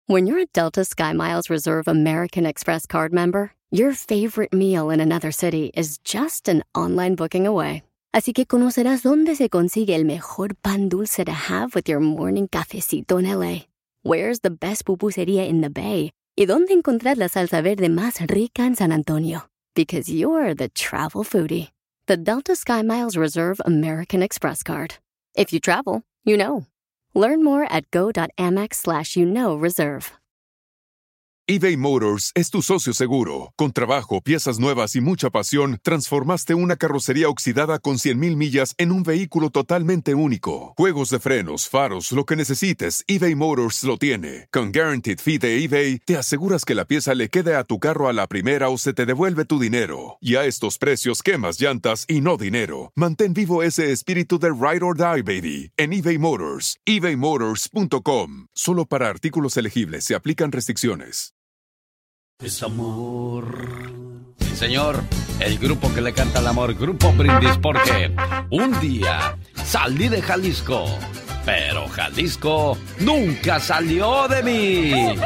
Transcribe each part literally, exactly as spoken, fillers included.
When you're a Delta SkyMiles Reserve American Express card member, your favorite meal in another city is just an online booking away. Así que conocerás dónde se consigue el mejor pan dulce to have with your morning cafecito en L A. Where's the best pupusería in the Bay? Y dónde encontrar la salsa verde más rica en San Antonio. Because you're the travel foodie. The Delta SkyMiles Reserve American Express card. If you travel, you know. Learn more at go.amex slash you know reserve. eBay Motors es tu socio seguro. Con trabajo, piezas nuevas y mucha pasión, transformaste una carrocería oxidada con cien mil millas en un vehículo totalmente único. Juegos de frenos, faros, lo que necesites, eBay Motors lo tiene. Con Guaranteed Fee de eBay, te aseguras que la pieza le quede a tu carro a la primera o se te devuelve tu dinero. Y a estos precios, quemas llantas y no dinero. Mantén vivo ese espíritu de Ride or Die, baby, en eBay Motors. ebay motors punto com. Solo para artículos elegibles se aplican restricciones. Es amor. Sí, señor, el grupo que le canta el amor, Grupo Brindis, porque un día salí de Jalisco, pero Jalisco nunca salió de mí.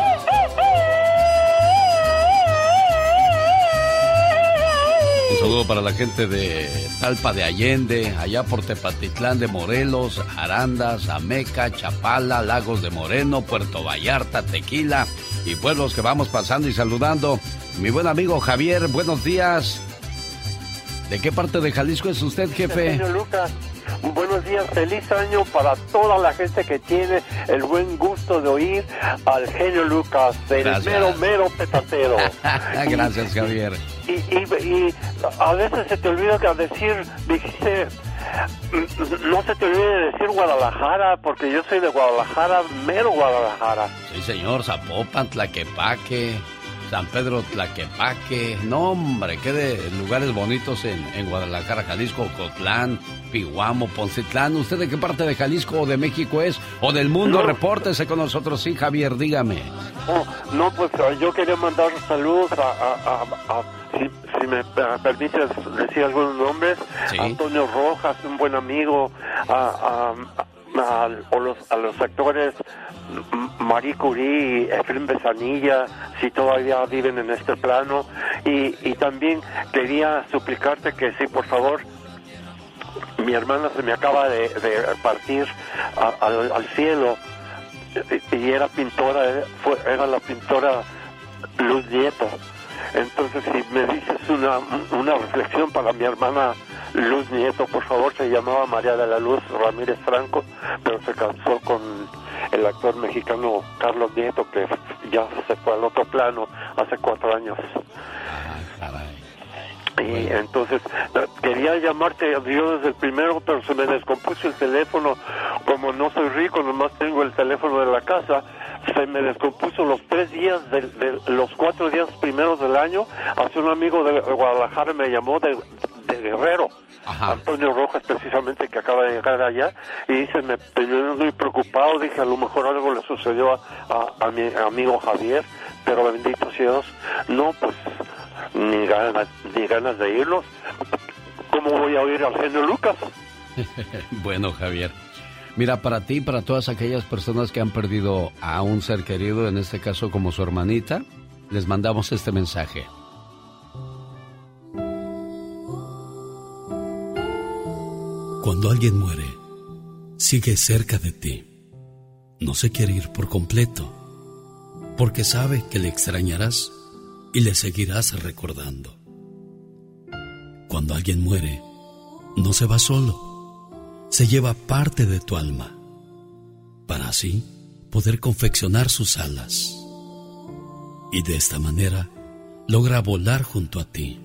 Un saludo para la gente de Talpa de Allende, allá por Tepatitlán de Morelos, Arandas, Ameca, Chapala, Lagos de Moreno, Puerto Vallarta, Tequila y pueblos que vamos pasando y saludando. Mi buen amigo Javier, buenos días. ¿De qué parte de Jalisco es usted, jefe? Señor Lucas, buenos días, feliz año para toda la gente que tiene el buen gusto de oír al genio Lucas, el Gracias. mero, mero petatero. Gracias, Javier. Y, y, y a veces se te olvida que decir, dijiste, no se te olvide decir Guadalajara, porque yo soy de Guadalajara, mero Guadalajara. Sí, señor, Zapopan, Tlaquepaque, San Pedro Tlaquepaque, no hombre, qué de lugares bonitos en, en Guadalajara, Jalisco, Ocotlán, Pihuamo, Poncitlán. ¿Usted de qué parte de Jalisco o de México es? ¿O del mundo? No. Repórtese con nosotros, sí, Javier, dígame. Oh, no, pues yo quería mandar saludos a, a, a, a si, si me permites decir algunos nombres, sí. Antonio Rojas, un buen amigo, a, a, a, a, los, a los actores Marie Curie y Efraín Besanilla, si todavía viven en este plano, y, y también quería suplicarte que sí, por favor, mi hermana se me acaba de, de partir a, a, al cielo, y, y era pintora, fue, era la pintora Luz Nieto. Entonces, si me dices una, una reflexión para mi hermana Luz Nieto, por favor. Se llamaba María de la Luz Ramírez Franco, pero se casó con el actor mexicano Carlos Nieto, que ya se fue al otro plano hace cuatro años. Y entonces quería llamarte yo desde el primero, pero se me descompuso el teléfono. Como no soy rico, nomás tengo el teléfono de la casa. Se me descompuso los tres días, de, de los cuatro días primeros del año. Hace un amigo de Guadalajara me llamó de, de Guerrero. Ajá. Antonio Rojas, precisamente, que acaba de llegar allá, y dice, me tenía muy preocupado, dije, a lo mejor algo le sucedió a, a, a mi amigo Javier, pero bendito sea Dios, no, pues, ni ganas, ni ganas de irnos. ¿Cómo voy a oír al genio Lucas? Bueno, Javier, mira, para ti y para todas aquellas personas que han perdido a un ser querido, en este caso como su hermanita, les mandamos este mensaje. Cuando alguien muere, sigue cerca de ti. No se quiere ir por completo, porque sabe que le extrañarás y le seguirás recordando. Cuando alguien muere, no se va solo, se lleva parte de tu alma, para así poder confeccionar sus alas. Y de esta manera logra volar junto a ti.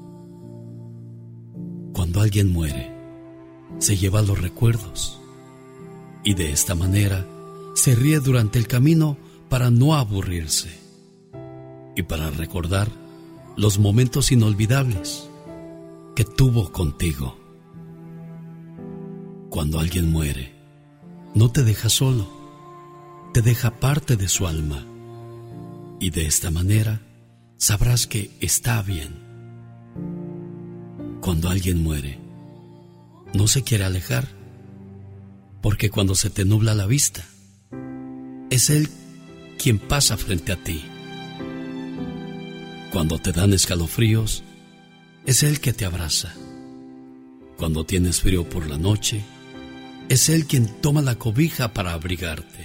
Cuando alguien muere, se lleva los recuerdos, y de esta manera se ríe durante el camino para no aburrirse y para recordar los momentos inolvidables que tuvo contigo. Cuando alguien muere, no te deja solo, te deja parte de su alma, y de esta manera sabrás que está bien. Cuando alguien muere, no se quiere alejar, porque cuando se te nubla la vista, es Él quien pasa frente a ti. Cuando te dan escalofríos, es Él que te abraza. Cuando tienes frío por la noche, es Él quien toma la cobija para abrigarte.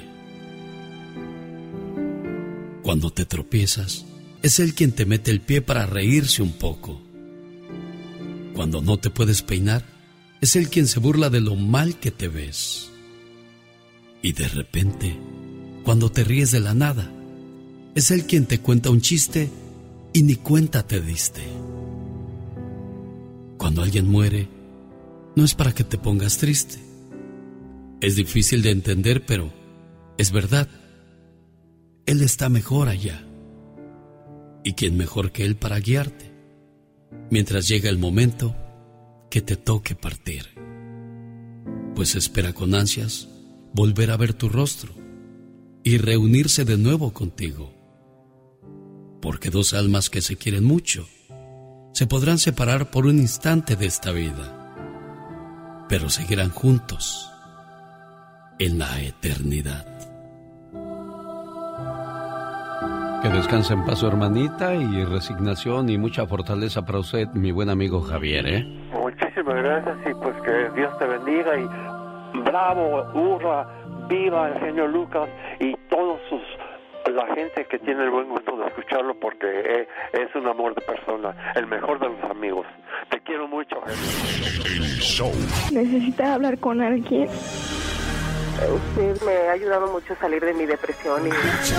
Cuando te tropiezas, es Él quien te mete el pie para reírse un poco. Cuando no te puedes peinar, es Él quien se burla de lo mal que te ves. Y de repente, cuando te ríes de la nada, es Él quien te cuenta un chiste y ni cuenta te diste. Cuando alguien muere, no es para que te pongas triste. Es difícil de entender, pero es verdad. Él está mejor allá. ¿Y quién mejor que Él para guiarte? Mientras llega el momento que te toque partir. Pues espera con ansias volver a ver tu rostro y reunirse de nuevo contigo. Porque dos almas que se quieren mucho se podrán separar por un instante de esta vida, pero seguirán juntos en la eternidad. Que descanse en paz su hermanita y resignación y mucha fortaleza para usted, mi buen amigo Javier, ¿eh? Muchísimas gracias y pues que Dios te bendiga y bravo, hurra, viva el genio Lucas y todos sus, la gente que tiene el buen gusto de escucharlo porque es, es un amor de persona, el mejor de los amigos. Te quiero mucho, genio. ¿Necesitas hablar con alguien? Usted me ha ayudado mucho a salir de mi depresión y...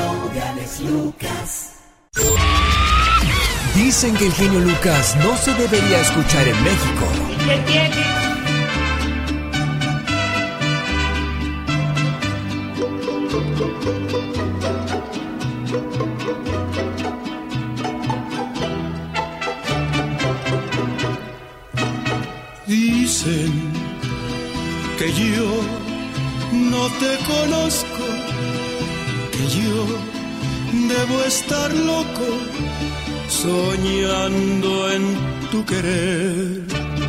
Dicen que el genio Lucas no se debería escuchar en México. ¿Qué tiene? Dicen que yo no te conozco, que yo debo estar loco soñando en tu querer.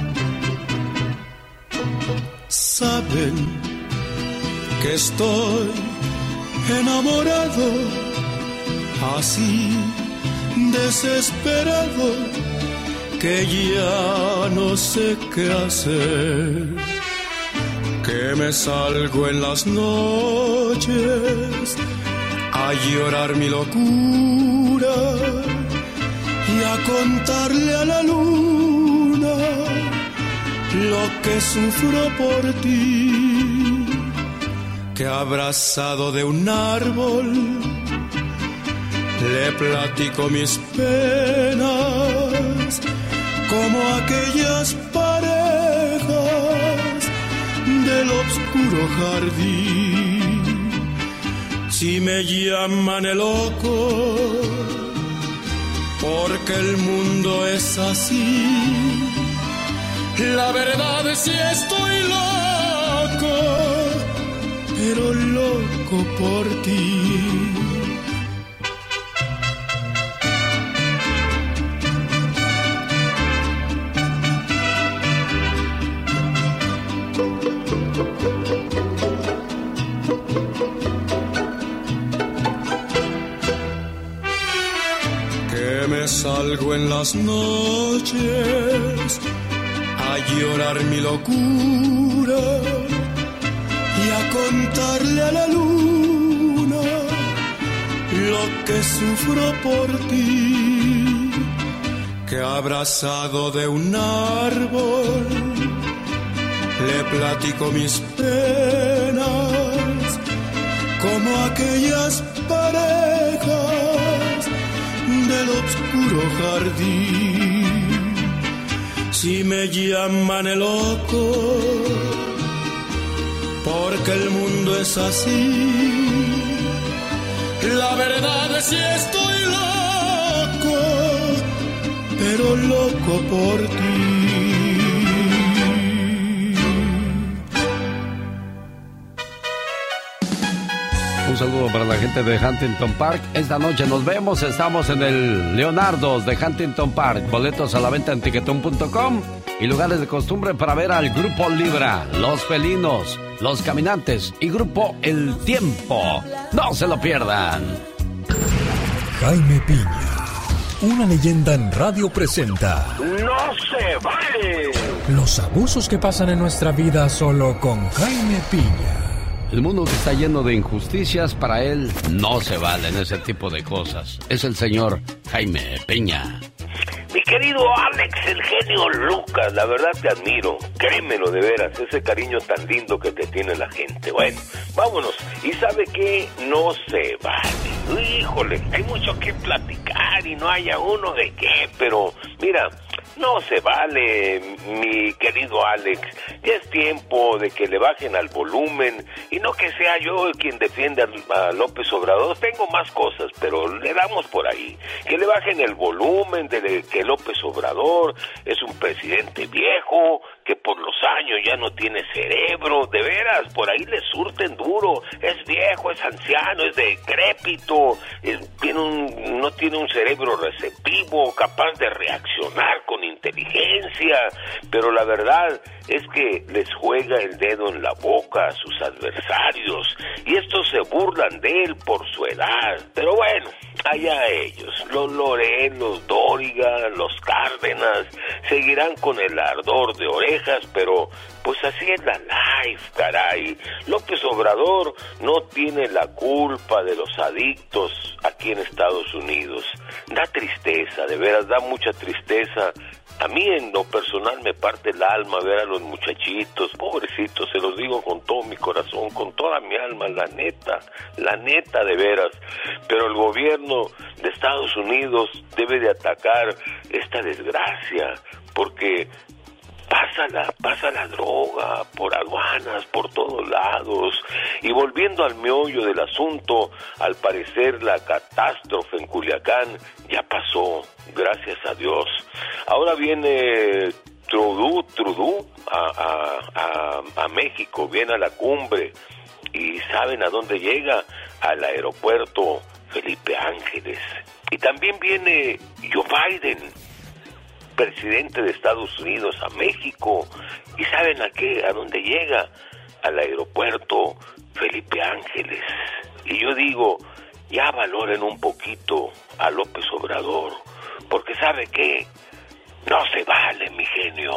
Saben que estoy enamorado, así desesperado, que ya no sé qué hacer. Que me salgo en las noches a llorar mi locura y a contarle a la luna lo que sufro por ti. Que abrazado de un árbol le platico mis penas como aquellas parejas del oscuro jardín. Si me llaman el loco, porque el mundo es así. La verdad es que estoy loco, pero loco por ti. Salgo en las noches a llorar mi locura y a contarle a la luna lo que sufro por ti. Que abrazado de un árbol le platico mis penas como aquellas parejas del oscuro jardín. Si me llaman el loco, porque el mundo es así. La verdad es que estoy loco, pero loco por ti. Un saludo para la gente de Huntington Park. Esta noche nos vemos. Estamos en el Leonardo's de Huntington Park. Boletos a la venta en tiquetón punto com y lugares de costumbre para ver al Grupo Libra, Los Felinos, Los Caminantes y Grupo El Tiempo. No se lo pierdan. Jaime Piña, una leyenda en radio presenta. ¡No se vale! Los abusos que pasan en nuestra vida solo con Jaime Piña. El mundo que está lleno de injusticias, para él no se valen ese tipo de cosas. Es el señor Jaime Piña. Mi querido Alex, el genio Lucas, la verdad te admiro, créemelo de veras, ese cariño tan lindo que te tiene la gente. Bueno, vámonos. ¿Y sabe qué? No se vale. Híjole, hay mucho que platicar y no haya uno de qué, pero mira, no se vale, mi querido Alex. Ya es tiempo de que le bajen al volumen y no que sea yo quien defienda a López Obrador. Tengo más cosas, pero le damos por ahí. Que le bajen el volumen de que López Obrador es un presidente viejo, que por los años ya no tiene cerebro. De veras, por ahí le surten duro. Es viejo, es anciano, es decrépito, es, tiene un, no tiene un cerebro receptivo, capaz de reaccionar con inteligencia, pero la verdad es que les juega el dedo en la boca a sus adversarios y estos se burlan de él por su edad. Pero bueno, allá ellos, los Loren, los Dóriga, los Cárdenas, seguirán con el ardor de orejas, pero pues así es la life, caray. López Obrador no tiene la culpa de los adictos aquí en Estados Unidos. Da tristeza, de veras, da mucha tristeza. A mí en lo personal me parte el alma ver a los muchachitos, pobrecitos, se los digo con todo mi corazón, con toda mi alma, la neta, la neta de veras. Pero el gobierno de Estados Unidos debe de atacar esta desgracia, porque pasa la, pasa la droga por aduanas, por todos lados. Y volviendo al meollo del asunto, al parecer la catástrofe en Culiacán ya pasó, gracias a Dios. Ahora viene Trudeau, Trudeau a, a, a, a México, viene a la cumbre. ¿Y saben a dónde llega? Al aeropuerto Felipe Ángeles. Y también viene Joe Biden, presidente de Estados Unidos, a México. ¿Y saben a qué? ¿A dónde llega? Al aeropuerto Felipe Ángeles. Y yo digo, ya valoren un poquito a López Obrador, porque ¿sabe qué? No se vale, mi genio.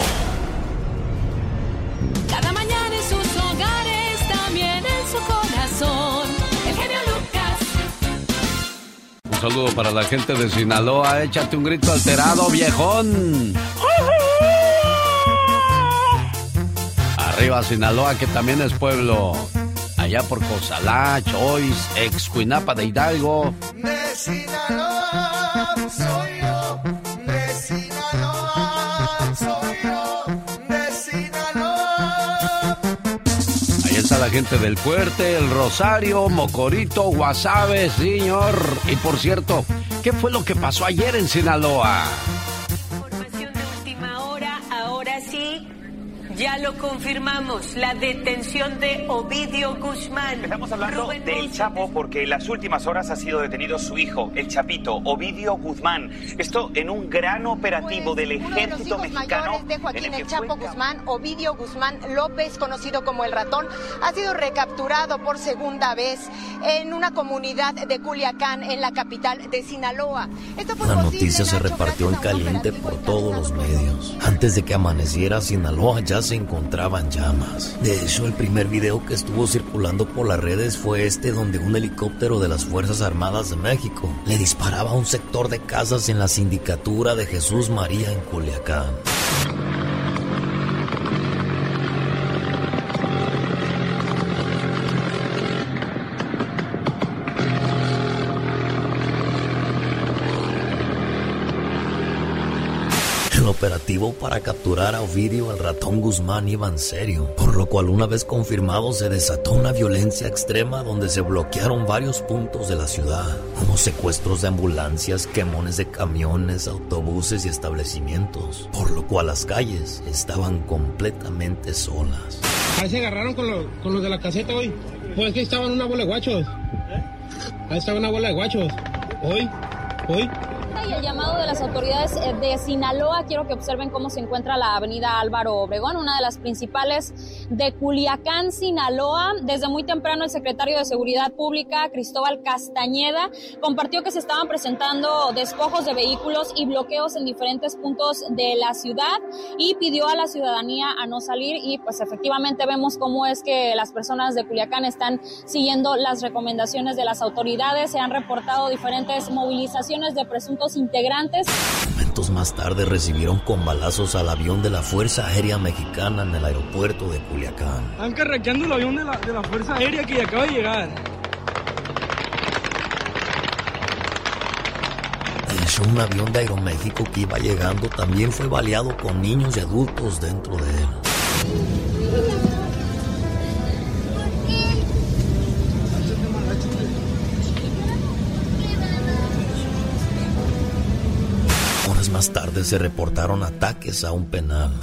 Cada mañana en sus hogares, también en su corazón, el genio Lucas. Un saludo para la gente de Sinaloa. Échate un grito alterado, viejón. Arriba Sinaloa, que también es pueblo. Allá por Cozalá, Choice, Excuinapa de Hidalgo. De Sinaloa soy yo, de Sinaloa soy yo, de Sinaloa. Ahí está la gente del Fuerte, el Rosario, Mocorito, Guasave, señor. Y por cierto, ¿qué fue lo que pasó ayer en Sinaloa? Información de última hora, ahora sí. Ya lo confirmamos, la detención de Ovidio Guzmán. Estamos hablando Rubén del Montes. Chapo porque en las últimas horas ha sido detenido su hijo, el Chapito, Ovidio Guzmán. Esto en un gran operativo pues, del ejército uno de los hijos mexicano. Mayores de Joaquín el, el Chapo fue... Guzmán, Ovidio Guzmán López, conocido como el Ratón, ha sido recapturado por segunda vez en una comunidad de Culiacán, en la capital de Sinaloa. Esto fue la noticia se repartió en caliente por todos los medios. Antes de que amaneciera, Sinaloa ya se encontraba en llamas. De hecho, el primer video que estuvo circulando por las redes fue este, donde un helicóptero de las Fuerzas Armadas de México le disparaba a un sector de casas en la sindicatura de Jesús María en Culiacán. El operativo para capturar a Ovidio el Ratón Guzmán iba en serio, por lo cual una vez confirmado se desató una violencia extrema donde se bloquearon varios puntos de la ciudad. Hubo secuestros de ambulancias, quemones de camiones, autobuses y establecimientos, por lo cual las calles estaban completamente solas. Ahí se agarraron con, lo, con los de la caseta hoy. Pues que estaban una bola de guachos. Ahí estaba una bola de guachos. Hoy, hoy. Y el llamado de las autoridades de Sinaloa, quiero que observen cómo se encuentra la avenida Álvaro Obregón, una de las principales de Culiacán, Sinaloa. Desde muy temprano el secretario de Seguridad Pública, Cristóbal Castañeda, compartió que se estaban presentando despojos de vehículos y bloqueos en diferentes puntos de la ciudad y pidió a la ciudadanía a no salir, y pues efectivamente vemos cómo es que las personas de Culiacán están siguiendo las recomendaciones de las autoridades. Se han reportado diferentes movilizaciones de presuntos integrantes. Momentos más tarde recibieron con balazos al avión de la Fuerza Aérea Mexicana en el aeropuerto de Culiacán. Están carraqueando el avión de la, de la Fuerza Aérea que ya acaba de llegar. De hecho, un avión de Aeroméxico que iba llegando también fue baleado con niños y adultos dentro de él. Horas más tarde se reportaron ataques a un penal.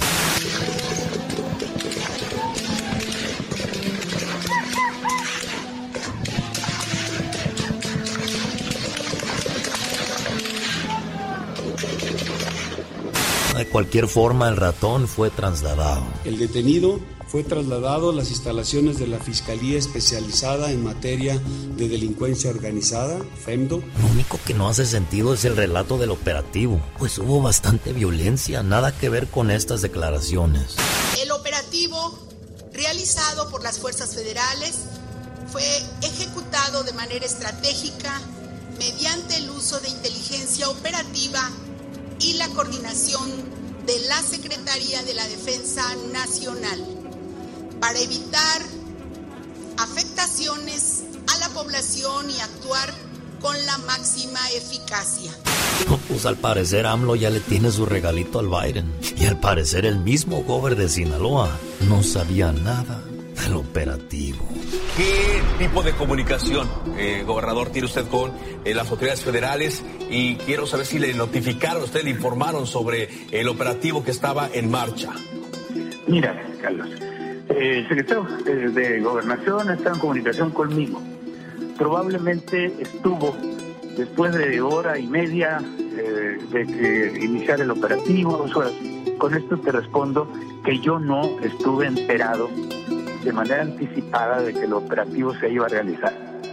De cualquier forma, el ratón fue trasladado. El detenido fue trasladado a las instalaciones de la Fiscalía Especializada en Materia de Delincuencia Organizada, FEMDO. Lo único que no hace sentido es el relato del operativo, pues hubo bastante violencia, nada que ver con estas declaraciones. El operativo realizado por las fuerzas federales fue ejecutado de manera estratégica mediante el uso de inteligencia operativa y la coordinación de la Secretaría de la Defensa Nacional para evitar afectaciones a la población y actuar con la máxima eficacia. No, pues al parecer AMLO ya le tiene su regalito al Biden. Y al parecer el mismo gober de Sinaloa no sabía nada del operativo. ¿Qué tipo de comunicación, eh, gobernador, tiene usted con eh, las autoridades federales? Y quiero saber si le notificaron, usted le informaron sobre el operativo que estaba en marcha. Mira, Carlos, eh, el secretario de Gobernación está en comunicación conmigo. Probablemente estuvo después de hora y media eh, de que iniciara el operativo, dos horas. Con esto te respondo que yo no estuve enterado de manera anticipada de que el operativo se iba a realizar.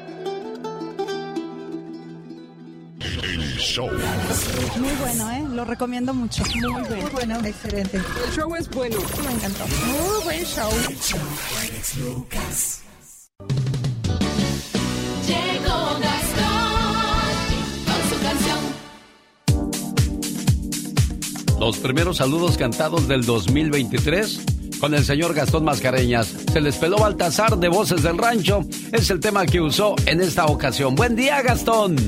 El show. Muy bueno, ¿eh? Lo recomiendo mucho. Muy bueno. Muy bueno, excelente. El show es bueno. Me encantó. Muy buen show. Llegó Gastón con su canción. Los primeros saludos cantados del dos mil veintitrés con el señor Gastón Mascareñas. Se les peló Baltasar de Voces del Rancho. Es el tema que usó en esta ocasión. Buen día, Gastón.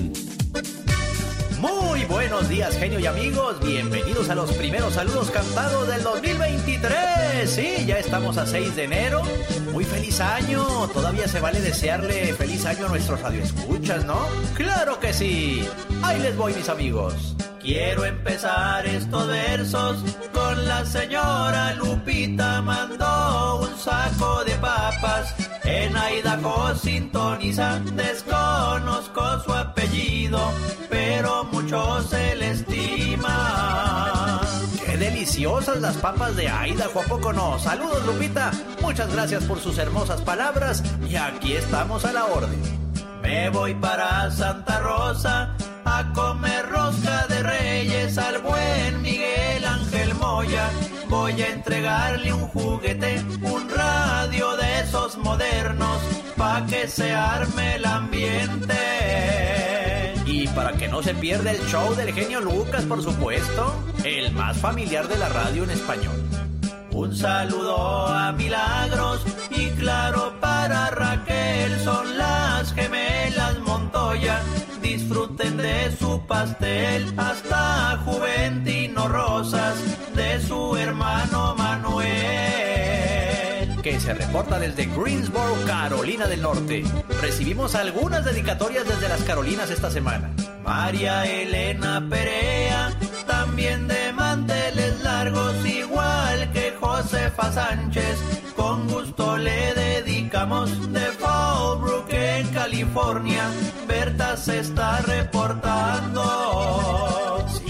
Muy buenos días, genio y amigos. Bienvenidos a los primeros saludos cantados del dos mil veintitrés. Sí, ya estamos a seis de enero. Muy feliz año. Todavía se vale desearle feliz año a nuestros radioescuchas, ¿no? ¡Claro que sí! Ahí les voy, mis amigos. Quiero empezar estos versos con la señora Lupita. Mandó un saco de papas en Idaho, sintoniza. Desconozco su apellido, pero mucho se le estima. ¡Qué deliciosas las papas de Idaho! ¿A poco no? Saludos, Lupita. Muchas gracias por sus hermosas palabras. Y aquí estamos a la orden. Me voy para Santa Rosa a comer rosca de Reyes al buen Miguel Ángel Moya. Voy a entregarle un juguete, un radio de esos modernos, pa' que se arme el ambiente. Y para que no se pierda el show del genio Lucas, por supuesto, el más familiar de la radio en español. Un saludo a Milagros y claro para Raquel, son las gemelas Montoya. Disfruten de su pastel, hasta Juventino Rosas, de su hermano Manuel, que se reporta desde Greensboro, Carolina del Norte. Recibimos algunas dedicatorias desde las Carolinas esta semana. María Elena Perea, también de manteles largos, igual que Josefa Sánchez. Con gusto le dedicamos de Fallbrook en California. Berta se está reportando. Sí, Berta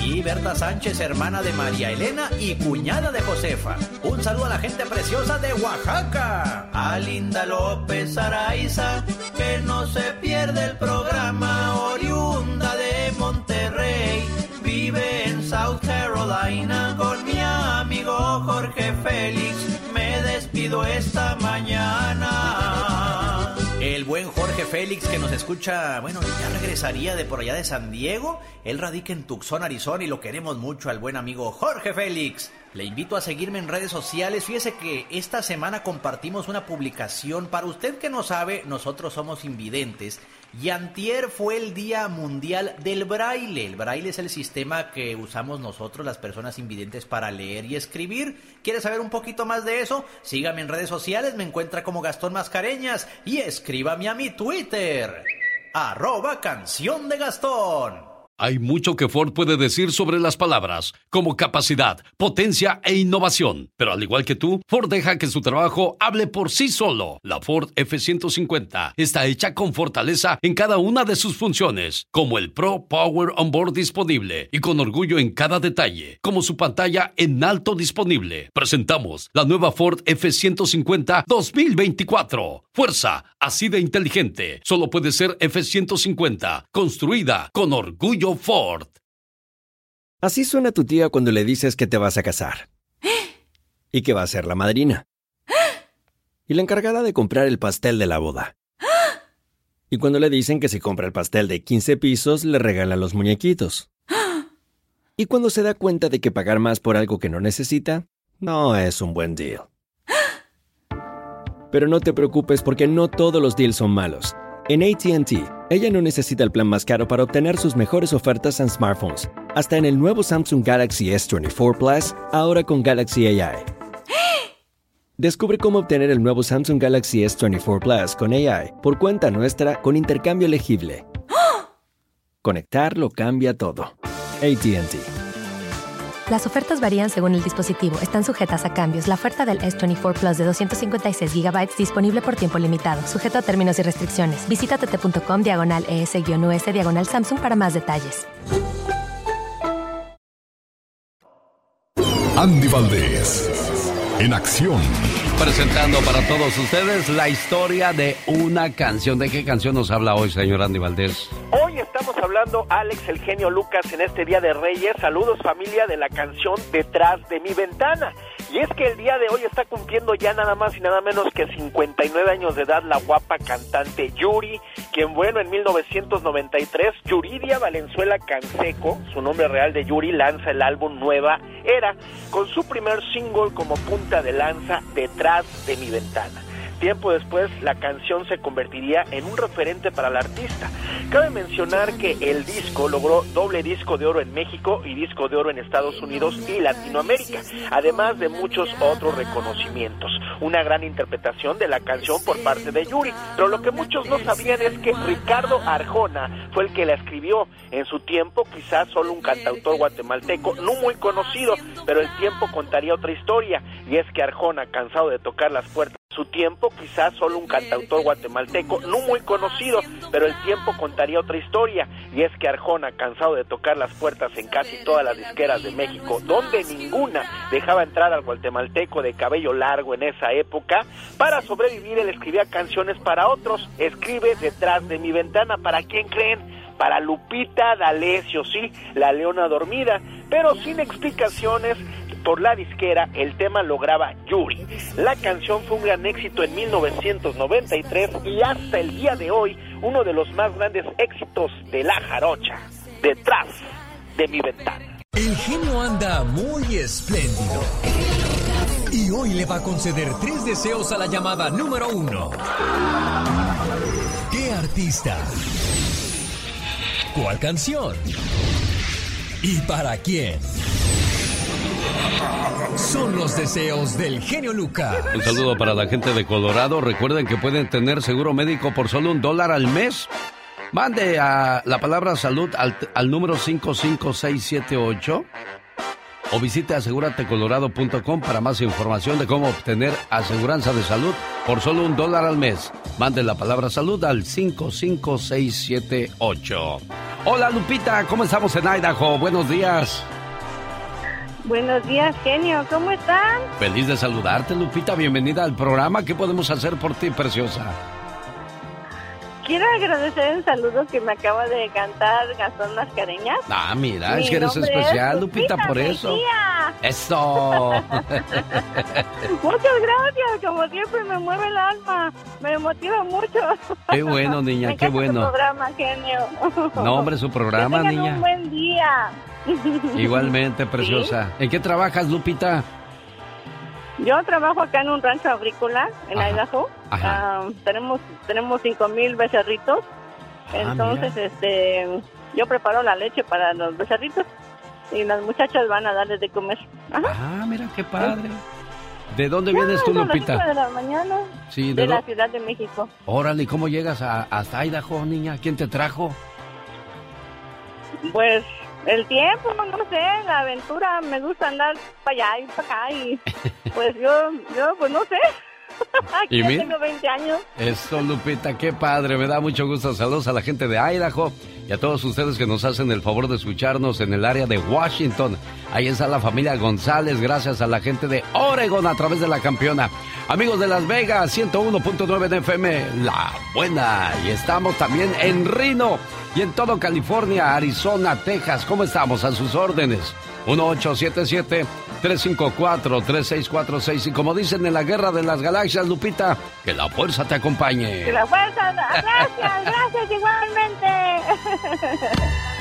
Marta Sánchez, hermana de María Elena y cuñada de Josefa. Un saludo a la gente preciosa de Oaxaca. A Linda López Araiza, que no se pierde el programa, oriunda de Monterrey. Vive en South Carolina con mi amigo Jorge Félix. Me despido esta mañana. El buen Jorge Félix, que nos escucha, bueno, ya regresaría de por allá de San Diego. Él radica en Tucson, Arizona, y lo queremos mucho al buen amigo Jorge Félix. Le invito a seguirme en redes sociales. Fíjese que esta semana compartimos una publicación. Para usted que no sabe, nosotros somos invidentes. Y antier fue el Día Mundial del Braille. El Braille es el sistema que usamos nosotros, las personas invidentes, para leer y escribir. ¿Quiere saber un poquito más de eso? Sígame en redes sociales, me encuentra como Gastón Mascareñas. Y escríbame a mi Twitter, arroba Canción de Gastón. Hay mucho que Ford puede decir sobre las palabras, como capacidad, potencia e innovación. Pero al igual que tú, Ford deja que su trabajo hable por sí solo. La Ford F ciento cincuenta está hecha con fortaleza en cada una de sus funciones, como el Pro Power Onboard disponible y con orgullo en cada detalle, como su pantalla en alto disponible. Presentamos la nueva Ford F ciento cincuenta dos mil veinticuatro. Fuerza así de inteligente. Solo puede ser F ciento cincuenta, construida con orgullo Ford. Así suena tu tía cuando le dices que te vas a casar. Y que va a ser la madrina. Y la encargada de comprar el pastel de la boda. Y cuando le dicen que si compra el pastel de quince pisos, le regalan los muñequitos. Y cuando se da cuenta de que pagar más por algo que no necesita, no es un buen deal. Pero no te preocupes porque no todos los deals son malos. En A T and T, ella no necesita el plan más caro para obtener sus mejores ofertas en smartphones. Hasta en el nuevo Samsung Galaxy S veinticuatro Plus, ahora con Galaxy A I. Descubre cómo obtener el nuevo Samsung Galaxy S veinticuatro Plus con A I por cuenta nuestra con intercambio elegible. Conectar lo cambia todo. A T and T. Las ofertas varían según el dispositivo. Están sujetas a cambios. La oferta del S veinticuatro Plus de doscientos cincuenta y seis gigabytes disponible por tiempo limitado. Sujeto a términos y restricciones. Visita tt.com diagonal es-us diagonal Samsung para más detalles. Andy Valdés, en acción. Presentando para todos ustedes la historia de una canción. ¿De qué canción nos habla hoy, señor Andy Valdés? Hoy estamos hablando, Alex, el genio Lucas, en este Día de Reyes. Saludos, familia, de la canción Detrás de mi ventana. Y es que el día de hoy está cumpliendo ya nada más y nada menos que cincuenta y nueve años de edad la guapa cantante Yuri, quien, bueno, en mil novecientos noventa y tres, Yuridia Valenzuela Canseco, su nombre real de Yuri, lanza el álbum Nueva Era, con su primer single como punta de lanza, Detrás de mi ventana. Tiempo después, la canción se convertiría en un referente para la artista. Cabe mencionar que el disco logró doble disco de oro en México y disco de oro en Estados Unidos y Latinoamérica, además de muchos otros reconocimientos. Una gran interpretación de la canción por parte de Yuri, pero lo que muchos no sabían es que Ricardo Arjona fue el que la escribió. En su tiempo, quizás solo un cantautor guatemalteco, no muy conocido, pero el tiempo contaría otra historia, y es que Arjona, cansado de tocar las puertas su tiempo, quizás solo un cantautor guatemalteco, no muy conocido, pero el tiempo contaría otra historia, y es que Arjona, cansado de tocar las puertas en casi todas las disqueras de México, donde ninguna dejaba entrar al guatemalteco de cabello largo en esa época, para sobrevivir él escribía canciones para otros. Escribe Detrás de mi ventana, ¿para quién creen? Para Lupita D'Alessio, sí, la leona dormida, pero sin explicaciones por la disquera. El tema lo graba Yuri. La canción fue un gran éxito en mil novecientos noventa y tres y hasta el día de hoy uno de los más grandes éxitos de la jarocha, Detrás de mi ventana. El genio anda muy espléndido y hoy le va a conceder tres deseos a la llamada número uno. ¿Qué artista? ¿Cuál canción? ¿Y para quién? Son los deseos del genio Lucas. Un saludo para la gente de Colorado. Recuerden que pueden tener seguro médico por solo un dólar al mes. Mande a la palabra salud al, al número cinco cinco seis siete ocho o visite asegúrate colorado punto com para más información de cómo obtener aseguranza de salud por solo un dólar al mes. Mande la palabra salud al cinco cinco seis siete ocho. Hola, Lupita, ¿cómo estamos en Idaho? Buenos días. Buenos días, genio. ¿Cómo están? Feliz de saludarte, Lupita. Bienvenida al programa. ¿Qué podemos hacer por ti, preciosa? Quiero agradecer el saludo que me acaba de cantar Gastón Mascareñas. Ah, mira, Mi es que eres nombre especial, es Lupita, Lupita por eso. Mejía. ¡Eso! Muchas gracias. Como siempre me mueve el alma. Me motiva mucho. Qué bueno, niña, me qué encanta bueno. su programa, genio. No, hombre, su programa, que tengan niña. un buen día. Igualmente, preciosa. ¿En qué trabajas, Lupita? Yo trabajo acá en un rancho agrícola en Ajá. Idaho. Ajá. Ah, tenemos tenemos cinco mil becerritos. Ah, Entonces, mira. este, yo preparo la leche para los becerritos y las muchachas van a darles de comer. Ajá. Ah, mira, qué padre. ¿De dónde vienes Ah, tú, son las cinco Lupita? de la mañana. Sí, de ¿de la dó- Ciudad de México. Órale, ¿y cómo llegas a, hasta Idaho, niña? ¿Quién te trajo? Pues el tiempo, no sé, la aventura, me gusta andar para allá y para acá y pues yo, yo pues no sé. Aquí Y ya mira. tengo veinte años. Eso, Lupita, qué padre, me da mucho gusto. Saludos a la gente de Idaho y a todos ustedes que nos hacen el favor de escucharnos en el área de Washington. Ahí está la familia González, gracias a la gente de Oregon a través de la campeona. Amigos de Las Vegas, ciento uno punto nueve de F M, La Buena. Y estamos también en Reno y en todo California, Arizona, Texas. ¿Cómo estamos? A sus órdenes. uno ocho siete siete, tres cinco cuatro, tres seis cuatro seis. Y como dicen en la Guerra de las Galaxias, Lupita, que la fuerza te acompañe. Que la fuerza, gracias, gracias igualmente.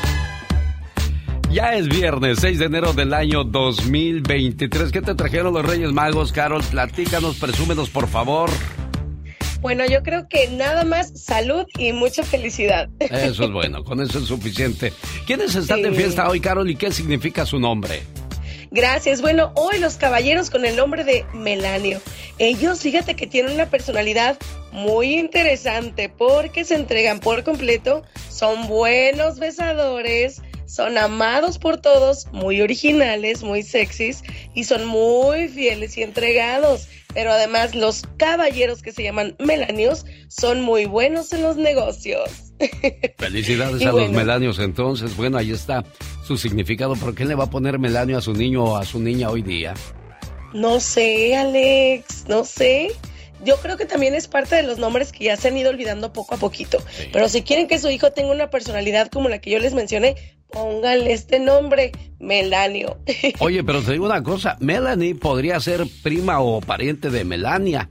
Ya es viernes, seis de enero del año dos mil veintitrés. ¿Qué te trajeron los Reyes Magos, Carol? Platícanos, presúmenos, por favor. Bueno, yo creo que nada más salud y mucha felicidad. Eso es bueno, con eso es suficiente. ¿Quiénes están de Sí. fiesta hoy, Carol, y qué significa su nombre? Gracias. Bueno, hoy los caballeros con el nombre de Melanio. Ellos, fíjate que tienen una personalidad muy interesante porque se entregan por completo, son buenos besadores, son amados por todos, muy originales, muy sexys y son muy fieles y entregados. Pero además los caballeros que se llaman Melanios son muy buenos en los negocios. Felicidades Y a los bueno. Melanios, entonces. Bueno, ahí está su significado. ¿Por qué le va a poner Melanio a su niño o a su niña hoy día? No sé, Alex, no sé. Yo creo que también es parte de los nombres que ya se han ido olvidando poco a poquito. Pero si quieren que su hijo tenga una personalidad como la que yo les mencioné, pónganle este nombre, Melanio. Oye, pero te digo una cosa, Melanie podría ser prima o pariente de Melania.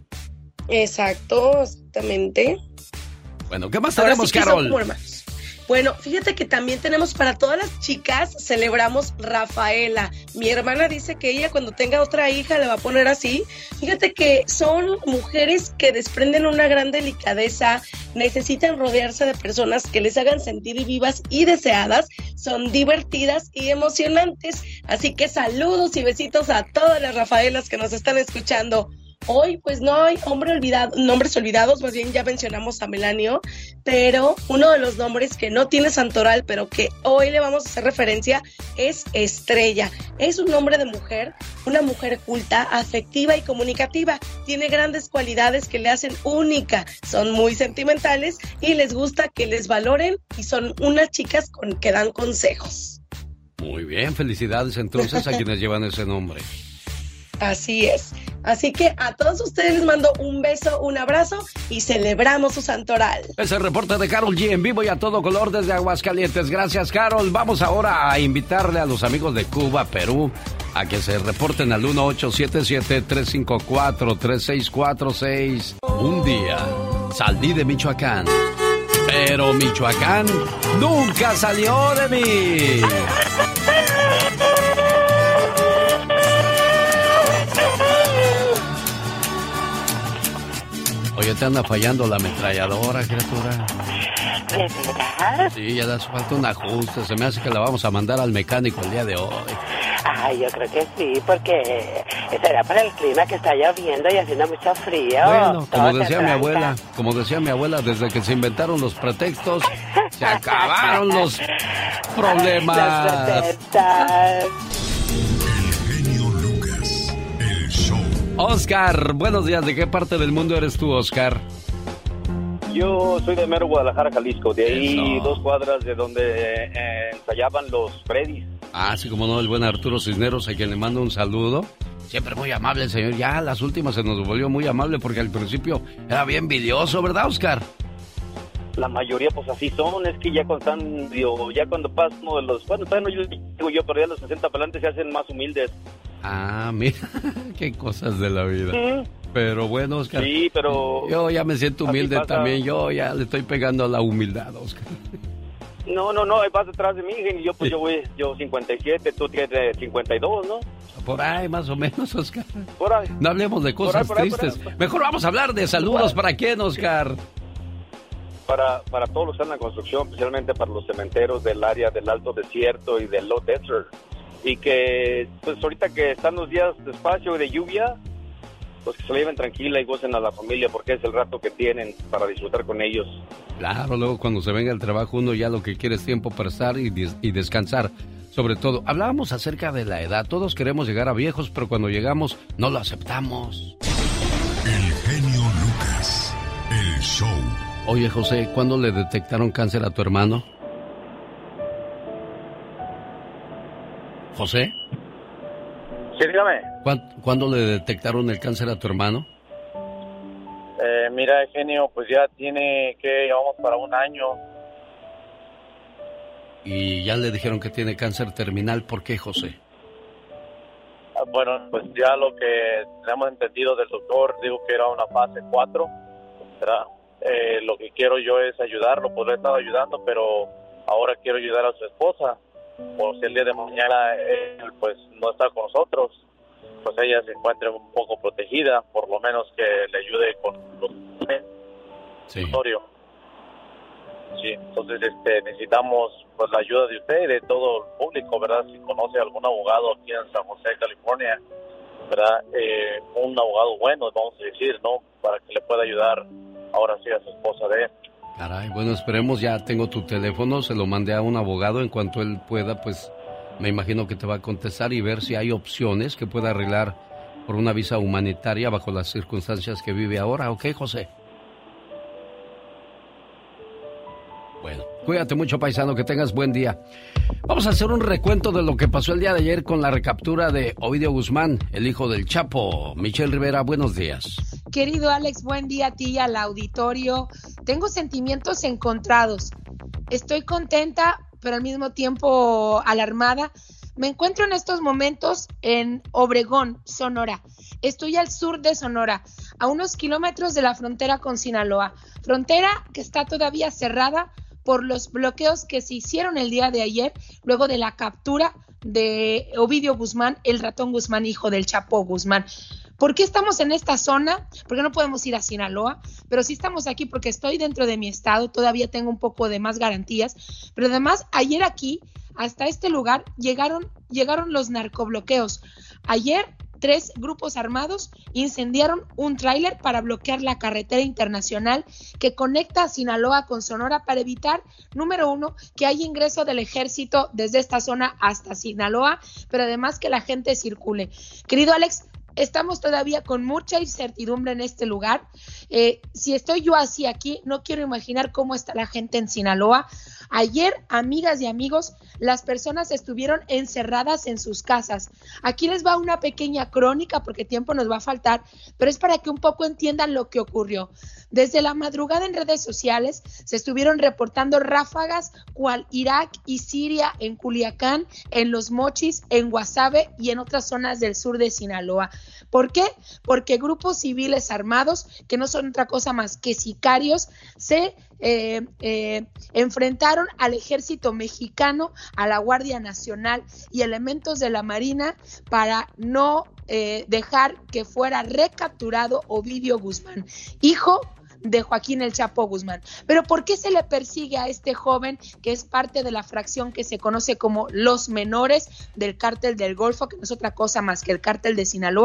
Exacto, exactamente. Bueno, ¿qué más Ahora tenemos, sí que son Carol? como hermanos. Bueno, fíjate que también tenemos para todas las chicas, celebramos Rafaela. Mi hermana dice que ella cuando tenga otra hija le va a poner así. Fíjate que son mujeres que desprenden una gran delicadeza, necesitan rodearse de personas que les hagan sentir vivas y deseadas, son divertidas y emocionantes. Así que saludos y besitos a todas las Rafaelas que nos están escuchando. Hoy pues no hay hombre olvidado, nombres olvidados, más bien ya mencionamos a Melanio, pero uno de los nombres que no tiene santoral, pero que hoy le vamos a hacer referencia es Estrella. Es un nombre de mujer, una mujer culta, afectiva y comunicativa. Tiene grandes cualidades que le hacen única, son muy sentimentales y les gusta que les valoren y son unas chicas con que dan consejos. Muy bien, felicidades entonces a quienes llevan ese nombre. Así es. Así que a todos ustedes les mando un beso, un abrazo y celebramos su santoral. Es el reporte de Carol G en vivo y a todo color desde Aguascalientes. Gracias, Carol. Vamos ahora a invitarle a los amigos de Cuba, Perú, a que se reporten al uno ocho siete siete, tres cinco cuatro, tres seis cuatro seis. Un día salí de Michoacán, pero Michoacán nunca salió de mí. Oye, te anda fallando la ametralladora, criatura. ¿De verdad? Sí, ya le hace falta un ajuste. Se me hace que la vamos a mandar al mecánico el día de hoy. Ay, yo creo que sí, porque será para el clima que está lloviendo y haciendo mucho frío. Bueno, como Todo decía se mi arranca. abuela, como decía mi abuela, desde que se inventaron los pretextos, se acabaron los problemas. Los pretextos. Oscar, buenos días. ¿De qué parte del mundo eres tú, Oscar? Yo soy de mero Guadalajara, Jalisco. De ahí Eso. dos cuadras de donde eh, ensayaban los Freddys. Ah, sí, como no, el buen Arturo Cisneros, a quien le mando un saludo. Siempre muy amable el señor. Ya las últimas se nos volvió muy amable porque al principio era bien envidioso, ¿verdad, Oscar? La mayoría pues así son, es que ya cuando están, digo, ya cuando pasan uno de los, bueno, todavía no yo digo yo, pero ya los sesenta para adelante se hacen más humildes. Ah, mira, qué cosas de la vida. ¿Mm? Pero bueno, Oscar. Sí, pero... Yo ya me siento humilde también, yo ya le estoy pegando a la humildad, Oscar. No, no, no, vas detrás de mí, y yo pues sí. yo voy, yo cincuenta y siete, tú tienes cincuenta y dos, ¿no? Por ahí, más o menos, Oscar. Por ahí. No hablemos de cosas por ahí, por ahí, tristes. Por ahí, por ahí. Mejor vamos a hablar de saludos. ¿Para quién, Oscar? Para, para todos los que están en la construcción, especialmente para los cementeros del área del Alto Desierto y del Low Desert. Y que, pues ahorita que están los días de espacio y de lluvia, pues que se la lleven tranquila y gocen a la familia, porque es el rato que tienen para disfrutar con ellos. Claro, luego cuando se venga el trabajo uno ya lo que quiere es tiempo para estar y, y descansar. Sobre todo, hablábamos acerca de la edad. Todos queremos llegar a viejos, pero cuando llegamos no lo aceptamos. El genio Lucas, el show. Oye, José, ¿cuándo le detectaron cáncer a tu hermano? ¿José? Sí, dígame. ¿Cuándo le detectaron el cáncer a tu hermano? Eh, mira, genio, pues ya tiene que, vamos para un año. Y ya le dijeron que tiene cáncer terminal. ¿Por qué, José? Bueno, pues ya lo que tenemos entendido del doctor, dijo que era una fase cuatro, ¿verdad? Eh, lo que quiero yo es ayudarlo, pues lo he estado ayudando, pero ahora quiero ayudar a su esposa, por si el día de mañana él pues no está con nosotros, pues ella se encuentre un poco protegida, por lo menos que le ayude con los sí. Sí, entonces este, necesitamos pues la ayuda de usted y de todo el público, ¿verdad? Si conoce algún abogado aquí en San José, California, ¿verdad? Eh, un abogado bueno, vamos a decir, ¿no? Para que le pueda ayudar ahora sí a su esposa de él. Caray, bueno, esperemos, ya tengo tu teléfono, se lo mandé a un abogado, en cuanto él pueda, pues me imagino que te va a contestar y ver si hay opciones que pueda arreglar por una visa humanitaria bajo las circunstancias que vive ahora, ¿ok, José? Bueno, cuídate mucho, paisano, que tengas buen día. Vamos a hacer un recuento de lo que pasó el día de ayer con la recaptura de Ovidio Guzmán, el hijo del Chapo. Michelle Rivera, buenos días. Querido Alex, buen día a ti y al auditorio. Tengo sentimientos encontrados. Estoy contenta, pero al mismo tiempo alarmada. Me encuentro en estos momentos en Obregón, Sonora. Estoy al sur de Sonora, a unos kilómetros de la frontera con Sinaloa. Frontera que está todavía cerrada por los bloqueos que se hicieron el día de ayer, luego de la captura de Ovidio Guzmán, el ratón Guzmán, hijo del Chapo Guzmán. ¿Por qué estamos en esta zona? Porque no podemos ir a Sinaloa, pero sí estamos aquí porque estoy dentro de mi estado, todavía tengo un poco de más garantías, pero además ayer aquí, hasta este lugar, llegaron, llegaron los narcobloqueos. Ayer, tres grupos armados incendiaron un tráiler para bloquear la carretera internacional que conecta a Sinaloa con Sonora para evitar, número uno, que haya ingreso del ejército desde esta zona hasta Sinaloa, pero además que la gente circule. Querido Alex, estamos todavía con mucha incertidumbre en este lugar. Eh, si estoy yo así aquí, no quiero imaginar cómo está la gente en Sinaloa. Ayer, amigas y amigos, las personas estuvieron encerradas en sus casas. Aquí les va una pequeña crónica porque tiempo nos va a faltar, pero es para que un poco entiendan lo que ocurrió. Desde la madrugada en redes sociales se estuvieron reportando ráfagas cual Irak y Siria en Culiacán, en Los Mochis, en Guasave y en otras zonas del sur de Sinaloa. ¿Por qué? Porque grupos civiles armados, que no son otra cosa más que sicarios, se eh, eh, enfrentaron al ejército mexicano, a la Guardia Nacional y elementos de la Marina para no eh, dejar que fuera recapturado Ovidio Guzmán, hijo de Joaquín el Chapo Guzmán. Pero ¿por qué se le persigue a este joven que es parte de la fracción que se conoce como los menores del cártel del Golfo, que no es otra cosa más que el cártel de Sinaloa?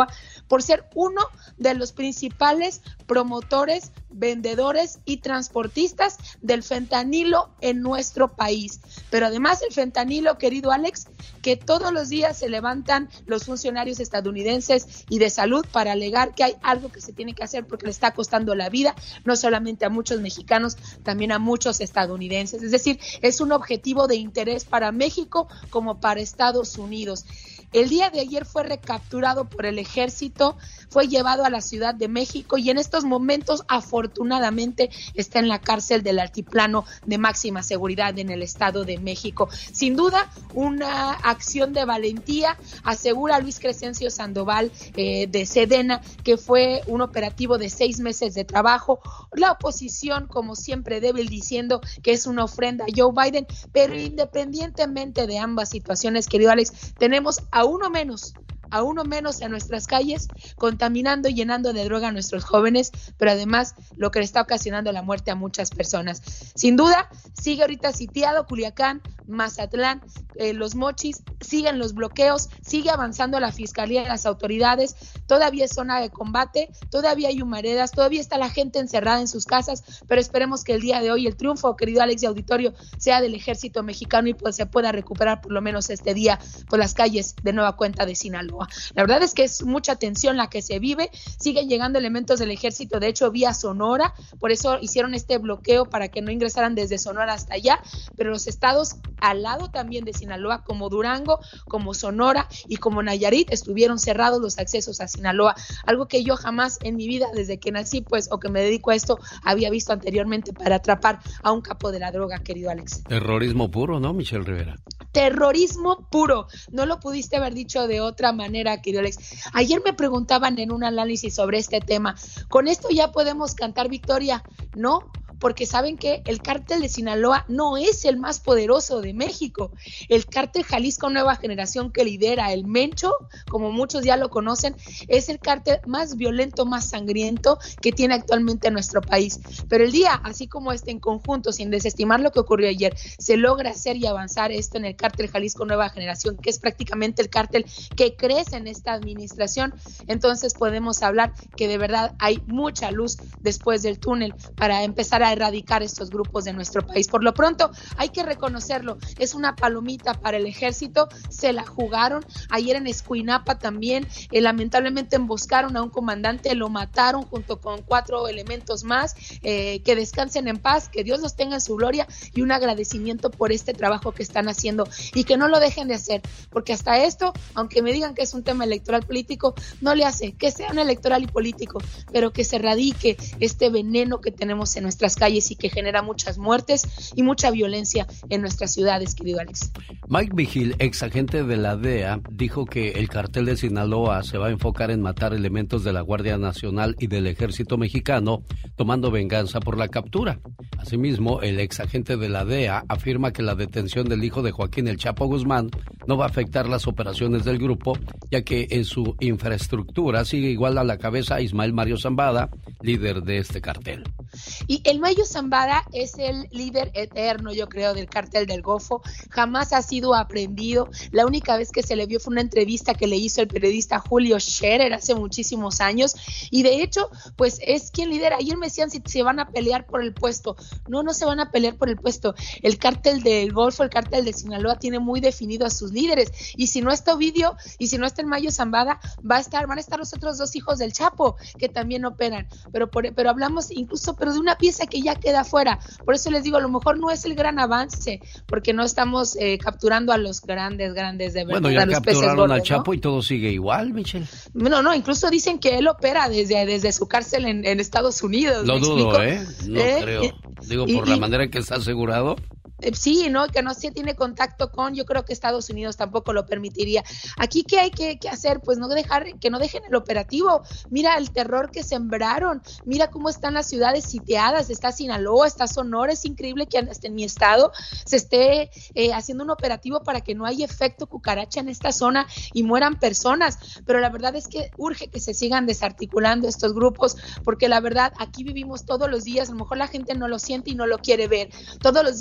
por ser uno de los principales promotores, vendedores y transportistas del fentanilo en nuestro país. Pero además el fentanilo, querido Alex, que todos los días se levantan los funcionarios estadounidenses y de salud para alegar que hay algo que se tiene que hacer porque le está costando la vida, no solamente a muchos mexicanos, también a muchos estadounidenses. Es decir, es un objetivo de interés para México como para Estados Unidos. El día de ayer fue recapturado por el ejército, fue llevado a la Ciudad de México y en estos momentos afortunadamente está en la cárcel del Altiplano de máxima seguridad en el Estado de México. Sin duda, una acción de valentía, asegura Luis Crescencio Sandoval eh, de Sedena, que fue un operativo de seis meses de trabajo. La oposición, como siempre, débil, diciendo que es una ofrenda a Joe Biden, pero independientemente de ambas situaciones, querido Alex, tenemos a uno menos, a uno menos en nuestras calles, contaminando y llenando de droga a nuestros jóvenes, pero además lo que le está ocasionando la muerte a muchas personas. Sin duda, sigue ahorita sitiado Culiacán, Mazatlán, eh, Los Mochis, siguen los bloqueos, sigue avanzando la Fiscalía y las autoridades, todavía es zona de combate, todavía hay humaredas, todavía está la gente encerrada en sus casas, pero esperemos que el día de hoy el triunfo, querido Alex y auditorio, sea del ejército mexicano y pues se pueda recuperar por lo menos este día por las calles de nueva cuenta de Sinaloa. La verdad es que es mucha tensión la que se vive, siguen llegando elementos del ejército, de hecho vía Sonora, por eso hicieron este bloqueo para que no ingresaran desde Sonora hasta allá, pero los estados al lado también de Sinaloa, como Durango, como Sonora y como Nayarit, estuvieron cerrados los accesos a Sinaloa, algo que yo jamás en mi vida, desde que nací, pues, o que me dedico a esto, había visto anteriormente para atrapar a un capo de la droga, querido Alex. Terrorismo puro, ¿no, Michelle Rivera? Terrorismo puro, no lo pudiste haber dicho de otra manera, querido Alex. Ayer me preguntaban en un análisis sobre este tema, ¿con esto ya podemos cantar victoria? No, porque saben que el cártel de Sinaloa no es el más poderoso de México. El cártel Jalisco Nueva Generación que lidera el Mencho, como muchos ya lo conocen, es el cártel más violento, más sangriento que tiene actualmente nuestro país. Pero el día, así como este en conjunto, sin desestimar lo que ocurrió ayer, se logra hacer y avanzar esto en el cártel Jalisco Nueva Generación, que es prácticamente el cártel que crece en esta administración, entonces podemos hablar que de verdad hay mucha luz después del túnel para empezar a erradicar estos grupos de nuestro país. Por lo pronto, hay que reconocerlo, es una palomita para el ejército, se la jugaron. Ayer en Escuinapa también, eh, lamentablemente emboscaron a un comandante, lo mataron junto con cuatro elementos más, eh, que descansen en paz, que Dios los tenga en su gloria y un agradecimiento por este trabajo que están haciendo y que no lo dejen de hacer, porque hasta esto, aunque me digan que es un tema electoral político, no le hace que sea un electoral y político, pero que se erradique este veneno que tenemos en nuestras calles y que genera muchas muertes y mucha violencia en nuestras ciudades, querido Alex. Mike Vigil, ex agente de la D E A, dijo que el cartel de Sinaloa se va a enfocar en matar elementos de la Guardia Nacional y del Ejército Mexicano, tomando venganza por la captura. Asimismo, el ex agente de la D E A afirma que la detención del hijo de Joaquín El Chapo Guzmán no va a afectar las operaciones del grupo, ya que en su infraestructura sigue igual a la cabeza Ismael Mario Zambada, líder de este cartel. Y el Mayo Zambada es el líder eterno, yo creo, del cártel del Golfo. Jamás ha sido aprendido. La única vez que se le vio fue una entrevista que le hizo el periodista Julio Scherer hace muchísimos años. Y de hecho, pues es quien lidera. Ayer me decían si se van a pelear por el puesto. No, no se van a pelear por el puesto. El cártel del Golfo, el cártel de Sinaloa tiene muy definido a sus líderes. Y si no está Ovidio y si no está el Mayo Zambada, va a estar, van a estar los otros dos hijos del Chapo que también operan. Pero, por, pero hablamos incluso pero de una pieza que ya queda fuera. Por eso les digo, a lo mejor no es el gran avance, porque no estamos eh, capturando a los grandes, grandes de verdad. Bueno, ya a los capturaron gordos, al Chapo, ¿no? Y todo sigue igual, Michelle. No, no, incluso dicen que él opera desde, desde su cárcel en, en Estados Unidos. Lo dudo, explico? ¿eh? No ¿Eh? creo. Digo, Y- por la y- manera que está asegurado. Sí, ¿no? Que no se tiene contacto con, yo creo que Estados Unidos tampoco lo permitiría. Aquí, ¿qué hay que, que hacer? Pues no dejar, que no dejen el operativo. Mira el terror que sembraron, mira cómo están las ciudades sitiadas, está Sinaloa, está Sonora, es increíble que hasta en mi estado se esté eh, haciendo un operativo para que no haya efecto cucaracha en esta zona y mueran personas, pero la verdad es que urge que se sigan desarticulando estos grupos, porque la verdad, aquí vivimos todos los días, a lo mejor la gente no lo siente y no lo quiere ver, todos los días desaparecen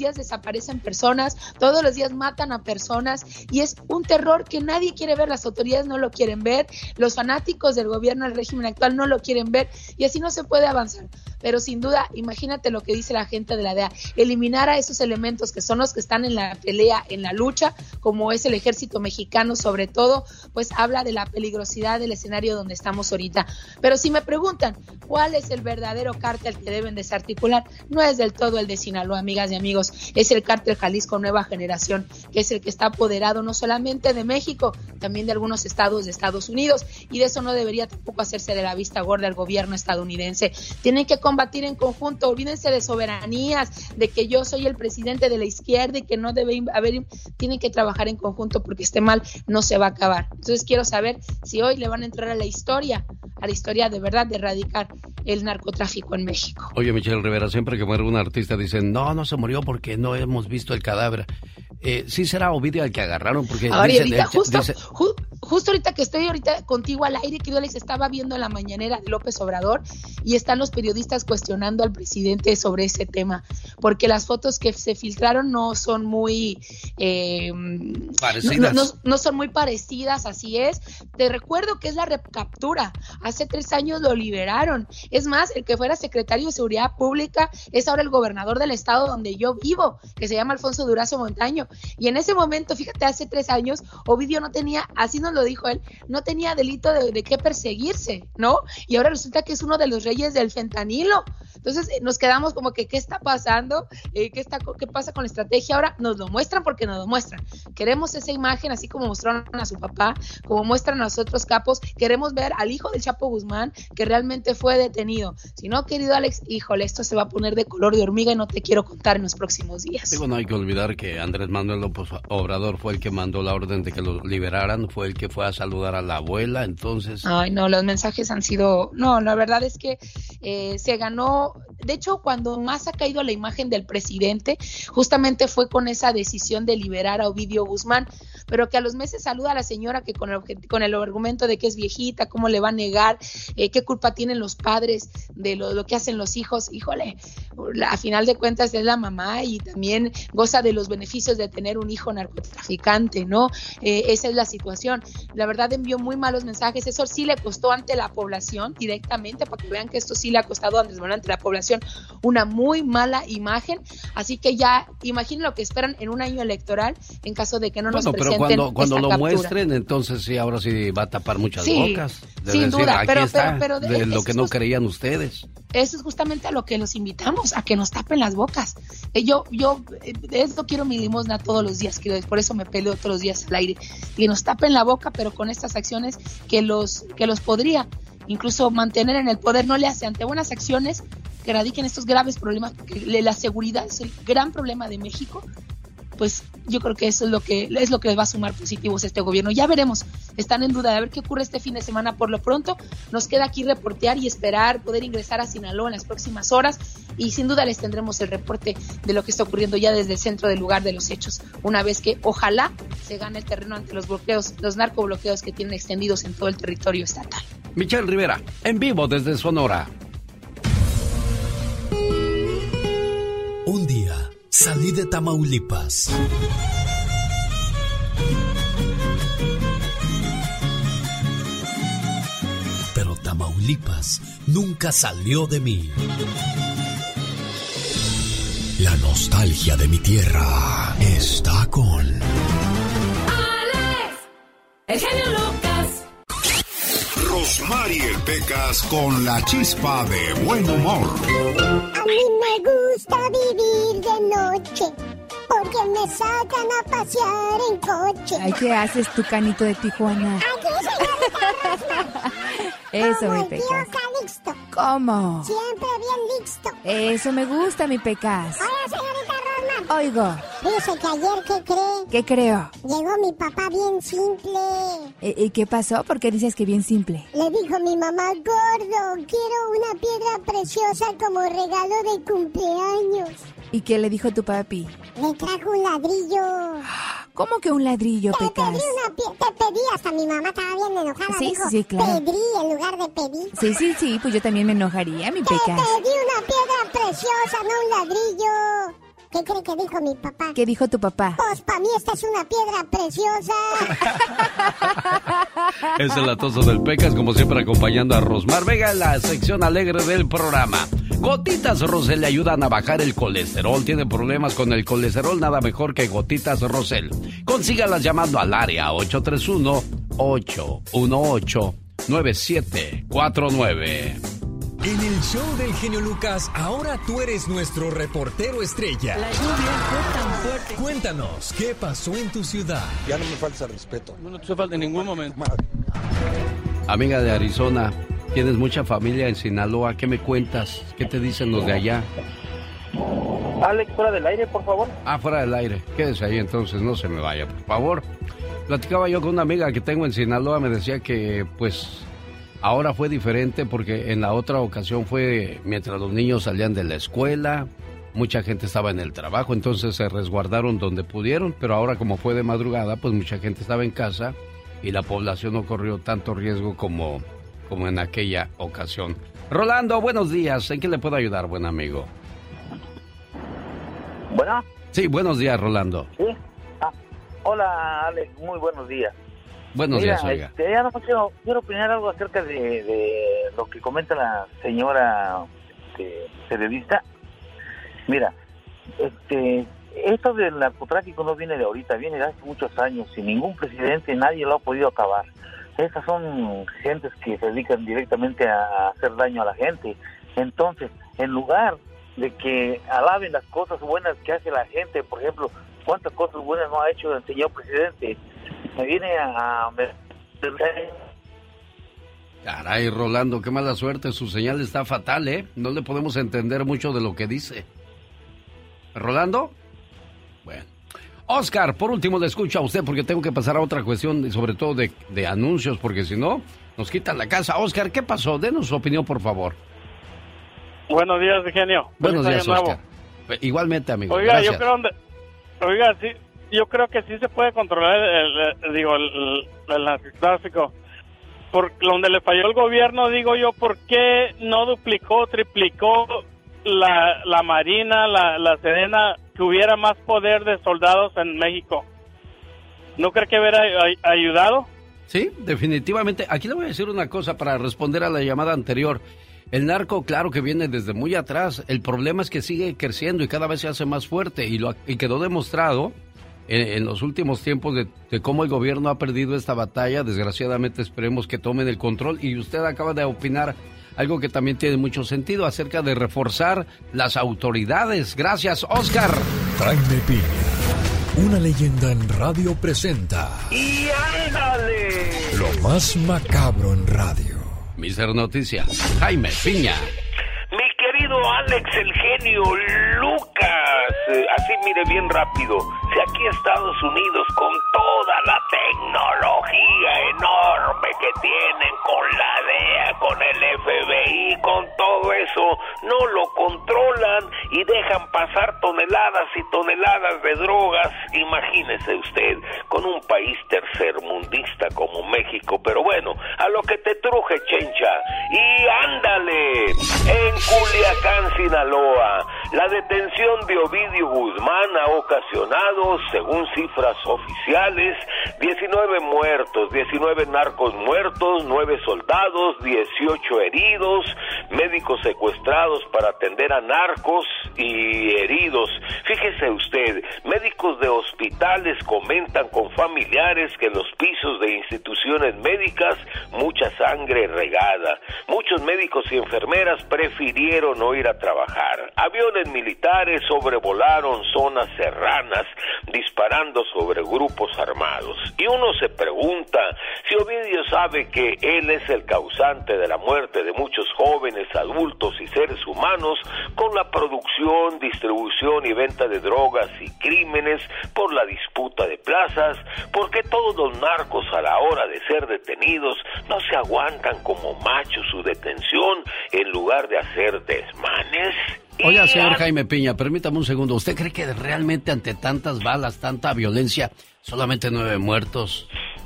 desaparecen personas, todos los días matan a personas y es un terror que nadie quiere ver, las autoridades no lo quieren ver, los fanáticos del gobierno, del régimen actual no lo quieren ver y así no se puede avanzar. Pero sin duda, imagínate lo que dice la gente de la D E A, eliminar a esos elementos que son los que están en la pelea, en la lucha, como es el ejército mexicano sobre todo, pues habla de la peligrosidad del escenario donde estamos ahorita. Pero si me preguntan, ¿cuál es el verdadero cártel que deben desarticular? No es del todo el de Sinaloa, amigas y amigos, es el cártel Jalisco Nueva Generación, que es el que está apoderado no solamente de México, también de algunos estados de Estados Unidos, y de eso no debería tampoco hacerse de la vista gorda el gobierno estadounidense. Tienen que combatir en conjunto, olvídense de soberanías, de que yo soy el presidente de la izquierda y que no debe haber, tienen que trabajar en conjunto porque este mal no se va a acabar. Entonces quiero saber si hoy le van a entrar a la historia, a la historia de verdad de erradicar el narcotráfico en México. Oye, Michelle Rivera, siempre que muere un artista dicen, no, no se murió porque no hemos visto el cadáver. Eh, ¿Sí será Ovidio el que agarraron? Porque ahora, dicen, ahorita, eh, justo, dice... ju, justo ahorita que estoy ahorita contigo al aire, que yo les estaba viendo en la mañanera de López Obrador y están los periodistas cuestionando al presidente sobre ese tema, porque las fotos que se filtraron no son muy eh, parecidas. No, no, no son muy parecidas, así es. Te recuerdo que es la recaptura. Hace tres años lo liberaron. Es más, el que fuera secretario de Seguridad Pública es ahora el gobernador del estado donde yo vivo, que se llama Alfonso Durazo Montaño. Y en ese momento, fíjate, hace tres años, Ovidio no tenía, así nos lo dijo él, no tenía delito de, de qué perseguirse, ¿no? Y ahora resulta que es uno de los reyes del fentanilo. Entonces eh, nos quedamos como que, ¿qué está pasando? Eh, ¿qué, está, ¿Qué pasa con la estrategia? Ahora nos lo muestran porque nos lo muestran. Queremos esa imagen, así como mostraron a su papá, como muestran a los otros capos. Queremos ver al hijo del Chapo Guzmán, que realmente fue detenido. Si no, querido Alex, híjole, esto se va a poner de color de hormiga y no te quiero contar en los próximos días. Digo, no hay que olvidar que Andrés Manuel López Obrador fue el que mandó la orden de que lo liberaran, fue el que fue a saludar a la abuela, entonces... Ay, no, los mensajes han sido... No, la verdad es que eh, se ganó... De hecho, cuando más ha caído la imagen del presidente, justamente fue con esa decisión de liberar a Ovidio Guzmán, pero que a los meses saluda a la señora que con el, con el argumento de que es viejita, cómo le va a negar, eh, qué culpa tienen los padres de lo, lo que hacen los hijos. Híjole, a final de cuentas es la mamá y también goza de los beneficios de tener un hijo narcotraficante, ¿no? Eh, esa es la situación. La verdad envió muy malos mensajes, eso sí le costó ante la población directamente, para que vean que esto sí le ha costado a Andrés Manuel ante la población una muy mala imagen, así que ya imaginen lo que esperan en un año electoral en caso de que no nos bueno, presenten pero cuando, cuando esta lo captura. Muestren, entonces sí, ahora sí va a tapar muchas sí, bocas. De sin decir, duda, aquí pero, está, pero, pero de lo que no es, creían ustedes. Eso es justamente a lo que los invitamos, a que nos tapen las bocas. Eh, yo, yo, eh, de esto quiero mi limosna todos los días, que por eso me peleo todos los días al aire, que nos tapen la boca, pero con estas acciones que los, que los podría incluso mantener en el poder, no le hace ante buenas acciones que radiquen estos graves problemas, porque la seguridad es el gran problema de México. Pues yo creo que eso es lo que es lo que les va a sumar positivos a este gobierno. Ya veremos, están en duda de ver qué ocurre este fin de semana. Por lo pronto nos queda aquí reportear y esperar poder ingresar a Sinaloa en las próximas horas y sin duda les tendremos el reporte de lo que está ocurriendo ya desde el centro del lugar de los hechos, una vez que ojalá se gane el terreno ante los bloqueos, los narcobloqueos que tienen extendidos en todo el territorio estatal. Michelle Rivera, en vivo desde Sonora. Un día salí de Tamaulipas. Pero Tamaulipas nunca salió de mí. La nostalgia de mi tierra está con... Alex, el genio Lucas. Rosmarie Pecas con la chispa de buen humor. A mí me gusta vivir de noche, porque me sacan a pasear en coche. Ay, ¿qué haces tú, Canito de Tijuana? Aquí, señorita. Eso, mi Pecas. Pecas. Como el tío Calixto. ¿Cómo? Siempre bien listo. Eso me gusta, mi Pecas. Hola, señorita Rosmar. Oigo. Dice que ayer, ¿qué cree? ¿Qué creo? Llegó mi papá bien simple. ¿Y, y qué pasó? ¿Por qué dices que bien simple? Le dijo mi mamá, gordo, quiero una piedra preciosa como regalo de cumpleaños. ¿Y qué le dijo tu papi? Le trajo un ladrillo. ¿Cómo que un ladrillo, te Pecas? Pedí una pie- te pedí, hasta mi mamá estaba bien enojada. Sí, dijo, sí, claro. Pedí en lugar de pedir. Sí, sí, sí, pues yo también me enojaría, mi Te Pecas. pedí una piedra preciosa, no un ladrillo. ¿Qué cree que dijo mi papá? ¿Qué dijo tu papá? Pues para mí esta es una piedra preciosa. Es el latoso del Pecas, como siempre acompañando a Rosmar Vega en la sección alegre del programa. Gotitas Rosel le ayudan a bajar el colesterol. Tiene problemas con el colesterol, nada mejor que Gotitas Rosel. Consígalas llamando al área ocho tres uno, ocho uno ocho, nueve siete cuatro nueve. En el show del genio Lucas, ahora tú eres nuestro reportero estrella. La lluvia fue tan fuerte. Cuéntanos, ¿qué pasó en tu ciudad? Ya no me falta respeto. No, no te falta en ningún momento. Amiga de Arizona, tienes mucha familia en Sinaloa. ¿Qué me cuentas? ¿Qué te dicen los de allá? Alex, fuera del aire, por favor. Ah, fuera del aire. Quédese ahí entonces, no se me vaya, por favor. Platicaba yo con una amiga que tengo en Sinaloa, me decía que, pues... ahora fue diferente porque en la otra ocasión fue mientras los niños salían de la escuela, mucha gente estaba en el trabajo, entonces se resguardaron donde pudieron, pero ahora como fue de madrugada, pues mucha gente estaba en casa y la población no corrió tanto riesgo como, como en aquella ocasión. Rolando, buenos días, ¿en qué le puedo ayudar, buen amigo? Bueno. Sí, buenos días, Rolando. Sí. Ah, hola, Alex, muy buenos días. Buenos Mira, días, oiga. Este, ya no quiero, quiero opinar algo acerca de, de lo que comenta la señora este, periodista. Mira, este, esto del narcotráfico no viene de ahorita, viene de hace muchos años y ningún presidente, nadie lo ha podido acabar. Estas son gentes que se dedican directamente a hacer daño a la gente. Entonces, en lugar de que alaben las cosas buenas que hace la gente, por ejemplo, cuántas cosas buenas no ha hecho el señor presidente, me viene a... a... Caray, Rolando, qué mala suerte, su señal está fatal, ¿eh? No le podemos entender mucho de lo que dice. ¿Rolando? Bueno. Oscar, por último le escucho a usted porque tengo que pasar a otra cuestión, sobre todo de, de anuncios, porque si no, nos quitan la casa. Oscar, ¿qué pasó? Denos su opinión, por favor. Buenos días, genio. Buenos días, nuevo. Oscar. Igualmente, amigo. Oiga, Gracias. yo creo... Oiga, sí... Yo creo que sí se puede controlar el, el, digo, el, el narcotráfico. Por donde le falló el gobierno, digo yo, ¿por qué no duplicó, triplicó la, la Marina, la, la Sedena, que hubiera más poder de soldados en México? ¿No cree que hubiera ayudado? Sí, definitivamente. Aquí le voy a decir una cosa para responder a la llamada anterior. El narco, claro que viene desde muy atrás. El problema es que sigue creciendo y cada vez se hace más fuerte. Y, lo, y quedó demostrado en, en los últimos tiempos de, de cómo el gobierno ha perdido esta batalla. Desgraciadamente esperemos que tomen el control. Y usted acaba de opinar algo que también tiene mucho sentido acerca de reforzar las autoridades. Gracias, Oscar. Jaime Piña, una leyenda en radio presenta. ¡Y ándale! Lo más macabro en radio. mister Noticias, Jaime Piña. Mi querido Alex, el genio Lucas, eh, así mire bien rápido, si aquí Estados Unidos con toda la tecnología enorme que tienen con la D E A, con el F B I, con todo eso, no lo controlan y dejan pasar toneladas y toneladas de drogas, imagínese usted, con un país tercermundista como México, pero bueno, a lo que te truje, chencha, y ándale, en Culiacán, Sinaloa, la detención de Ovidio Guzmán ha ocasionado, según cifras oficiales, diecinueve muertos, diecinueve narcos muertos, nueve soldados, dieciocho heridos, médicos secuestrados para atender a narcos y heridos. Fíjese usted, médicos de hospitales comentan con familiares que en los pisos de instituciones médicas mucha sangre regada. Muchos médicos y enfermeras prefirieron no ir a trabajar. Aviones militares sobrevolaron zonas serranas, disparando sobre grupos armados. Y uno se pregunta si Ovidio sabe que él es el causante de la muerte de muchos jóvenes, adultos y seres humanos con la producción, distribución y venta de drogas y crímenes por la disputa de plazas, porque todos los narcos a la hora de ser detenidos no se aguantan como machos su detención en lugar de hacer desmanes. Oiga, señor Jaime Piña, permítame un segundo. ¿Usted cree que realmente ante tantas balas, tanta violencia, solamente nueve muertos?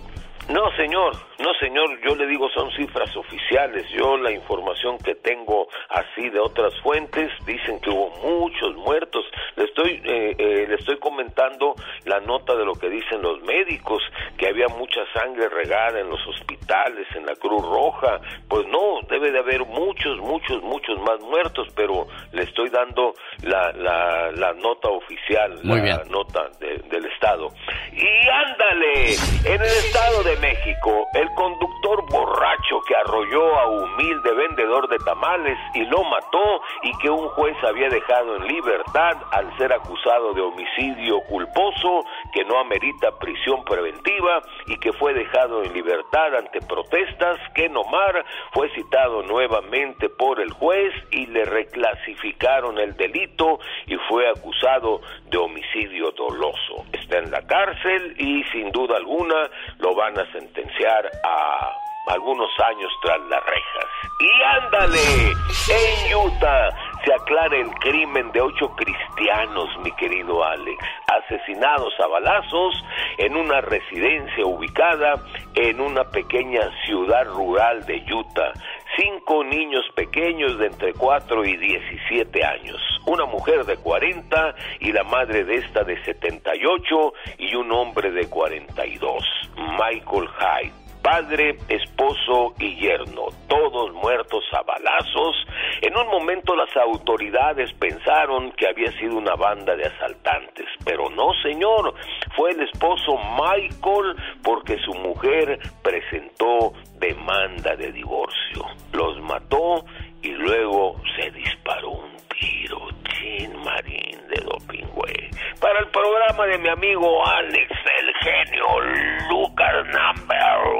No, señor, no, señor, yo le digo son cifras oficiales. Yo la información que tengo así de otras fuentes dicen que hubo muchos muertos. Le estoy eh, eh, le estoy comentando la nota de lo que dicen los médicos, que había mucha sangre regada en los hospitales, en la Cruz Roja. Pues no, debe de haber muchos, muchos, muchos más muertos, pero le estoy dando la la, la nota oficial, Muy la bien. nota de, del Estado. Y ándale, en el Estado de México, el conductor borracho que arrolló a humilde vendedor de tamales y lo mató, y que un juez había dejado en libertad al ser acusado de homicidio culposo que no amerita prisión preventiva, y que fue dejado en libertad ante protestas. Ken Omar fue citado nuevamente por el juez y le reclasificaron el delito y fue acusado de homicidio doloso. Está en la cárcel y sin duda alguna lo van a sentenciar a algunos años tras las rejas. Y ándale, en Utah se aclara el crimen de ocho cristianos, mi querido Alex, asesinados a balazos en una residencia ubicada en una pequeña ciudad rural de Utah. Cinco niños pequeños de entre cuatro y diecisiete años, una mujer de cuarenta y la madre de esta de setenta y ocho, y un hombre de cuarenta y dos, Michael Hyde. Padre, esposo y yerno, todos muertos a balazos. En un momento las autoridades pensaron que había sido una banda de asaltantes, pero no, señor, fue el esposo Michael, porque su mujer presentó demanda de divorcio. Los mató y luego se disparó un tiro. Chin Marín de doping, güey. Para el programa de mi amigo Alex, el genio Lucas number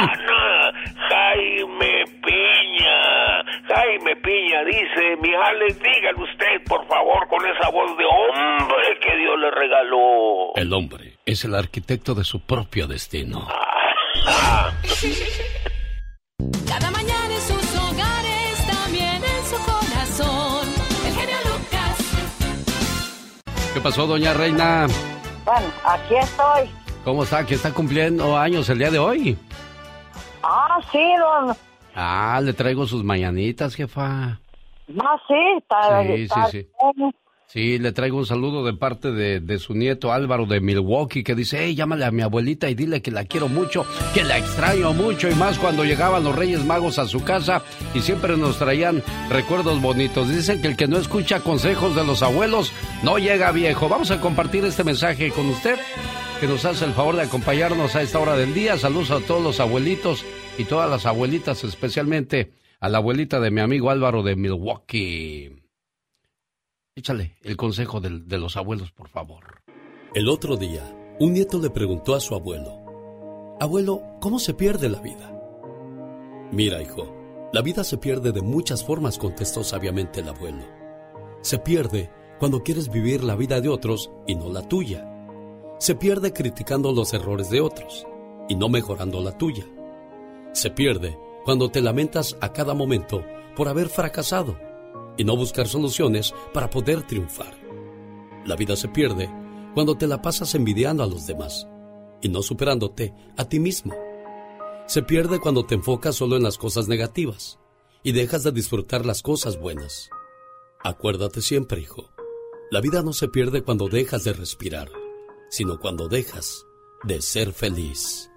one, Jaime Piña. Jaime Piña dice: mi Alex, dígale usted, por favor, con esa voz de hombre que Dios le regaló. El hombre es el arquitecto de su propio destino. Ah. Cada mañana en sus hogares, también en su corazón. El genio Lucas. ¿Qué pasó, doña Reina? Bueno, aquí estoy. ¿Cómo está? ¿Que está cumpliendo años el día de hoy? Ah, sí, don. Ah, le traigo sus mañanitas, jefa. Ah, sí, está, Sí, está sí, sí. bien. Sí, le traigo un saludo de parte de, de su nieto Álvaro de Milwaukee, que dice: hey, llámale a mi abuelita y dile que la quiero mucho, que la extraño mucho, y más cuando llegaban los Reyes Magos a su casa y siempre nos traían recuerdos bonitos. Dicen que el que no escucha consejos de los abuelos no llega viejo. Vamos a compartir este mensaje con usted, que nos hace el favor de acompañarnos a esta hora del día. Saludos a todos los abuelitos y todas las abuelitas, especialmente a la abuelita de mi amigo Álvaro de Milwaukee. Échale el consejo de, de los abuelos, por favor. El otro día, un nieto le preguntó a su abuelo: Abuelo, ¿cómo se pierde la vida? Mira, hijo, la vida se pierde de muchas formas, contestó sabiamente el abuelo. Se pierde cuando quieres vivir la vida de otros y no la tuya. Se pierde criticando los errores de otros y no mejorando la tuya. Se pierde cuando te lamentas a cada momento por haber fracasado y no buscar soluciones para poder triunfar. La vida se pierde cuando te la pasas envidiando a los demás y no superándote a ti mismo. Se pierde cuando te enfocas solo en las cosas negativas y dejas de disfrutar las cosas buenas. Acuérdate siempre, hijo, la vida no se pierde cuando dejas de respirar, sino cuando dejas de ser feliz.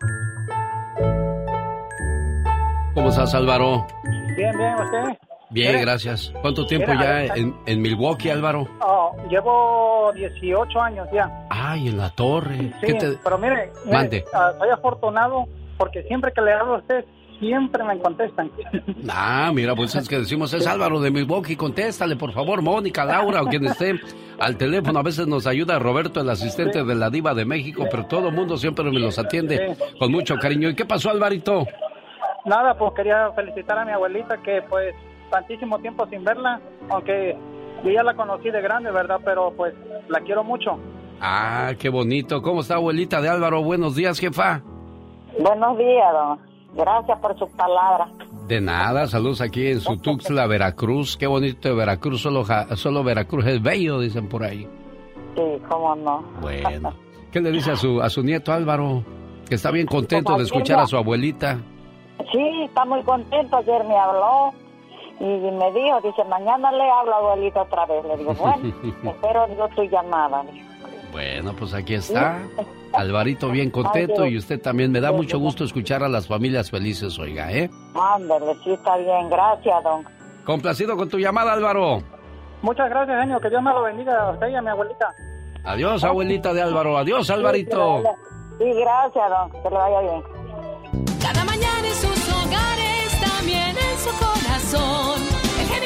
¿Cómo estás, Álvaro? Bien, bien, ¿usted? Bien, Mire, gracias. ¿Cuánto tiempo mira, ya en, en Milwaukee, Álvaro? Oh, llevo dieciocho años ya. Ay, en la torre. Sí, ¿Qué te... pero mire, mire Mande. uh, soy afortunado porque siempre que le hablo a usted, siempre me contestan. Ah, mira, pues es que decimos, es Álvaro de Milwaukee, contéstale, por favor, Mónica, Laura, o quien esté al teléfono. A veces nos ayuda Roberto, el asistente Sí. de la diva de México, pero todo el mundo siempre me los atiende Sí. con mucho cariño. ¿Y qué pasó, Alvarito? Nada, pues quería felicitar a mi abuelita que pues tantísimo tiempo sin verla, aunque yo ya la conocí de grande, ¿verdad? Pero pues la quiero mucho. Ah, qué bonito. ¿Cómo está, abuelita de Álvaro? Buenos días, jefa. Buenos días, don. Gracias por sus palabras. De nada, saludos aquí en su Tuxtla, Veracruz. Qué bonito de Veracruz, solo, ja- solo Veracruz es bello, dicen por ahí. Sí, cómo no. Bueno, ¿qué le dice a su, a su nieto Álvaro? Que está bien contento de escuchar a su abuelita. Sí, está muy contento. Ayer me habló y me dijo, dice, mañana le hablo a abuelita otra vez. Le digo, bueno, espero yo tu llamada. Bueno, pues aquí está. Alvarito bien contento y usted también. Me da mucho gusto escuchar a las familias felices, oiga, ¿eh? Ándale, sí está bien. Gracias, don. Complacido con tu llamada, Álvaro. Muchas gracias, genio. Que Dios me lo bendiga a usted y a mi abuelita. Adiós, abuelita de Álvaro. Adiós, Alvarito. Sí, gracias, don. Que le vaya bien. Cada mañana en sus hogares, también en su corazón. El genio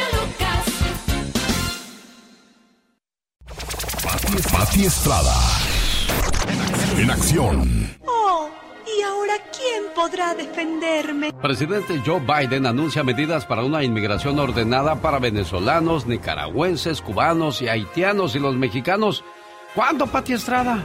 Lucas. Pati, Pati Estrada. En acción. Oh, ¿y ahora quién podrá defenderme? Presidente Joe Biden anuncia medidas para una inmigración ordenada para venezolanos, nicaragüenses, cubanos y haitianos y los mexicanos. ¿Cuándo, Pati Estrada?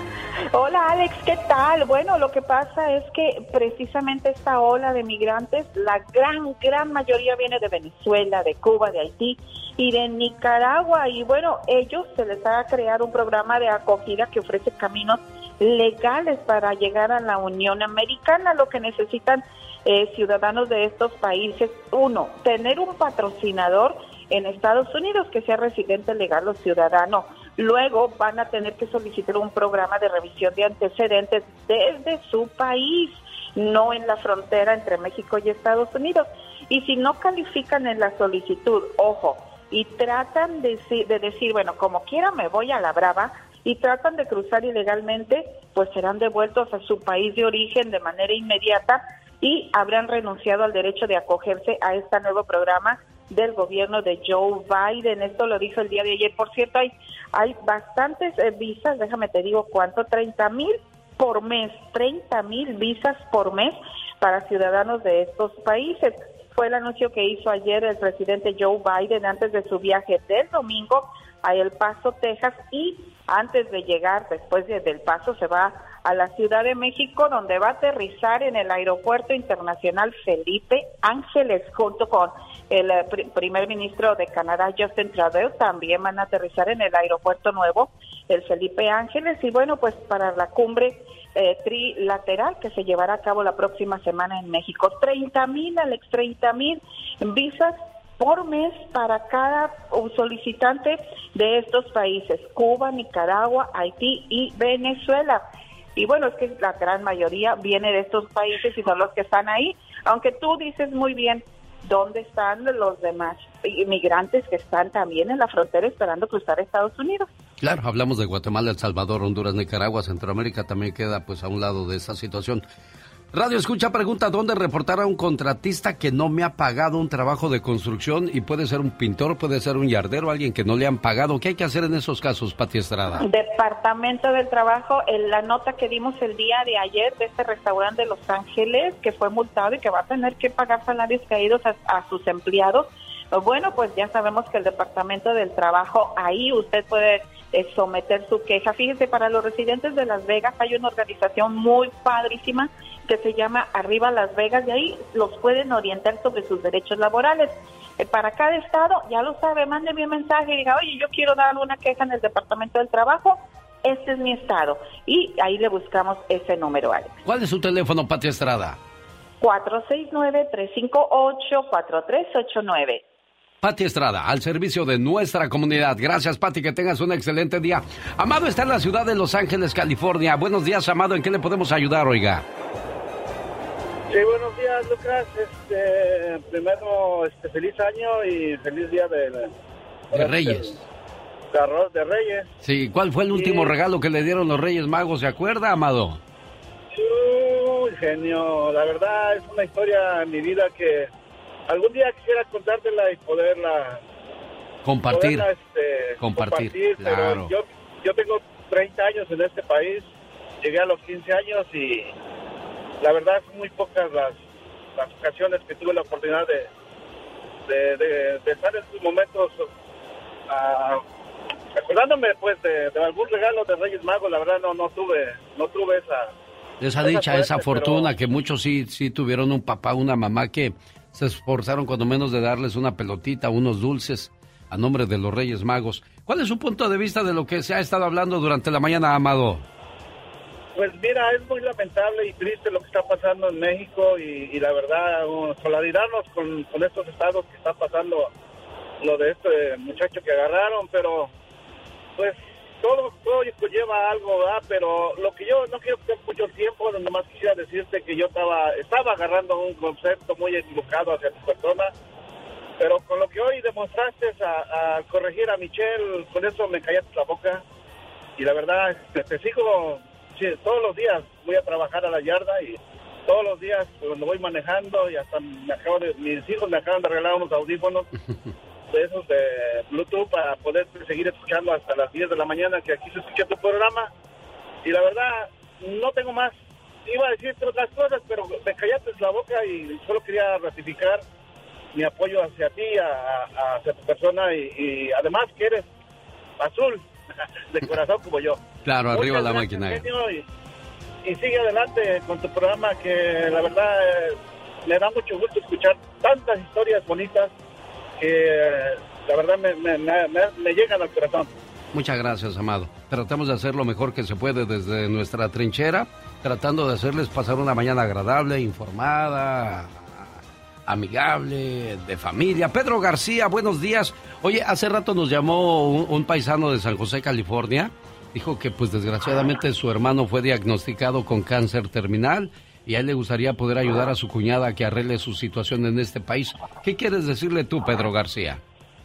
Hola Alex, ¿qué tal? Bueno, lo que pasa es que precisamente esta ola de migrantes, la gran, gran mayoría viene de Venezuela, de Cuba, de Haití y de Nicaragua. Y bueno, ellos se les va a crear un programa de acogida que ofrece caminos legales para llegar a la Unión Americana. Lo que necesitan eh, ciudadanos de estos países, uno, tener un patrocinador en Estados Unidos que sea residente legal o ciudadano. Luego van a tener que solicitar un programa de revisión de antecedentes desde su país, no en la frontera entre México y Estados Unidos. Y si no califican en la solicitud, ojo, y tratan de, de decir, bueno, como quiera me voy a la brava, y tratan de cruzar ilegalmente, pues serán devueltos a su país de origen de manera inmediata y habrán renunciado al derecho de acogerse a este nuevo programa del gobierno de Joe Biden. Esto lo dijo el día de ayer. Por cierto, hay, hay bastantes eh, visas, déjame te digo cuánto, treinta mil por mes, treinta mil visas por mes para ciudadanos de estos países. Fue el anuncio que hizo ayer el presidente Joe Biden antes de su viaje del domingo a El Paso, Texas, y antes de llegar, después de El Paso, se va a la Ciudad de México, donde va a aterrizar en el Aeropuerto Internacional Felipe Ángeles, junto con el eh, pr primer ministro de Canadá, Justin Trudeau. También van a aterrizar en el aeropuerto nuevo, el Felipe Ángeles, y bueno, pues para la cumbre eh, trilateral que se llevará a cabo la próxima semana en México. treinta mil, Alex, treinta mil visas por mes para cada solicitante de estos países, Cuba, Nicaragua, Haití y Venezuela. Y bueno, es que la gran mayoría viene de estos países y son los que están ahí, aunque tú dices muy bien, ¿dónde están los demás inmigrantes que están también en la frontera esperando cruzar a Estados Unidos? Claro, hablamos de Guatemala, El Salvador, Honduras, Nicaragua, Centroamérica también queda pues a un lado de esta situación. Radio Escucha pregunta, ¿dónde reportar a un contratista que no me ha pagado un trabajo de construcción? Y puede ser un pintor, puede ser un yardero, alguien que no le han pagado. ¿Qué hay que hacer en esos casos, Pati Estrada? Departamento del Trabajo, en la nota que dimos el día de ayer de este restaurante de Los Ángeles, que fue multado y que va a tener que pagar salarios caídos a, a sus empleados. Bueno, pues ya sabemos que el Departamento del Trabajo, ahí usted puede eh, someter su queja. Fíjense, para los residentes de Las Vegas hay una organización muy padrísima que se llama Arriba Las Vegas, y ahí los pueden orientar sobre sus derechos laborales. Eh, para cada estado, ya lo sabe, mándeme un mensaje y diga, oye, yo quiero dar una queja en el Departamento del Trabajo, este es mi estado, y ahí le buscamos ese número, Alex. ¿Cuál es su teléfono, Pati Estrada? cuatro seis nueve, tres cinco ocho, cuatro tres ocho nueve. Pati Estrada, al servicio de nuestra comunidad. Gracias, Pati, que tengas un excelente día. Amado está en la ciudad de Los Ángeles, California. Buenos días, Amado, ¿en qué le podemos ayudar, oiga? Sí, buenos días, Lucas. Este, primero, este, feliz año y feliz día de, de, de Reyes. De, de Reyes. Sí, ¿cuál fue el último y... regalo que le dieron los Reyes Magos? ¿Se acuerda, Amado? Uy, genio. La verdad es una historia en mi vida que algún día quisiera contártela y poderla compartir. Poderla, este, compartir, compartir claro. Pero yo, yo tengo treinta años en este país. Llegué a los quince años y la verdad son muy pocas las, las ocasiones que tuve la oportunidad de, de, de, de estar en estos momentos uh, acordándome pues de, de algún regalo de Reyes Magos. La verdad no no tuve no tuve esa esa dicha, esa, esa fortuna, pero que muchos sí sí tuvieron un papá, una mamá que se esforzaron cuando menos de darles una pelotita, unos dulces a nombre de los Reyes Magos. ¿Cuál es su punto de vista de lo que se ha estado hablando durante la mañana, Amado? Pues mira, es muy lamentable y triste lo que está pasando en México y, y la verdad, uh, solidarizarnos con, con estos estados que está pasando lo de este muchacho que agarraron, pero pues todo, todo lleva algo, ¿verdad? Pero lo que yo no quiero tener mucho tiempo, nomás quisiera decirte que yo estaba, estaba agarrando un concepto muy equivocado hacia tu persona, pero con lo que hoy demostraste a, a corregir a Michelle, con eso me callaste la boca y la verdad te, te sigo, sí, todos los días voy a trabajar a la yarda y todos los días cuando voy manejando y hasta me acabo de, mis hijos me acaban de regalar unos audífonos de esos de Bluetooth para poder seguir escuchando hasta las diez de la mañana que aquí se escucha tu programa y la verdad no tengo más, iba a decirte otras cosas pero me callaste la boca y solo quería ratificar mi apoyo hacia ti, a, a, hacia tu persona y, y además que eres azul de corazón como yo. Claro, Muchas arriba la gracias, máquina. genio, y, y sigue adelante con tu programa que la verdad eh, me da mucho gusto escuchar tantas historias bonitas que eh, la verdad me, me, me, me llegan al corazón. Muchas gracias, amado. Tratamos de hacer lo mejor que se puede desde nuestra trinchera, tratando de hacerles pasar una mañana agradable, informada, amigable, de familia. Pedro García, buenos días. Oye, hace rato nos llamó un, un paisano de San José, California. Dijo que pues desgraciadamente su hermano fue diagnosticado con cáncer terminal y a él le gustaría poder ayudar a su cuñada a que arregle su situación en este país. ¿Qué quieres decirle tú, Pedro García?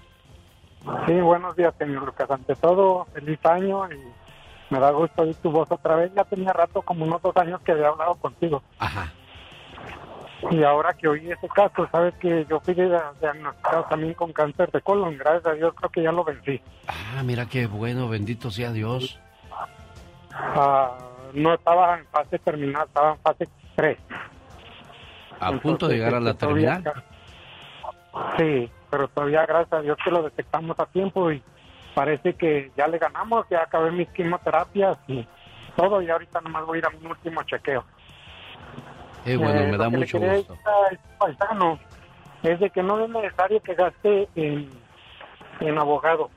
Sí, buenos días, señor Lucas. Ante todo, feliz año y me da gusto oír tu voz otra vez. Ya tenía rato, como unos dos años que había hablado contigo. Ajá. Y ahora que oí ese caso, sabes que yo fui diagnosticado también con cáncer de colon. Gracias a Dios creo que ya lo vencí. Ah, mira qué bueno, bendito sea Dios. Ah, no estaba en fase terminal, estaba en fase tres. ¿A Entonces, punto de llegar a la terminal? Sí, pero todavía gracias a Dios que lo detectamos a tiempo y parece que ya le ganamos, ya acabé mis quimioterapias y todo y ahorita nomás voy a ir a mi último chequeo. Eh, bueno, eh, me da mucho gusto. Este paisano es de que no es necesario que gaste en, en abogado,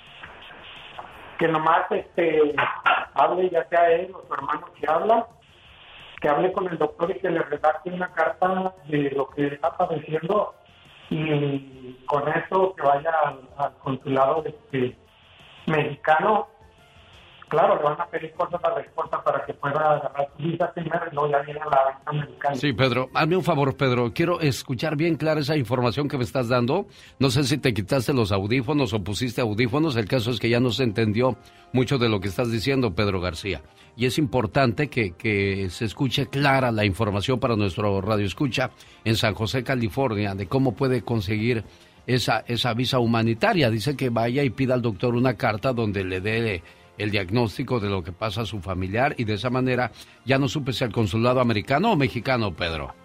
que nomás este hable, ya sea él o su hermano que habla, que hable con el doctor y que le redacte una carta de lo que está padeciendo y con eso que vaya al, al consulado este, mexicano. Claro, le van a pedir cosas a la esposa para que pueda agarrar su visa primero y luego ya viene a la visa americana. Sí, Pedro, hazme un favor, Pedro. Quiero escuchar bien clara esa información que me estás dando. No sé si te quitaste los audífonos o pusiste audífonos. El caso es que ya no se entendió mucho de lo que estás diciendo, Pedro García. Y es importante que, que se escuche clara la información para nuestro radioescucha en San José, California, de cómo puede conseguir esa, esa visa humanitaria. Dice que vaya y pida al doctor una carta donde le dé el diagnóstico de lo que pasa a su familiar y de esa manera ya no supe si al consulado americano o mexicano, Pedro.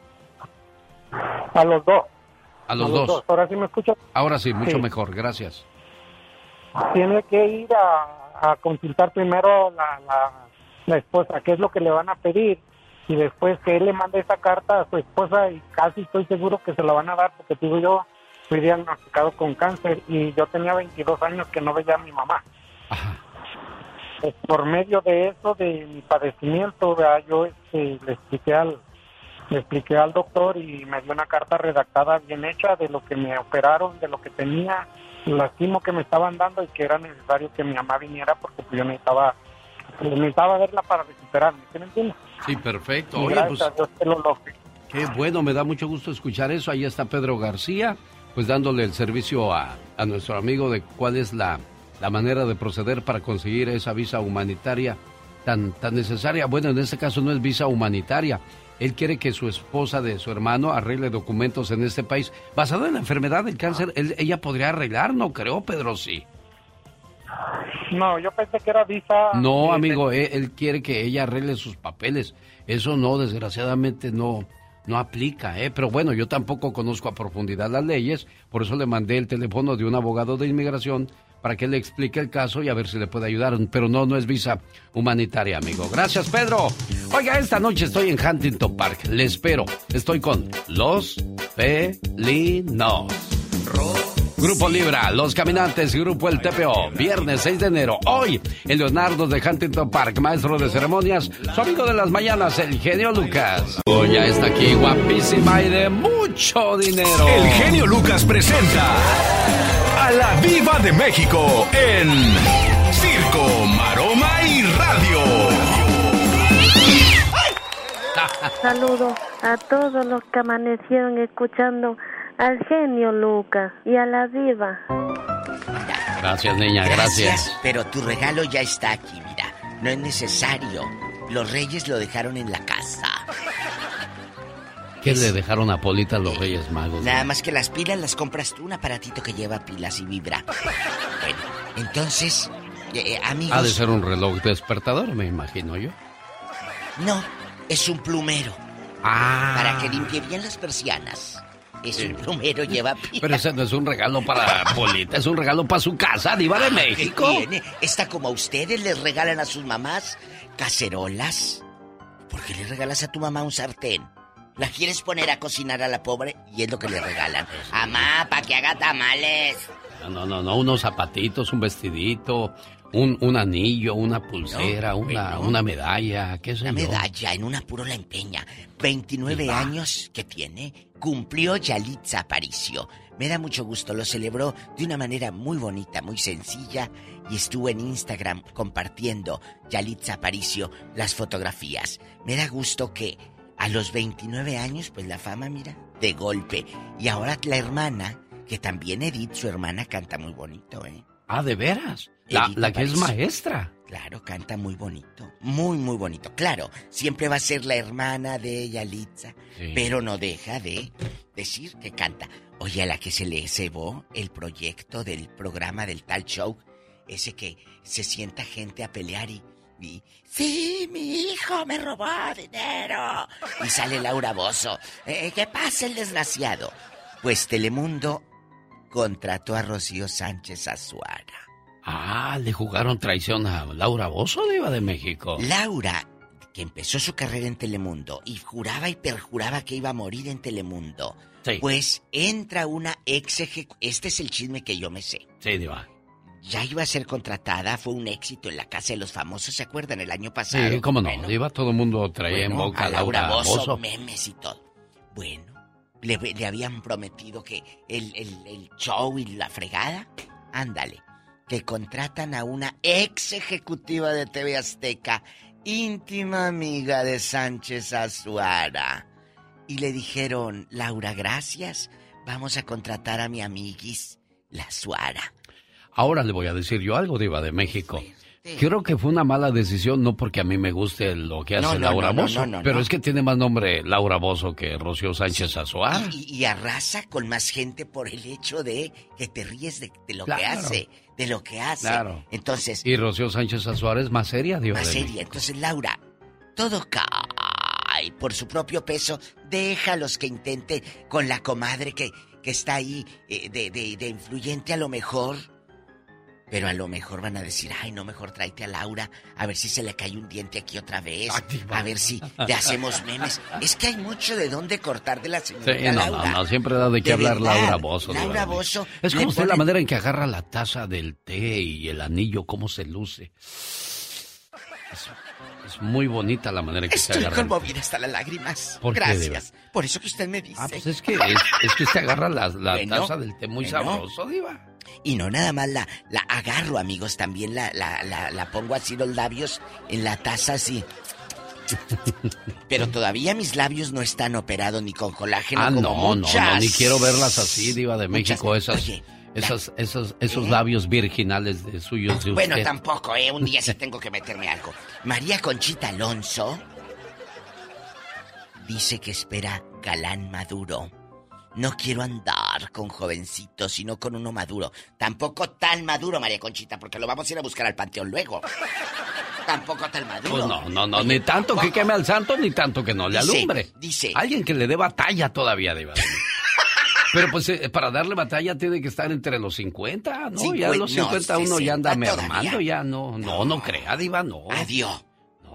A los dos. A los, a los dos. dos. ¿Ahora sí me escuchas? Ahora sí, mucho sí. mejor, gracias. Tiene que ir a, a consultar primero la, la, la esposa, qué es lo que le van a pedir y después que él le mande esa carta a su esposa y casi estoy seguro que se la van a dar porque digo yo, fui diagnosticado con cáncer y yo tenía veintidós años que no veía a mi mamá. Ajá. Pues por medio de eso, de mi padecimiento, ¿verdad? Yo este, le expliqué al le expliqué al doctor y me dio una carta redactada bien hecha de lo que me operaron, de lo que tenía, el quimio que me estaban dando y que era necesario que mi mamá viniera porque yo necesitaba necesitaba verla para recuperarme, ¿sí me entiendes? Sí, perfecto. Y Oye, gracias pues, a Dios que lo logré. Qué bueno, me da mucho gusto escuchar eso. Ahí está Pedro García, pues dándole el servicio a, a nuestro amigo de cuál es la la manera de proceder para conseguir esa visa humanitaria tan, tan necesaria. Bueno, en este caso no es visa humanitaria. Él quiere que su esposa de su hermano arregle documentos en este país. Basado en la enfermedad del cáncer, él, ella podría arreglar, ¿no creo, Pedro? Sí. No, yo pensé que era visa... No, amigo, él, él quiere que ella arregle sus papeles. Eso no, desgraciadamente no... No aplica, ¿eh? Pero bueno, yo tampoco conozco a profundidad las leyes, por eso le mandé el teléfono de un abogado de inmigración para que le explique el caso y a ver si le puede ayudar. Pero no, no es visa humanitaria, amigo. Gracias, Pedro. Oiga, esta noche estoy en Huntington Park. Le espero. Estoy con Los Felinos. Grupo Libra, Los Caminantes, Grupo El T P O, viernes seis de enero. Hoy, en Leonardo de Huntington Park, maestro de ceremonias, su amigo de las mañanas, el genio Lucas. Hoy ya está aquí, guapísima y de mucho dinero. El genio Lucas presenta a la Diva de México en Circo, Maroma y Radio. Saludos a todos los que amanecieron escuchando al genio Lucas y a la diva. Gracias, niña, gracias. Gracias, pero tu regalo ya está aquí, mira. No es necesario. Los reyes lo dejaron en la casa. ¿Qué es... le dejaron a Polita a los eh, Reyes Magos? Nada más que las pilas las compras tú, un aparatito que lleva pilas y vibra. Bueno, entonces, eh, eh, amigos... Ha de ser un reloj despertador, me imagino yo. No, es un plumero. Ah. Para que limpie bien las persianas. Es sí. Un plumero, lleva pilas. Pero ese no es un regalo para Polita, es un regalo para su casa, Diva de México. ¿Qué tiene? Está como a ustedes les regalan a sus mamás cacerolas. ¿Por qué le regalas a tu mamá un sartén? ¿La quieres poner a cocinar a la pobre? Y es lo que le regalan. Mamá, para que haga tamales. No, no, no, no, unos zapatitos, un vestidito, un, un anillo, una pulsera, no, una, bueno, una medalla, qué sé yo. Una medalla, en un apuro la empeña. veintinueve años que tiene, cumplió Yalitza Aparicio. Me da mucho gusto, lo celebró de una manera muy bonita, muy sencilla, y estuvo en Instagram compartiendo Yalitza Aparicio las fotografías. Me da gusto que a los veintinueve años, pues la fama, mira, de golpe. Y ahora la hermana, que también Edith, su hermana, canta muy bonito, ¿eh? Ah, ¿de veras? La, la que es maestra. Claro, canta muy bonito, muy, muy bonito. Claro, siempre va a ser la hermana de Yalitza, sí. Pero no deja de decir que canta. Oye, a la que se le cebó el proyecto del programa del tal show, ese que se sienta gente a pelear y... Y, sí, mi hijo me robó dinero. Y sale Laura Bozzo. Eh, ¿Qué pasa el desgraciado? Pues Telemundo contrató a Rocío Sánchez Azuara. Ah, le jugaron traición a Laura Bozzo, Diva de México. Laura, que empezó su carrera en Telemundo y juraba y perjuraba que iba a morir en Telemundo. Sí. Pues entra una ex ejecutiva. Este es el chisme que yo me sé. Sí, Diva. Ya iba a ser contratada, fue un éxito en la Casa de los Famosos, ¿se acuerdan? El año pasado. Sí, cómo no, bueno, Diva, todo el mundo traía bueno, en boca a Laura, Laura Bozzo, Bozzo, memes y todo. Bueno, le, le habían prometido que el, el, el show y la fregada, ándale, que contratan a una ex ejecutiva de T V Azteca, íntima amiga de Sánchez Azuara. Y le dijeron, Laura, gracias, vamos a contratar a mi amiguis, la Azuara. Ahora le voy a decir yo algo, Diva de México. Creo que fue una mala decisión, no porque a mí me guste lo que hace no, no, Laura no, Bozzo, no, no, no, pero no. Es que tiene más nombre Laura Bozzo que Rocío Sánchez sí. Azuara. Y, y arrasa con más gente por el hecho de que te ríes de, de lo claro. que hace, de lo que hace. Claro. Entonces. Y Rocío Sánchez Azuara es más seria, Diva. Más de seria. México. Entonces, Laura, todo cae por su propio peso. Déjalos que intente con la comadre que, que está ahí eh, de, de, de influyente a lo mejor. Pero a lo mejor van a decir, ay, no, mejor tráete a Laura, a ver si se le cae un diente aquí otra vez, a ver si le hacemos memes. Es que hay mucho de dónde cortar de la señora sí, no, Laura. No, no, siempre da de qué de hablar verdad, Laura Bozzo. Laura Bozzo. Es como usted pone... la manera en que agarra la taza del té y el anillo, cómo se luce. Es, es muy bonita la manera en que Estoy se agarra. Estoy conmovida hasta las lágrimas. ¿Por Gracias. Qué, por eso que usted me dice. Ah, pues es que, es, es que usted agarra la, la bueno, taza del té muy bueno. sabroso, Diva. Y no nada más la, la agarro, amigos, también la, la, la, la pongo así los labios en la taza así. Pero todavía mis labios no están operados ni con colágeno ah, como no, muchas. no, no, ni quiero verlas así, Diva de México, muchas, esas, oye, esas, la, esos, esos ¿eh? labios virginales de suyos de usted. Bueno, tampoco, ¿eh? Un día sí tengo que meterme algo. María Conchita Alonso dice que espera galán maduro. No quiero andar con jovencitos, sino con uno maduro. Tampoco tan maduro, María Conchita, porque lo vamos a ir a buscar al panteón luego. Tampoco tan maduro. Pues no, no, no, Oye, ni tanto tampoco. Que queme al santo, ni tanto que no le dice, alumbre. Dice. Alguien que le dé batalla todavía, Diva. Pero pues eh, para darle batalla tiene que estar entre los cincuenta, ¿no? cincuenta, ya a los cincuenta no, uno ya anda mermando, todavía. ya no, no, no, no crea, Diva, no. Adiós. No,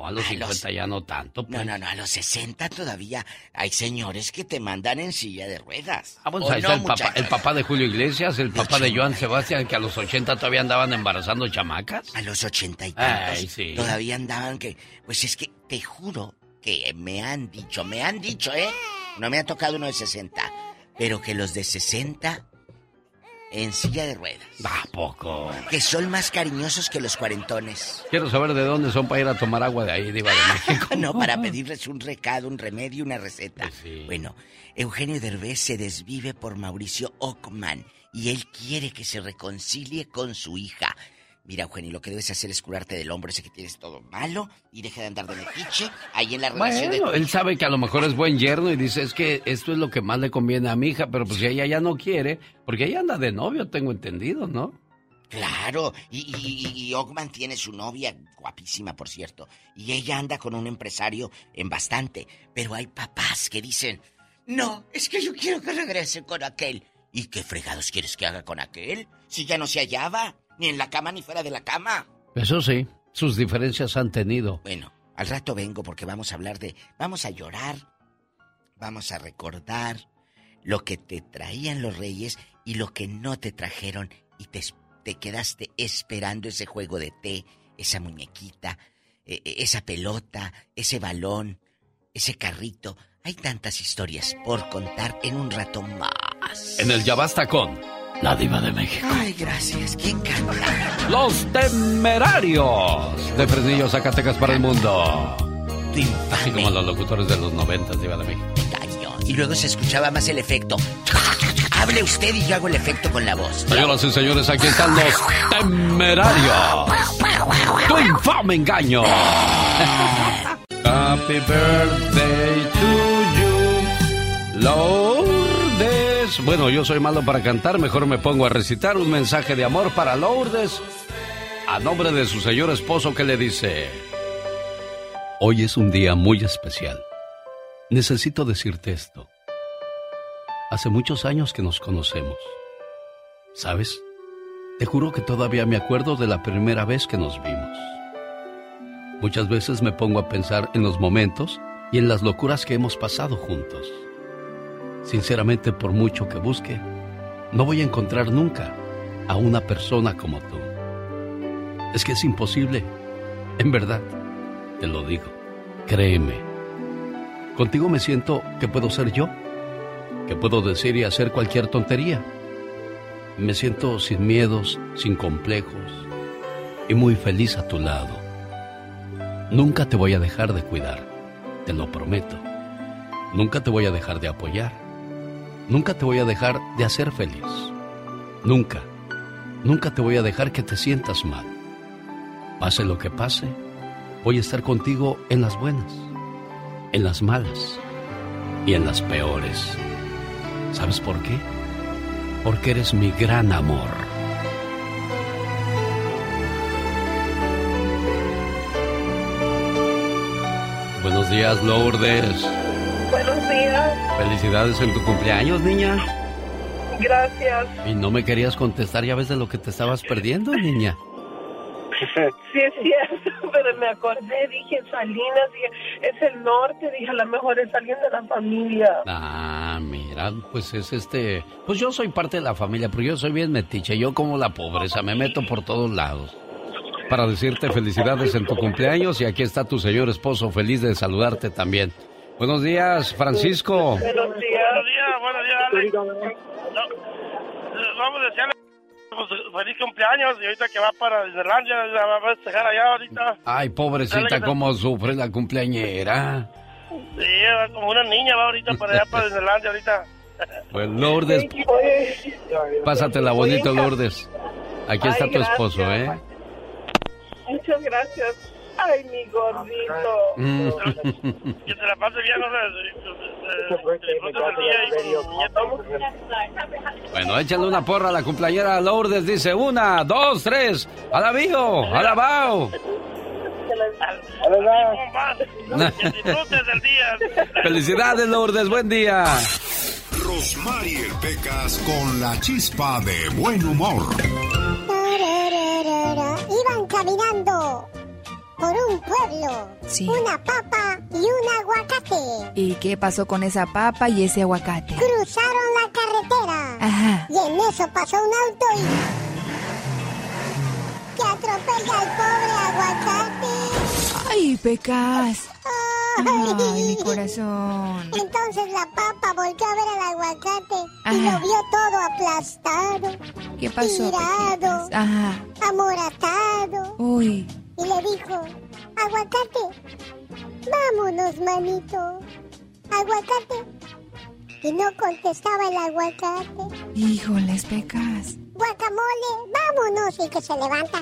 No, a los a cincuenta los... ya no tanto. Pues. No, no, no, a los sesenta todavía hay señores que te mandan en silla de ruedas. Ah, bueno, ahí no, está el papá, el papá de Julio Iglesias, el papá de Joan Sebastián, que a los ochenta todavía andaban embarazando chamacas. A los ochenta y tantos sí. Todavía andaban que... Pues es que te juro que me han dicho, me han dicho, ¿eh? No me ha tocado uno de sesenta, pero que los de sesenta... en silla de ruedas. ¿A poco? Que son más cariñosos que los cuarentones. Quiero saber de dónde son para ir a tomar agua de ahí, Diva de México. No, para pedirles un recado, un remedio, una receta. Pues sí. Bueno, Eugenio Derbez se desvive por Mauricio Ockman y él quiere que se reconcilie con su hija. Mira, Eugenio, lo que debes hacer es curarte del hombro ese que tienes todo malo y deja de andar de metiche ahí en la relación bueno, de... él sabe que a lo mejor es buen yerno y dice, es que esto es lo que más le conviene a mi hija, pero pues si ella ya no quiere, porque ella anda de novio, tengo entendido, ¿no? Claro, y, y, y Ockman tiene su novia, guapísima, por cierto, y ella anda con un empresario en bastante, pero hay papás que dicen, no, es que yo quiero que regrese con aquel. ¿Y qué fregados quieres que haga con aquel? Si ya no se hallaba... ni en la cama ni fuera de la cama. Eso sí, sus diferencias han tenido. Bueno, al rato vengo porque vamos a hablar de... Vamos a llorar, vamos a recordar lo que te traían los reyes y lo que no te trajeron y te, te quedaste esperando ese juego de té, esa muñequita, eh, esa pelota, ese balón, ese carrito. Hay tantas historias por contar en un rato más. En el Ya Basta con... la Diva de México. Ay, gracias. ¿Quién canta? Los Temerarios. De Fresnillo, Zacatecas para el mundo. Así como los locutores de los noventas, Diva de México. Cañón. Y luego se escuchaba más el efecto. Hable usted y yo hago el efecto con la voz. Señoras y señores, aquí están los Temerarios. Tu infame engaño. Happy birthday to you, Lourdes. Bueno, yo soy malo para cantar, mejor me pongo a recitar un mensaje de amor para Lourdes a nombre de su señor esposo, que le dice: hoy es un día muy especial. Necesito decirte esto. Hace muchos años que nos conocemos. ¿Sabes? Te juro que todavía me acuerdo de la primera vez que nos vimos. Muchas veces me pongo a pensar en los momentos y en las locuras que hemos pasado juntos. Sinceramente, por mucho que busque, no voy a encontrar nunca a una persona como tú. Es que es imposible. En verdad, te lo digo. Créeme. Contigo me siento que puedo ser yo, que puedo decir y hacer cualquier tontería. Me siento sin miedos, sin complejos y muy feliz a tu lado. Nunca te voy a dejar de cuidar, te lo prometo. Nunca te voy a dejar de apoyar. Nunca te voy a dejar de hacer feliz. Nunca, nunca te voy a dejar que te sientas mal. Pase lo que pase, voy a estar contigo en las buenas, en las malas y en las peores. ¿Sabes por qué? Porque eres mi gran amor. Buenos días, Lourdes. Buenos días. Felicidades en tu cumpleaños, niña. Gracias. Y no me querías contestar, ya ves de lo que te estabas perdiendo, niña. Sí, es cierto, pero me acordé, dije Salinas, dije, es el norte, dije, a lo mejor es alguien de la familia. Ah, mira, pues es este... Pues yo soy parte de la familia, pero yo soy bien metiche, yo como la pobreza, me meto por todos lados. Para decirte felicidades en tu cumpleaños, y aquí está tu señor esposo, feliz de saludarte también. Buenos días, Francisco. Buenos días. Buenos días, buenos días, Alex. No, vamos a desearle feliz cumpleaños, y ahorita que va para Disneylandia, la va a festejar allá ahorita. Ay, pobrecita, cómo sufre la cumpleañera. Sí, va como una niña, va ahorita para allá para Disneylandia ahorita. Pues Lourdes, pásatela bonito, Lourdes. Aquí está tu esposo, ¿eh? Muchas gracias. Ay, mi gordito. Que te la pase bien, no sé. Bueno, échale una porra a la cumpleañera Lourdes. Dice una, dos, tres. ¡Alabío! ¡Alabao! Que disfrutes del día. Felicidades, Lourdes. Buen día. Rosmarie Pecas con la chispa de buen humor. Iban caminando por un pueblo, sí. una papa y un aguacate. ¿Y qué pasó con esa papa y ese aguacate? Cruzaron la carretera. Ajá. Y en eso pasó un auto y... que atropella al pobre aguacate. ¡Ay, Pecas! Ay. Ay, mi corazón. Entonces la papa volvió a ver al aguacate. Ajá. Y lo vio todo aplastado. ¿Qué pasó, tirado, Pequitas? Ajá. amoratado. Uy. Y le dijo, aguacate, vámonos, manito. Aguacate. Y no contestaba el aguacate. Híjoles, Pecas. Guacamole, vámonos. Y que se levanta.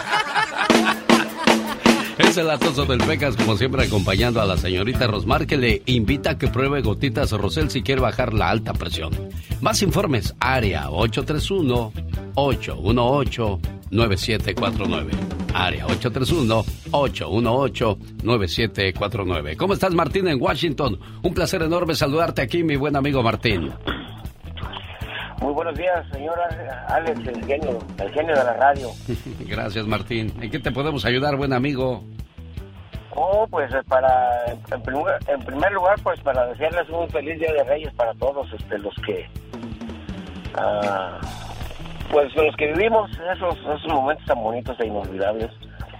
Es el atoso del Pecas, como siempre, acompañando a la señorita Rosmar, que le invita a que pruebe gotitas Rosel si quiere bajar la alta presión. Más informes, área ocho tres uno, ocho uno ocho, nueve siete cuatro nueve. Área ocho tres uno, ocho uno ocho, nueve siete cuatro nueve. ¿Cómo estás, Martín, en Washington? Un placer enorme saludarte aquí, mi buen amigo Martín. Muy buenos días, señor Alex, el genio, el genio de la radio. Gracias, Martín. ¿En qué te podemos ayudar, buen amigo? Oh, pues para, en primer, en primer lugar, pues para desearles un feliz Día de Reyes para todos este, los que, uh, pues los que vivimos esos, esos momentos tan bonitos e inolvidables.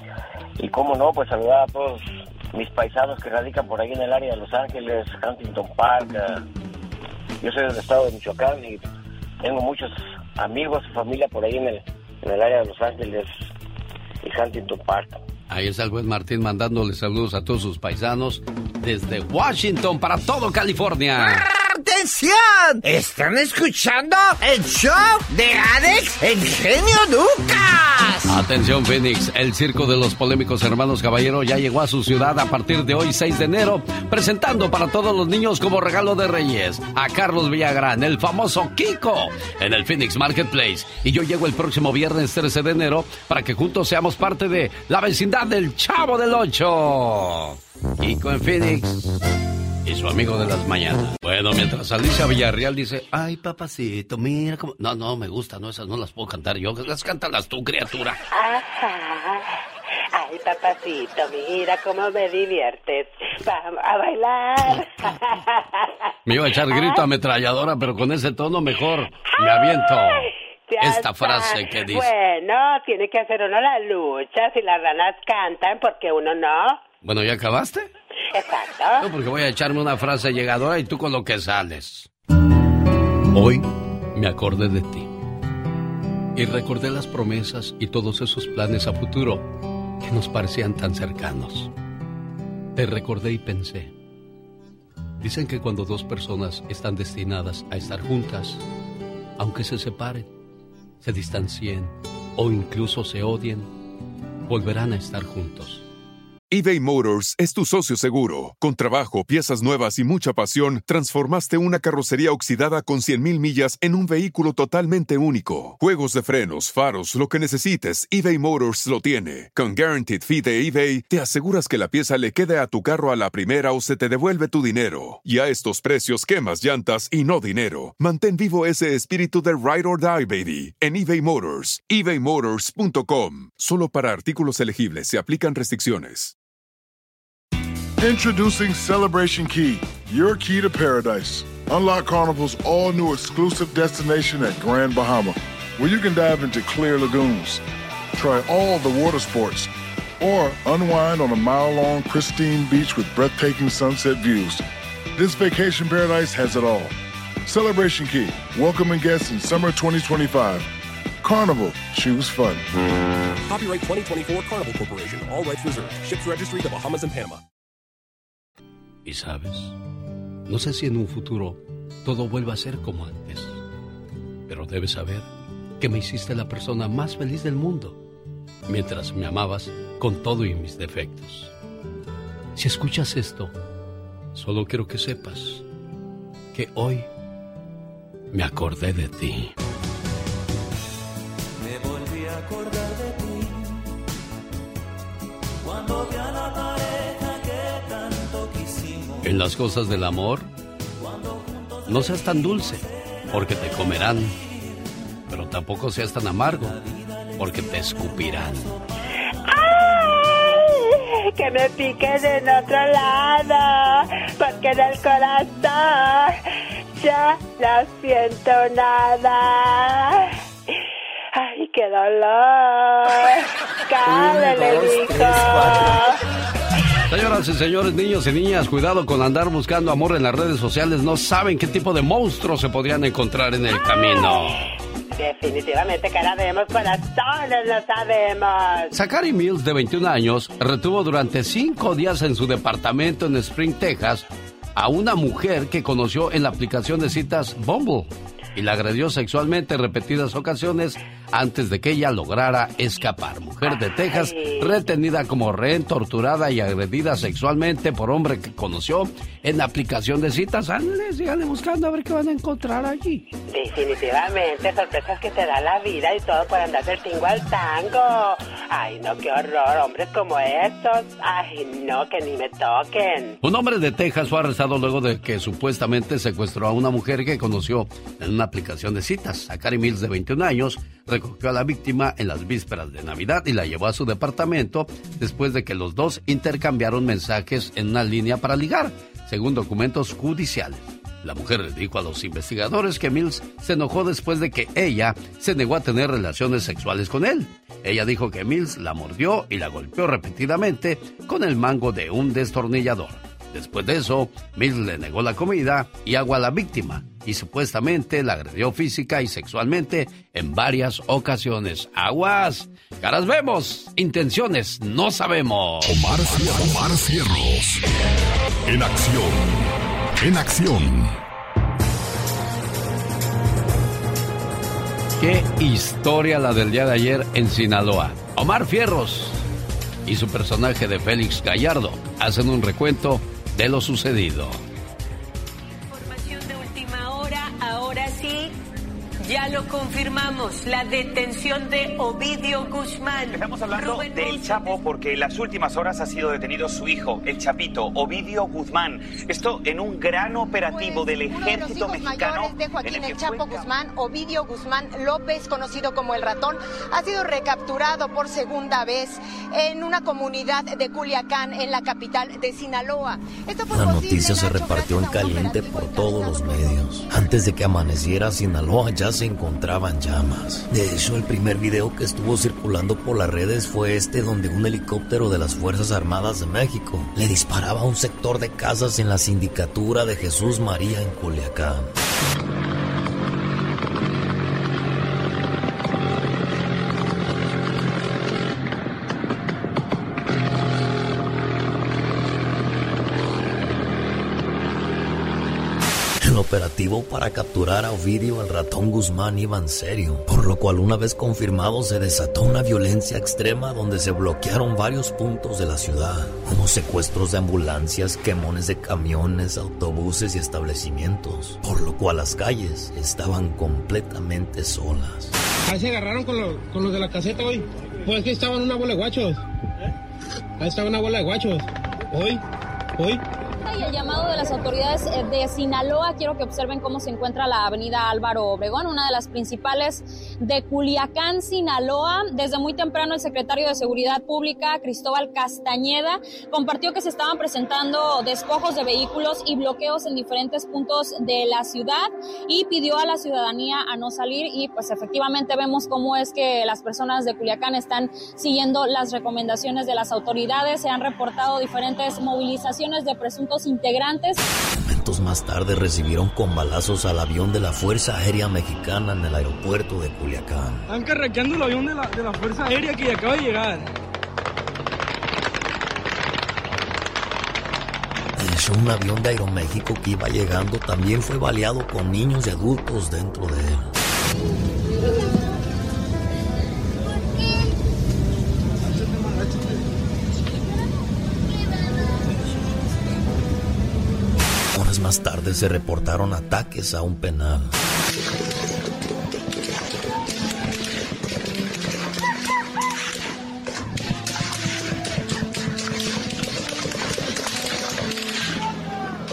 Y cómo no, pues saludar a todos mis paisanos que radican por ahí en el área de Los Ángeles, Huntington Park. Uh, yo soy del estado de Michoacán y tengo muchos amigos y familia por ahí en el, en el área de Los Ángeles y Huntington Park. Ahí está el buen Martín mandándole saludos a todos sus paisanos desde Washington para todo California. ¡Atención! ¿Están escuchando el show de Alex, el genio Lucas? Atención, Phoenix, el circo de los polémicos hermanos Caballero ya llegó a su ciudad a partir de hoy, seis de enero, presentando para todos los niños como regalo de Reyes a Carlos Villagrán, el famoso Kiko, en el Phoenix Marketplace. Y yo llego el próximo viernes trece de enero para que juntos seamos parte de la vecindad del Chavo del Ocho. Kiko en Phoenix y su amigo de las mañanas. Bueno, mientras Alicia Villarreal dice, ay, papacito, mira cómo... No, no, me gusta, no, esas no las puedo cantar yo. Las cántalas tú, criatura. Ajá. Ay, papacito, mira cómo me diviertes. Vamos a bailar. Me iba a echar grito ametralladora, pero con ese tono mejor me aviento esta frase que dice... Bueno, tiene que hacer uno la lucha. Si las ranas cantan, porque uno no. Bueno, ¿ya acabaste? Exacto. No, porque voy a echarme una frase llegadora y tú con lo que sales. Hoy me acordé de ti y recordé las promesas y todos esos planes a futuro que nos parecían tan cercanos. Te recordé y pensé. Dicen que cuando dos personas están destinadas a estar juntas, aunque se separen, se distancien o incluso se odien, volverán a estar juntos. eBay Motors es tu socio seguro. Con trabajo, piezas nuevas y mucha pasión, transformaste una carrocería oxidada con cien mil millas en un vehículo totalmente único. Juegos de frenos, faros, lo que necesites, eBay Motors lo tiene. Con Guaranteed Fee de eBay, te aseguras que la pieza le quede a tu carro a la primera o se te devuelve tu dinero. Y a estos precios, quemas llantas y no dinero. Mantén vivo ese espíritu de Ride or Die, baby, en eBay Motors. ebay motors punto com. Solo para artículos elegibles se aplican restricciones. Introducing Celebration Key, your key to paradise. Unlock Carnival's all-new exclusive destination at Grand Bahama, where you can dive into clear lagoons, try all the water sports, or unwind on a mile-long pristine beach with breathtaking sunset views. This vacation paradise has it all. Celebration Key, welcoming guests in summer twenty twenty-five. Carnival, choose fun. Copyright twenty twenty-four Carnival Corporation, all rights reserved. Ships registry, the Bahamas and Panama. Y sabes, no sé si en un futuro todo vuelva a ser como antes, pero debes saber que me hiciste la persona más feliz del mundo, mientras me amabas con todo y mis defectos. Si escuchas esto, solo quiero que sepas que hoy me acordé de ti. Me volví a acordar de ti cuando vi a la pareja que tanto quisimos. En las cosas del amor, no seas tan dulce, porque te comerán, pero tampoco seas tan amargo, porque te escupirán. ¡Ay! que me piquen en otro lado, porque en el corazón ya no siento nada. ¡Ay, qué dolor! ¡Cálale, mijo! Señoras y señores, niños y niñas, cuidado con andar buscando amor en las redes sociales. No saben qué tipo de monstruos se podrían encontrar en el camino. Definitivamente que vemos corazones, lo sabemos. Zachary Mills, de veintiún años, retuvo durante cinco días en su departamento en Spring, Texas, a una mujer que conoció en la aplicación de citas Bumble y la agredió sexualmente en repetidas ocasiones antes de que ella lograra escapar. Mujer de Texas, retenida como rehén, torturada y agredida sexualmente por hombre que conoció en la aplicación de citas. Ándale, síganle buscando a ver qué van a encontrar allí. Definitivamente, sorpresas que te da la vida y todo por andar del tingo al tango. Ay, no, qué horror, hombres como estos. Ay, no, que ni me toquen. Un hombre de Texas fue arrestado luego de que supuestamente secuestró a una mujer que conoció en una aplicación de citas. Zachary Mills, de veintiún años, recogió a la víctima en las vísperas de Navidad y la llevó a su departamento después de que los dos intercambiaron mensajes en una línea para ligar, según documentos judiciales. La mujer le dijo a los investigadores que Mills se enojó después de que ella se negó a tener relaciones sexuales con él. Ella dijo que Mills la mordió y la golpeó repetidamente con el mango de un destornillador. Después de eso, Mills le negó la comida y agua a la víctima y supuestamente la agredió física y sexualmente en varias ocasiones. ¡Aguas! Caras vemos, intenciones no sabemos. Omar, Omar Cierros. En acción. En acción. Qué historia la del día de ayer en Sinaloa. Omar Fierros y su personaje de Félix Gallardo hacen un recuento de lo sucedido. Información de última hora, ahora sí, ya lo confirmamos, la detención de Ovidio Guzmán. Estamos hablando Rubén del Montes. Chapo porque en las últimas horas ha sido detenido su hijo, el Chapito, Ovidio Guzmán. Esto en un gran operativo pues, del ejército uno de los hijos mexicano. Mayores de Joaquín el, el Chapo fue... Guzmán, Ovidio Guzmán López, conocido como el Ratón, ha sido recapturado por segunda vez en una comunidad de Culiacán, en la capital de Sinaloa. Esto fue la noticia se repartió en caliente por todos los medios. Antes de que amaneciera, Sinaloa ya se encontraba en llamas. De hecho, el primer video que estuvo circulando por las redes fue este donde un helicóptero de las Fuerzas Armadas de México le disparaba a un sector de casas en la sindicatura de Jesús María en Culiacán. El operativo para capturar a Ovidio el Ratón Guzmán iba en serio, por lo cual una vez confirmado se desató una violencia extrema donde se bloquearon varios puntos de la ciudad. Hubo secuestros de ambulancias, quemones de camiones, autobuses y establecimientos, por lo cual las calles estaban completamente solas. Ahí se agarraron con, lo, con los de la caseta hoy. Pues que estaban una bola de guachos. Ahí estaba una bola de guachos. Hoy, hoy. Y el llamado de las autoridades de Sinaloa, quiero que observen cómo se encuentra la avenida Álvaro Obregón, una de las principales de Culiacán, Sinaloa. Desde muy temprano el secretario de Seguridad Pública, Cristóbal Castañeda, compartió que se estaban presentando despojos de vehículos y bloqueos en diferentes puntos de la ciudad y pidió a la ciudadanía a no salir y pues efectivamente vemos cómo es que las personas de Culiacán están siguiendo las recomendaciones de las autoridades. Se han reportado diferentes movilizaciones de presuntos integrantes. Momentos más tarde recibieron con balazos al avión de la Fuerza Aérea Mexicana en el aeropuerto de Culiacán. Están carraqueando el avión de la, de la Fuerza Aérea que acaba de llegar. De hecho, un avión de Aeroméxico que iba llegando también fue baleado con niños y adultos dentro de él. Más tarde se reportaron ataques a un penal.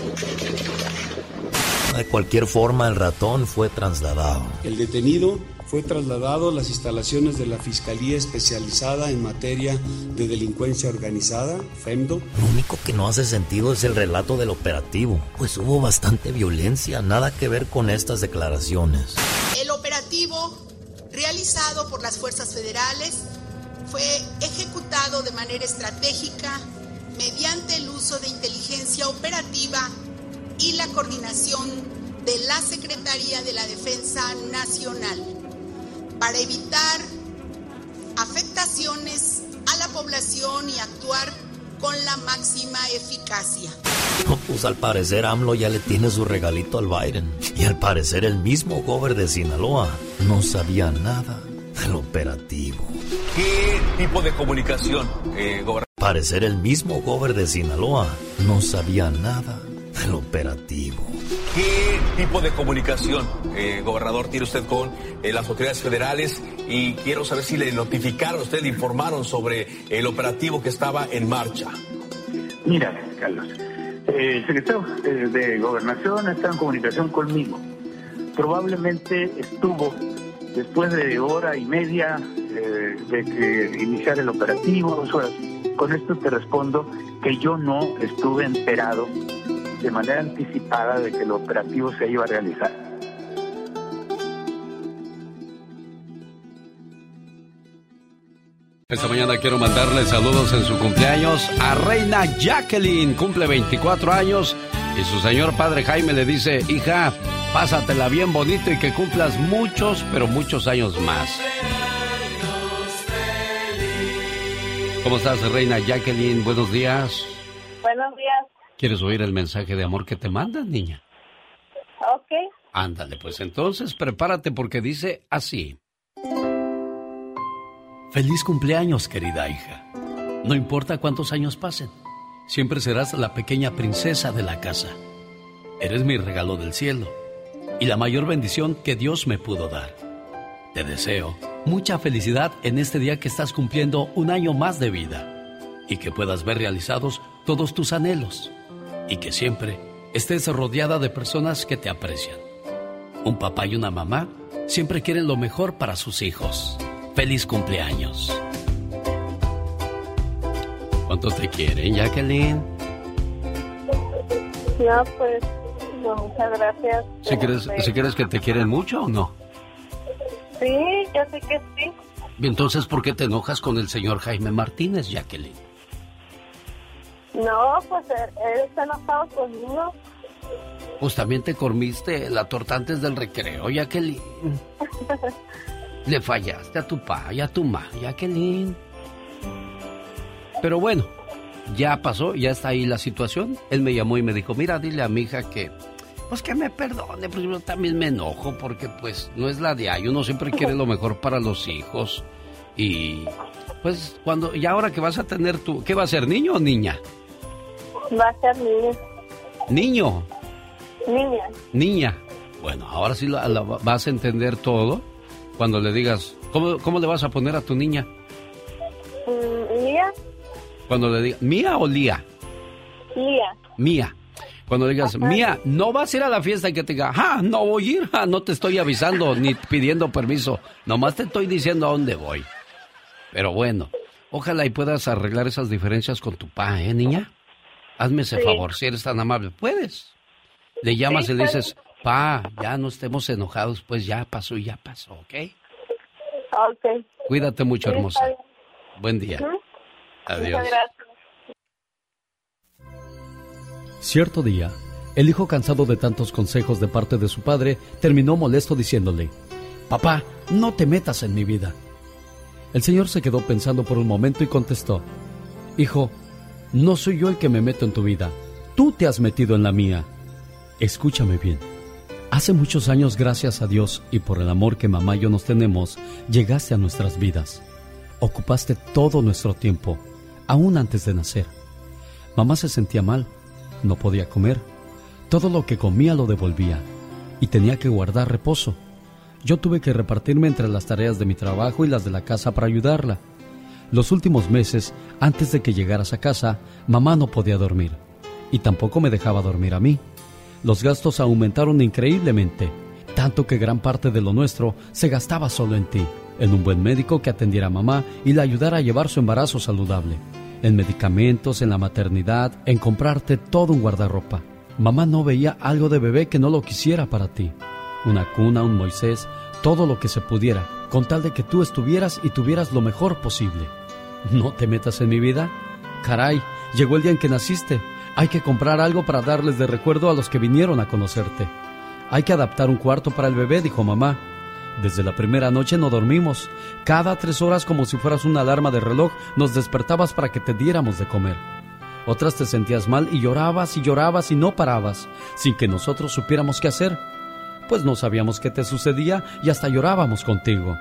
De cualquier forma, el ratón fue trasladado. El detenido fue fue trasladado a las instalaciones de la Fiscalía Especializada en Materia de Delincuencia Organizada, FEMDO. Lo único que no hace sentido es el relato del operativo, pues hubo bastante violencia, nada que ver con estas declaraciones. El operativo realizado por las fuerzas federales fue ejecutado de manera estratégica mediante el uso de inteligencia operativa y la coordinación de la Secretaría de la Defensa Nacional para evitar afectaciones a la población y actuar con la máxima eficacia. No, pues al parecer AMLO ya le tiene su regalito al Biden. Y al parecer el mismo gober de Sinaloa no sabía nada del operativo. ¿Qué tipo de comunicación, eh, gobernador? Al parecer el mismo gober de Sinaloa no sabía nada del operativo. ¿Qué tipo de comunicación, eh, gobernador, tiene usted con eh, las autoridades federales? Y quiero saber si le notificaron, usted le informaron sobre el operativo que estaba en marcha. Mira, Carlos, eh, el secretario de Gobernación está en comunicación conmigo. Probablemente estuvo después de hora y media eh, de que iniciara el operativo, dos horas. Con esto te respondo que yo no estuve enterado de manera anticipada de que el operativo se iba a realizar. Esta mañana quiero mandarle saludos en su cumpleaños a Reina Jacqueline, cumple veinticuatro años y su señor padre Jaime le dice, hija, pásatela bien bonito y que cumplas muchos, pero muchos años más. ¿Cómo estás, Reina Jacqueline? Buenos días. Buenos días. ¿Quieres oír el mensaje de amor que te mandan, niña? Ok. Ándale, pues entonces prepárate porque dice así. Feliz cumpleaños, querida hija. No importa cuántos años pasen, siempre serás la pequeña princesa de la casa. Eres mi regalo del cielo y la mayor bendición que Dios me pudo dar. Te deseo mucha felicidad en este día que estás cumpliendo un año más de vida y que puedas ver realizados todos tus anhelos y que siempre estés rodeada de personas que te aprecian. Un papá y una mamá siempre quieren lo mejor para sus hijos. ¡Feliz cumpleaños! ¿Cuántos te quieren, Jacqueline? No, pues, no, muchas gracias. ¿Si crees, ¿Si crees que te quieren mucho o no? Sí, yo sé que sí. ¿Y entonces por qué te enojas con el señor Jaime Martínez, Jacqueline? No, pues él, él está enojado conmigo. Pues también te comiste la torta antes del recreo, Jacqueline. Le fallaste a tu pa y a tu ma, Jacqueline. Pero bueno, ya pasó, ya está ahí la situación. Él me llamó y me dijo, mira, dile a mi hija que, pues que me perdone, pues yo también me enojo porque pues no es la de ahí. Uno siempre quiere lo mejor para los hijos. Y pues cuando, y ahora que vas a tener tu, ¿qué va a ser, niño o niña? Va a ser niña. ¿Niño? Niña. Niña. Bueno, ahora sí la, la vas a entender todo. Cuando le digas, ¿cómo, ¿cómo le vas a poner a tu niña? ¿Mía? Cuando le digas, ¿Mía o Lía? Lía. Mía. Cuando le digas, Ajá. Mía, no vas a ir a la fiesta y que te diga, ah, no voy a ir, ah, no te estoy avisando ni pidiendo permiso, nomás te estoy diciendo a dónde voy. Pero bueno, ojalá y puedas arreglar esas diferencias con tu pa, ¿eh, niña? Hazme ese Sí. favor, si eres tan amable, ¿puedes? Le llamas Sí, y le está dices, pa, ya no estemos enojados, pues ya pasó y ya pasó, ¿ok? Ok. Cuídate mucho, Sí, hermosa. está bien. Buen día. Ujú. Adiós. Muchas gracias. Cierto día, el hijo, cansado de tantos consejos de parte de su padre, terminó molesto diciéndole, papá, no te metas en mi vida. El señor se quedó pensando por un momento y contestó, hijo, no soy yo el que me meto en tu vida, tú te has metido en la mía. Escúchame bien. Hace muchos años, gracias a Dios y por el amor que mamá y yo nos tenemos, llegaste a nuestras vidas. Ocupaste todo nuestro tiempo, aún antes de nacer. Mamá se sentía mal, no podía comer. Todo lo que comía lo devolvía y tenía que guardar reposo. Yo tuve que repartirme entre las tareas de mi trabajo y las de la casa para ayudarla. Los últimos meses, antes de que llegaras a casa, mamá no podía dormir y tampoco me dejaba dormir a mí. Los gastos aumentaron increíblemente, tanto que gran parte de lo nuestro se gastaba solo en ti, en un buen médico que atendiera a mamá y la ayudara a llevar su embarazo saludable, en medicamentos, en la maternidad, en comprarte todo un guardarropa. Mamá no veía algo de bebé que no lo quisiera para ti. Una cuna, un Moisés, todo lo que se pudiera, con tal de que tú estuvieras y tuvieras lo mejor posible. ¿No te metas en mi vida? Caray, llegó el día en que naciste. Hay que comprar algo para darles de recuerdo a los que vinieron a conocerte. Hay que adaptar un cuarto para el bebé, dijo mamá. Desde la primera noche no dormimos. Cada tres horas, como si fueras una alarma de reloj, nos despertabas para que te diéramos de comer. Otras te sentías mal y llorabas y llorabas y no parabas, sin que nosotros supiéramos qué hacer. Pues no sabíamos qué te sucedía y hasta llorábamos contigo.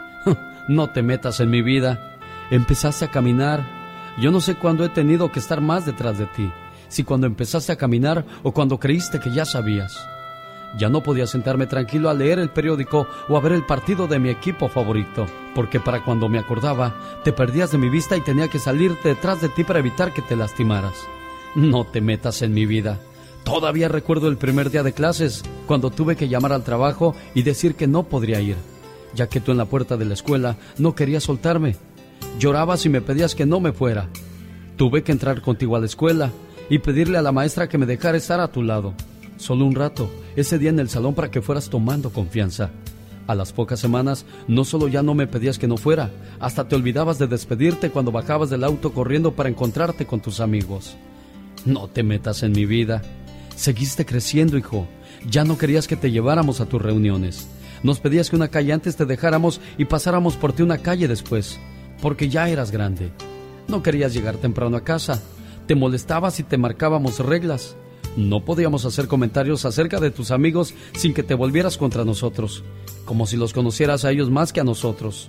No te metas en mi vida. Empezaste a caminar. Yo no sé cuándo he tenido que estar más detrás de ti, si cuando empezaste a caminar o cuando creíste que ya sabías. Ya no podía sentarme tranquilo a leer el periódico o a ver el partido de mi equipo favorito, porque para cuando me acordaba, te perdías de mi vista y tenía que salir detrás de ti para evitar que te lastimaras. No te metas en mi vida. Todavía recuerdo el primer día de clases, cuando tuve que llamar al trabajo y decir que no podría ir, ya que tú en la puerta de la escuela no querías soltarme. Llorabas y me pedías que no me fuera. Tuve que entrar contigo a la escuela y pedirle a la maestra que me dejara estar a tu lado. Solo un rato, ese día en el salón para que fueras tomando confianza. A las pocas semanas, no solo ya no me pedías que no fuera, hasta te olvidabas de despedirte cuando bajabas del auto corriendo para encontrarte con tus amigos. No te metas en mi vida. Seguiste creciendo, hijo. Ya no querías que te lleváramos a tus reuniones. Nos pedías que una calle antes te dejáramos y pasáramos por ti una calle después, porque ya eras grande. No querías llegar temprano a casa. Te molestabas y te marcábamos reglas. No podíamos hacer comentarios acerca de tus amigos sin que te volvieras contra nosotros, como si los conocieras a ellos más que a nosotros.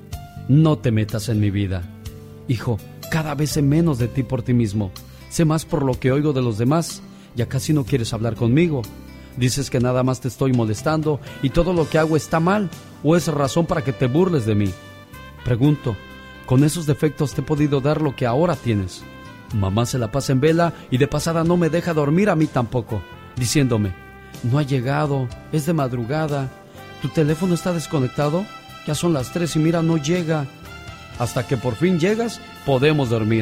No te metas en mi vida. Hijo, cada vez sé menos de ti por ti mismo. Sé más por lo que oigo de los demás. Ya casi no quieres hablar conmigo. Dices que nada más te estoy molestando y todo lo que hago está mal, o es razón para que te burles de mí. Pregunto, ¿con esos defectos te he podido dar lo que ahora tienes? Mamá se la pasa en vela y de pasada no me deja dormir a mí tampoco, diciéndome, no ha llegado, es de madrugada, ¿tu teléfono está desconectado? Ya son las tres y mira, no llega. Hasta que por fin llegas, podemos dormir.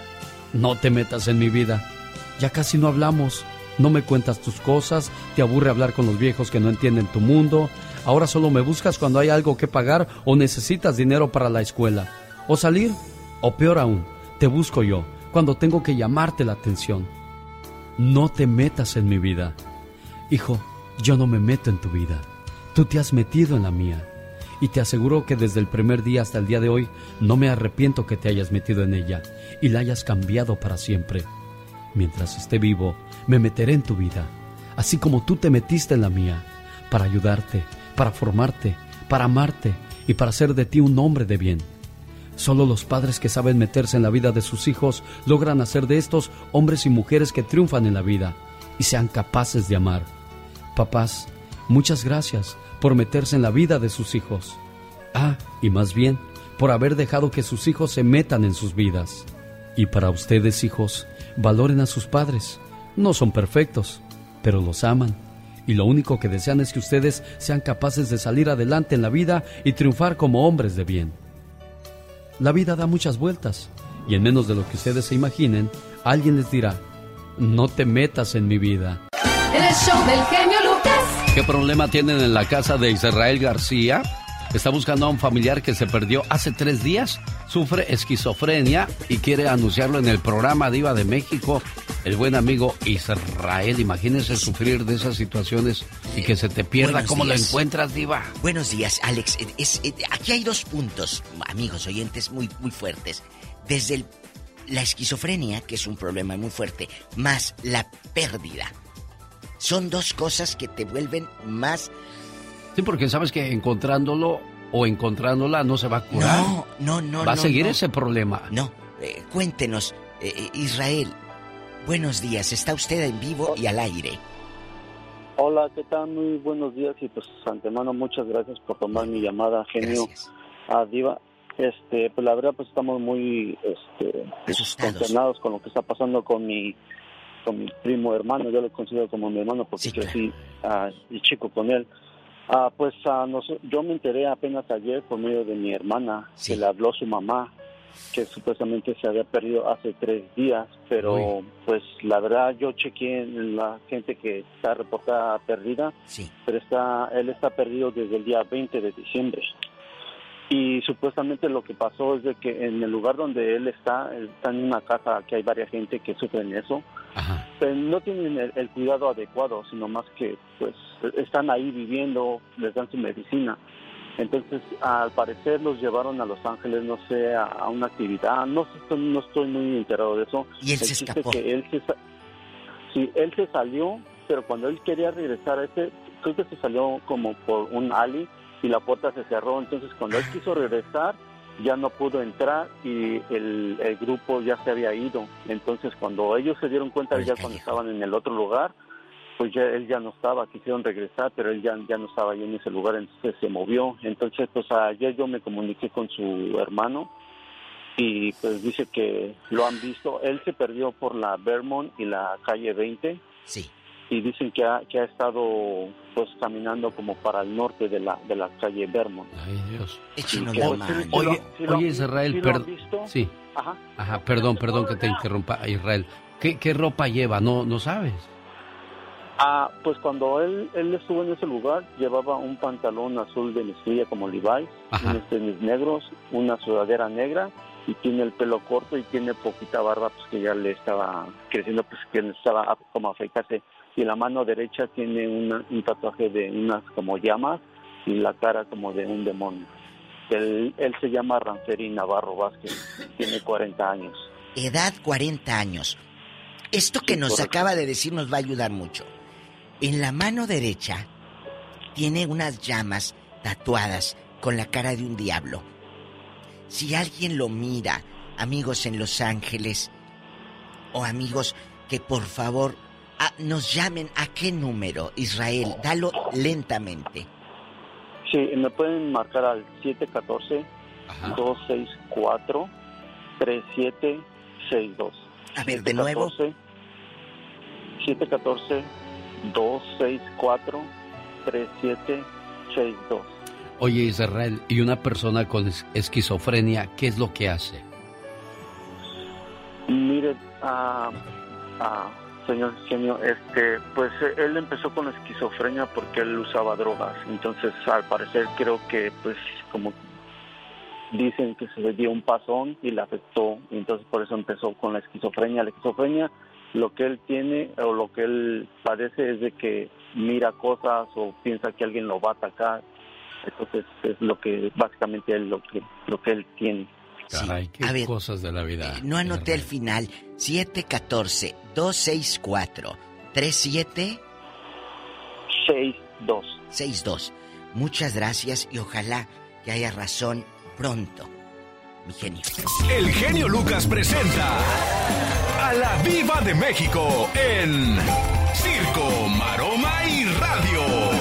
No te metas en mi vida. Ya casi no hablamos, no me cuentas tus cosas, te aburre hablar con los viejos que no entienden tu mundo. Ahora solo me buscas cuando hay algo que pagar o necesitas dinero para la escuela, o salir, o peor aún, te busco yo cuando tengo que llamarte la atención. No te metas en mi vida. Hijo, yo no me meto en tu vida, tú te has metido en la mía. Y te aseguro que desde el primer día hasta el día de hoy no me arrepiento que te hayas metido en ella y la hayas cambiado para siempre. Mientras esté vivo, me meteré en tu vida, así como tú te metiste en la mía, para ayudarte, para formarte, para amarte y para hacer de ti un hombre de bien. Solo los padres que saben meterse en la vida de sus hijos logran hacer de estos hombres y mujeres que triunfan en la vida y sean capaces de amar. Papás, muchas gracias por meterse en la vida de sus hijos. Ah, y más bien, por haber dejado que sus hijos se metan en sus vidas. Y para ustedes, hijos, valoren a sus padres. No son perfectos, pero los aman. Y lo único que desean es que ustedes sean capaces de salir adelante en la vida y triunfar como hombres de bien. La vida da muchas vueltas, y en menos de lo que ustedes se imaginen, alguien les dirá, no te metas en mi vida. El show del genio Lucas. ¿Qué problema tienen en la casa de Israel García? Está buscando a un familiar que se perdió hace tres días. Sufre esquizofrenia y quiere anunciarlo en el programa Diva de México. El buen amigo Israel, imagínese sufrir de esas situaciones y que se te pierda. Buenos ¿Cómo días. Lo encuentras, Diva? Buenos días, Alex. Es, es, aquí hay dos puntos, amigos oyentes, muy, muy fuertes. Desde el, la esquizofrenia, que es un problema muy fuerte, más la pérdida. Son dos cosas que te vuelven más... Sí, porque sabes que encontrándolo o encontrándola no se va a curar. No, no, no. Va a no, seguir no. ese problema. No, eh, cuéntenos, eh, Israel, buenos días, está usted en vivo y al aire. Hola, ¿qué tal? Muy buenos días y pues antemano muchas gracias por tomar mi llamada, genio, a Diva. Este, pues la verdad pues estamos muy este, consternados con lo que está pasando con mi con mi primo hermano. Yo lo considero como mi hermano porque sí, crecí claro. uh, y chico con él. Ah, pues uh, no sé, yo me enteré apenas ayer por medio de mi hermana, sí. que le habló su mamá, que supuestamente se había perdido hace tres días, pero Uy. pues la verdad yo chequeé en la gente que está reportada perdida, sí. pero está él está perdido desde el día veinte de diciembre. Y supuestamente lo que pasó es de que en el lugar donde él está, él está en una casa que hay varias gente que sufren eso, Ajá. pero no tienen el, el cuidado adecuado, sino más que pues están ahí viviendo, les dan su medicina. Entonces, al parecer los llevaron a Los Ángeles, no sé, a, a una actividad, no sé, no estoy muy enterado de eso. Y él se escapó. Que él se, sí, él se salió, pero cuando él quería regresar a ese, creo que se salió como por un alley y la puerta se cerró. Entonces, cuando él quiso regresar, ya no pudo entrar y el, el grupo ya se había ido. Entonces, cuando ellos se dieron cuenta, ya cuando estaban en el otro lugar, pues ya él ya no estaba, quisieron regresar, pero él ya, ya no estaba ahí en ese lugar, entonces se movió. Entonces, pues ayer yo me comuniqué con su hermano y pues dice que lo han visto. Él se perdió por la Vermont y la calle veinte. Sí. Y dicen que ha, que ha estado pues caminando como para el norte de la de la calle Vermont. Ay, Dios. Échenos la mano. Sí, oye, sí lo, oye, Israel, sí perdón. Sí. Ajá. Ajá, perdón, perdón que te interrumpa, Israel. ¿Qué, qué ropa lleva? No, no sabes. Ah, pues cuando él él estuvo en ese lugar, llevaba un pantalón azul de mezclilla como Levi's, unos tenis negros, una sudadera negra y tiene el pelo corto y tiene poquita barba, pues que ya le estaba creciendo, pues que necesitaba como afeitarse. Y la mano derecha tiene una, un tatuaje de unas como llamas y la cara como de un demonio. Él, él se llama Ranferi Navarro Vázquez, tiene cuarenta años. Edad cuarenta años. Esto que sí, nos correcto. Acaba de decir nos va a ayudar mucho. En la mano derecha tiene unas llamas tatuadas con la cara de un diablo. Si alguien lo mira, amigos en Los Ángeles, o amigos que por favor a, nos llamen, ¿a qué número, Israel? Dalo lentamente. Sí, me pueden marcar al siete uno cuatro, dos seis cuatro, tres siete seis dos. A ver, de nuevo. siete uno cuatro, dos seis cuatro, tres siete seis dos. Oye, Israel, ¿y una persona con es- esquizofrenia, qué es lo que hace? Mire, uh, uh, señor genio, este, pues él empezó con esquizofrenia porque él usaba drogas. Entonces, al parecer, creo que, pues, como dicen que se le dio un pasón y le afectó. Entonces, por eso empezó con la esquizofrenia. La esquizofrenia, lo que él tiene o lo que él padece es de que mira cosas o piensa que alguien lo va a atacar. Entonces es lo que básicamente él lo que lo que él tiene. Caray, qué ver, cosas de la vida. Eh, no anoté el final. siete uno cuatro, dos seis cuatro, tres siete seis dos. seis dos. Muchas gracias y ojalá que haya razón pronto, mi genio. El genio Lucas presenta a la Viva de México en Circo, Maroma y Radio.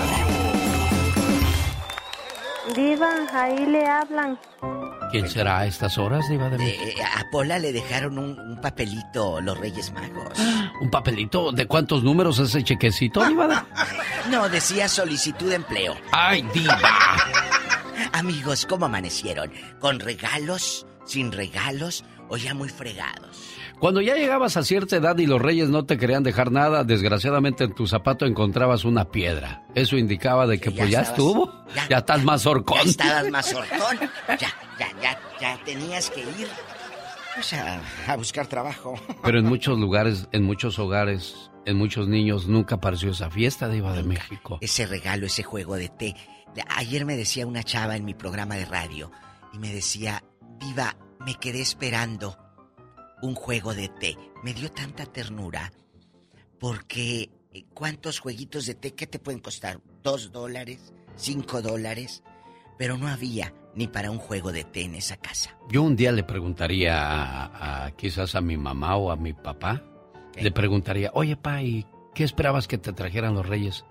Diva, ahí le hablan. ¿Quién será a estas horas, Diva de México? Eh, a Pola le dejaron un, un papelito los Reyes Magos. ¿Un papelito? ¿De cuántos números ese chequecito, Diva de... No, decía solicitud de empleo. ¡Ay, Diva! Amigos, ¿cómo amanecieron? ¿Con regalos? ¿Sin regalos? ¿O ya muy fregados? Cuando ya llegabas a cierta edad y los reyes no te querían dejar nada, desgraciadamente en tu zapato encontrabas una piedra. Eso indicaba de que sí, pues ya, ya estabas, estuvo, ya, ya estás más horcón. Ya estabas más horcón, ya, ya, ya, ya tenías que ir pues, a, a buscar trabajo. Pero en muchos lugares, en muchos hogares, en muchos niños nunca apareció esa fiesta, Diva de México. Ese regalo, ese juego de té. Ayer me decía una chava en mi programa de radio y me decía, Diva, me quedé esperando un juego de té. Me dio tanta ternura porque ¿cuántos jueguitos de té que te pueden costar? ¿Dos dólares? ¿Cinco dólares? Pero no había ni para un juego de té en esa casa. Yo un día le preguntaría a, a quizás a mi mamá o a mi papá, ¿qué? Le preguntaría, oye, pa, ¿y qué esperabas que te trajeran los reyes?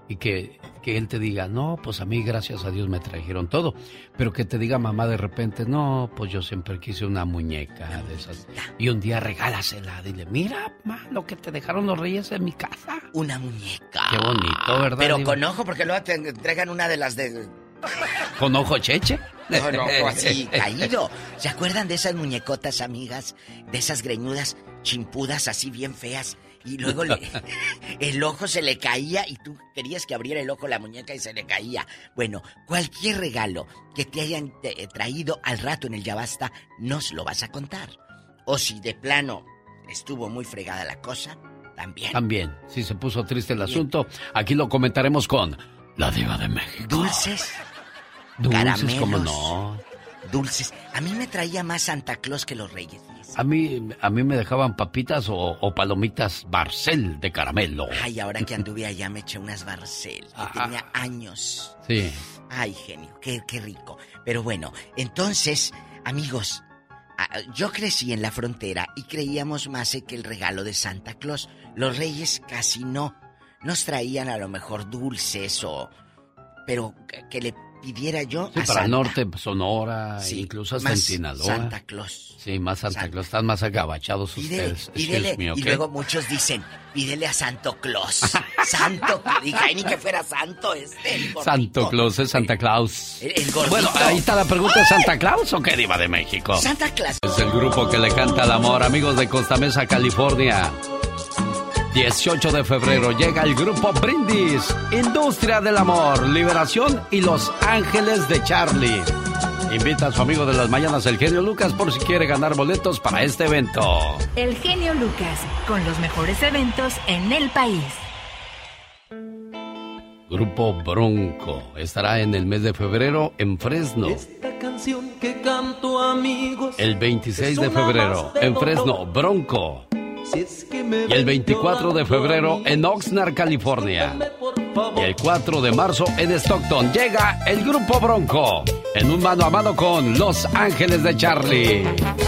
y que, que él te diga, no, pues a mí gracias a Dios me trajeron todo, pero que te diga mamá de repente, no, pues yo siempre quise una muñeca de esas, y un día regálasela, dile, mira, mamá, lo que te dejaron los reyes en mi casa. Una muñeca. Qué bonito, ¿verdad? Pero Diva? con ojo, porque luego te entregan una de las de... ¿Con ojo cheche? Con ojo así, caído. ¿Se acuerdan de esas muñecotas, amigas? De esas greñudas, chimpudas, así bien feas. Y luego le, el ojo se le caía y tú querías que abriera el ojo la muñeca y se le caía. Bueno, cualquier regalo que te hayan te, traído al rato en el Ya Basta, nos lo vas a contar. O si de plano estuvo muy fregada la cosa, también. También, si se puso triste el asunto, aquí lo comentaremos con la Diva de México. Dulces. Dulces, caramelos, ¿cómo no? Dulces. A mí me traía más Santa Claus que los Reyes. A mí, a mí me dejaban papitas o, o palomitas Barcel de caramelo. Ay, ahora que anduve allá me eché unas Barcel, que Ajá. tenía años. Sí. Ay, genio, qué, qué rico. Pero bueno, entonces, amigos, yo crecí en la frontera y creíamos más que el regalo de Santa Claus. Los Reyes casi no. Nos traían a lo mejor dulces o... Pero que le pidiera yo sí, a para Santa. el norte, Sonora, Sí, incluso hasta en más Sinaloa. Santa Claus. Sí, más Santa, Santa. Claus. Están más agabachados Pídele, ustedes. pídele. Excuse me, Y ¿ok? luego muchos dicen, pídele a Santo Claus. Santo Claus. Dije, ay, ni que fuera santo este. el gordito. Santo Claus es Santa Claus. El, el gordito. Bueno, ahí está la pregunta, ¿es Santa Claus o qué, Diva de México? Santa Claus. Es el grupo que le canta el amor, amigos de Costa Mesa, California. dieciocho de febrero llega el grupo Brindis, Industria del Amor, Liberación y Los Ángeles de Charlie. Invita a su amigo de las mañanas, el genio Lucas, por si quiere ganar boletos para este evento. El genio Lucas, con los mejores eventos en el país. Grupo Bronco estará en el mes de febrero en Fresno. Esta canción que canto, amigos. El veintiséis de febrero en Fresno, Bronco. Si es que me Y el veinticuatro de febrero en Oxnard, California. Y el cuatro de marzo en Stockton llega el Grupo Bronco en un mano a mano con Los Ángeles de Charlie.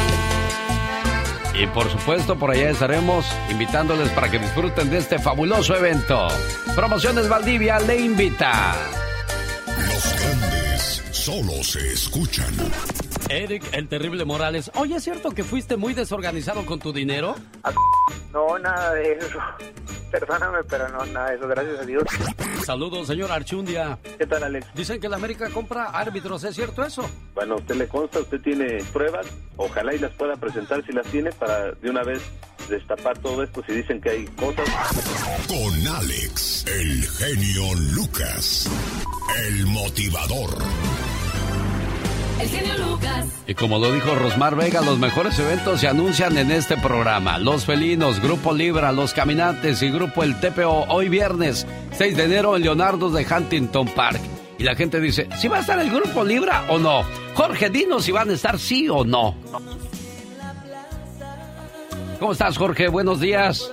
Y por supuesto por allá estaremos invitándoles para que disfruten de este fabuloso evento. Promociones Valdivia le invita. Los grandes solo se escuchan. Eric, el terrible Morales. Oye, ¿es cierto que fuiste muy desorganizado con tu dinero? No, nada de eso. Perdóname, pero no, nada de eso, gracias a Dios. Saludos, señor Archundia. ¿Qué tal, Alex? Dicen que la América compra árbitros, ¿es cierto eso? Bueno, a usted le consta, usted tiene pruebas, ojalá y las pueda presentar si las tiene para de una vez destapar todo esto si dicen que hay cosas. Con Alex, el genio Lucas, el motivador. El genio Lucas. Y como lo dijo Rosmar Vega, los mejores eventos se anuncian en este programa. Los Felinos, Grupo Libra, Los Caminantes y Grupo El T P O hoy viernes, seis de enero en Leonardo de Huntington Park. Y la gente dice, ¿sí va a estar el Grupo Libra o no? Jorge, dinos si van a estar sí o no. ¿Cómo estás, Jorge? Buenos días.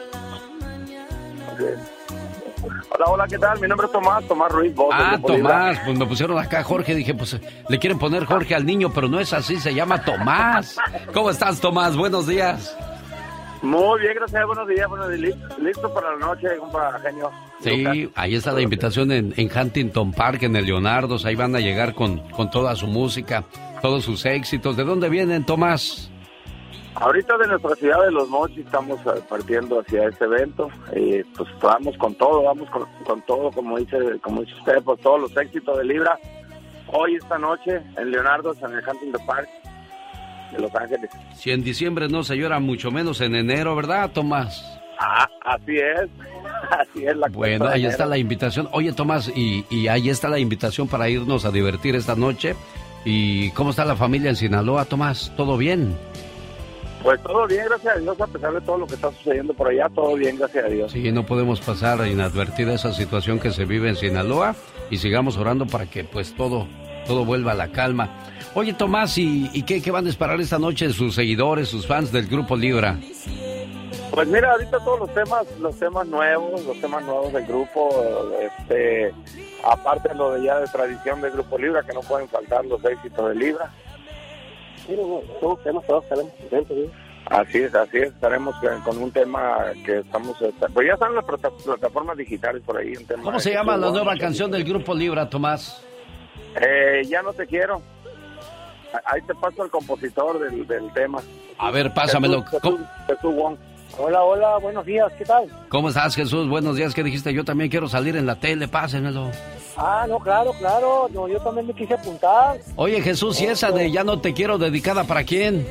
Hola, hola, ¿qué tal? Mi nombre es Tomás, Tomás Ruiz. Voz Ah, del Grupo Libra. Tomás, pues me pusieron acá Jorge, dije, pues le quieren poner Jorge al niño, pero no es así, se llama Tomás. ¿Cómo estás, Tomás? Buenos días. Muy bien, gracias, buenos días, buenos días. Listo, listo para la noche, compa genio. Sí, ahí está la invitación en, en Huntington Park, en el Leonardo, ahí van a llegar con, con toda su música, todos sus éxitos. ¿De dónde vienen, Tomás? Ahorita de nuestra ciudad de Los Mochis estamos eh, partiendo hacia este evento y pues vamos con todo, vamos con, con todo, como dice como dice usted, pues todos los éxitos de Libra. Hoy, esta noche, en Leonardo, en el Huntington Park de Los Ángeles. Si en diciembre no se llora, mucho menos en enero, ¿verdad, Tomás? Ah, así es, así es la Bueno, cuesta de ahí enero. está la invitación. Oye, Tomás, y, y ahí está la invitación para irnos a divertir esta noche. ¿Y cómo está la familia en Sinaloa, Tomás? ¿Todo bien? Pues todo bien, gracias a Dios, a pesar de todo lo que está sucediendo por allá, todo bien, gracias a Dios. Sí, no podemos pasar inadvertida esa situación que se vive en Sinaloa y sigamos orando para que pues todo, todo vuelva a la calma. Oye, Tomás, ¿y, y qué, qué van a esperar esta noche sus seguidores, sus fans del Grupo Libra? Pues mira, ahorita todos los temas, los temas nuevos, los temas nuevos del grupo, este, aparte de lo de ya de tradición del Grupo Libra, que no pueden faltar los éxitos de Libra. Sí, todos los temas, todos tenemos contentos, ¿sí? Así es, así es. Estaremos con un tema que estamos... Pues ya están las plataformas digitales por ahí. Un tema ¿Cómo se llama la nueva canción del Grupo Libra, Tomás? Eh, ya no te quiero. Ahí te paso el compositor del, del tema. A ver, pásamelo. Jesús, Jesús, Jesús Wong. Hola, hola, buenos días, ¿qué tal? ¿Cómo estás, Jesús? Buenos días, ¿qué dijiste? Yo también quiero salir en la tele, pásenmelo. Ah, no, claro, claro, no, yo también me quise apuntar. Oye, Jesús, ¿y esa de Ya no te quiero dedicada para quién?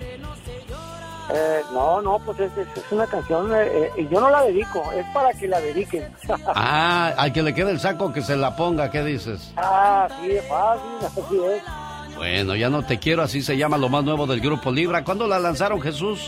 Eh, no, no, pues es, es, es una canción, eh, y yo no la dedico, es para que la dediquen. Ah, al que le quede el saco que se la ponga, ¿qué dices? Ah, sí, es fácil, así es. Bueno, Ya no te quiero, así se llama lo más nuevo del Grupo Libra. ¿Cuándo la lanzaron, Jesús?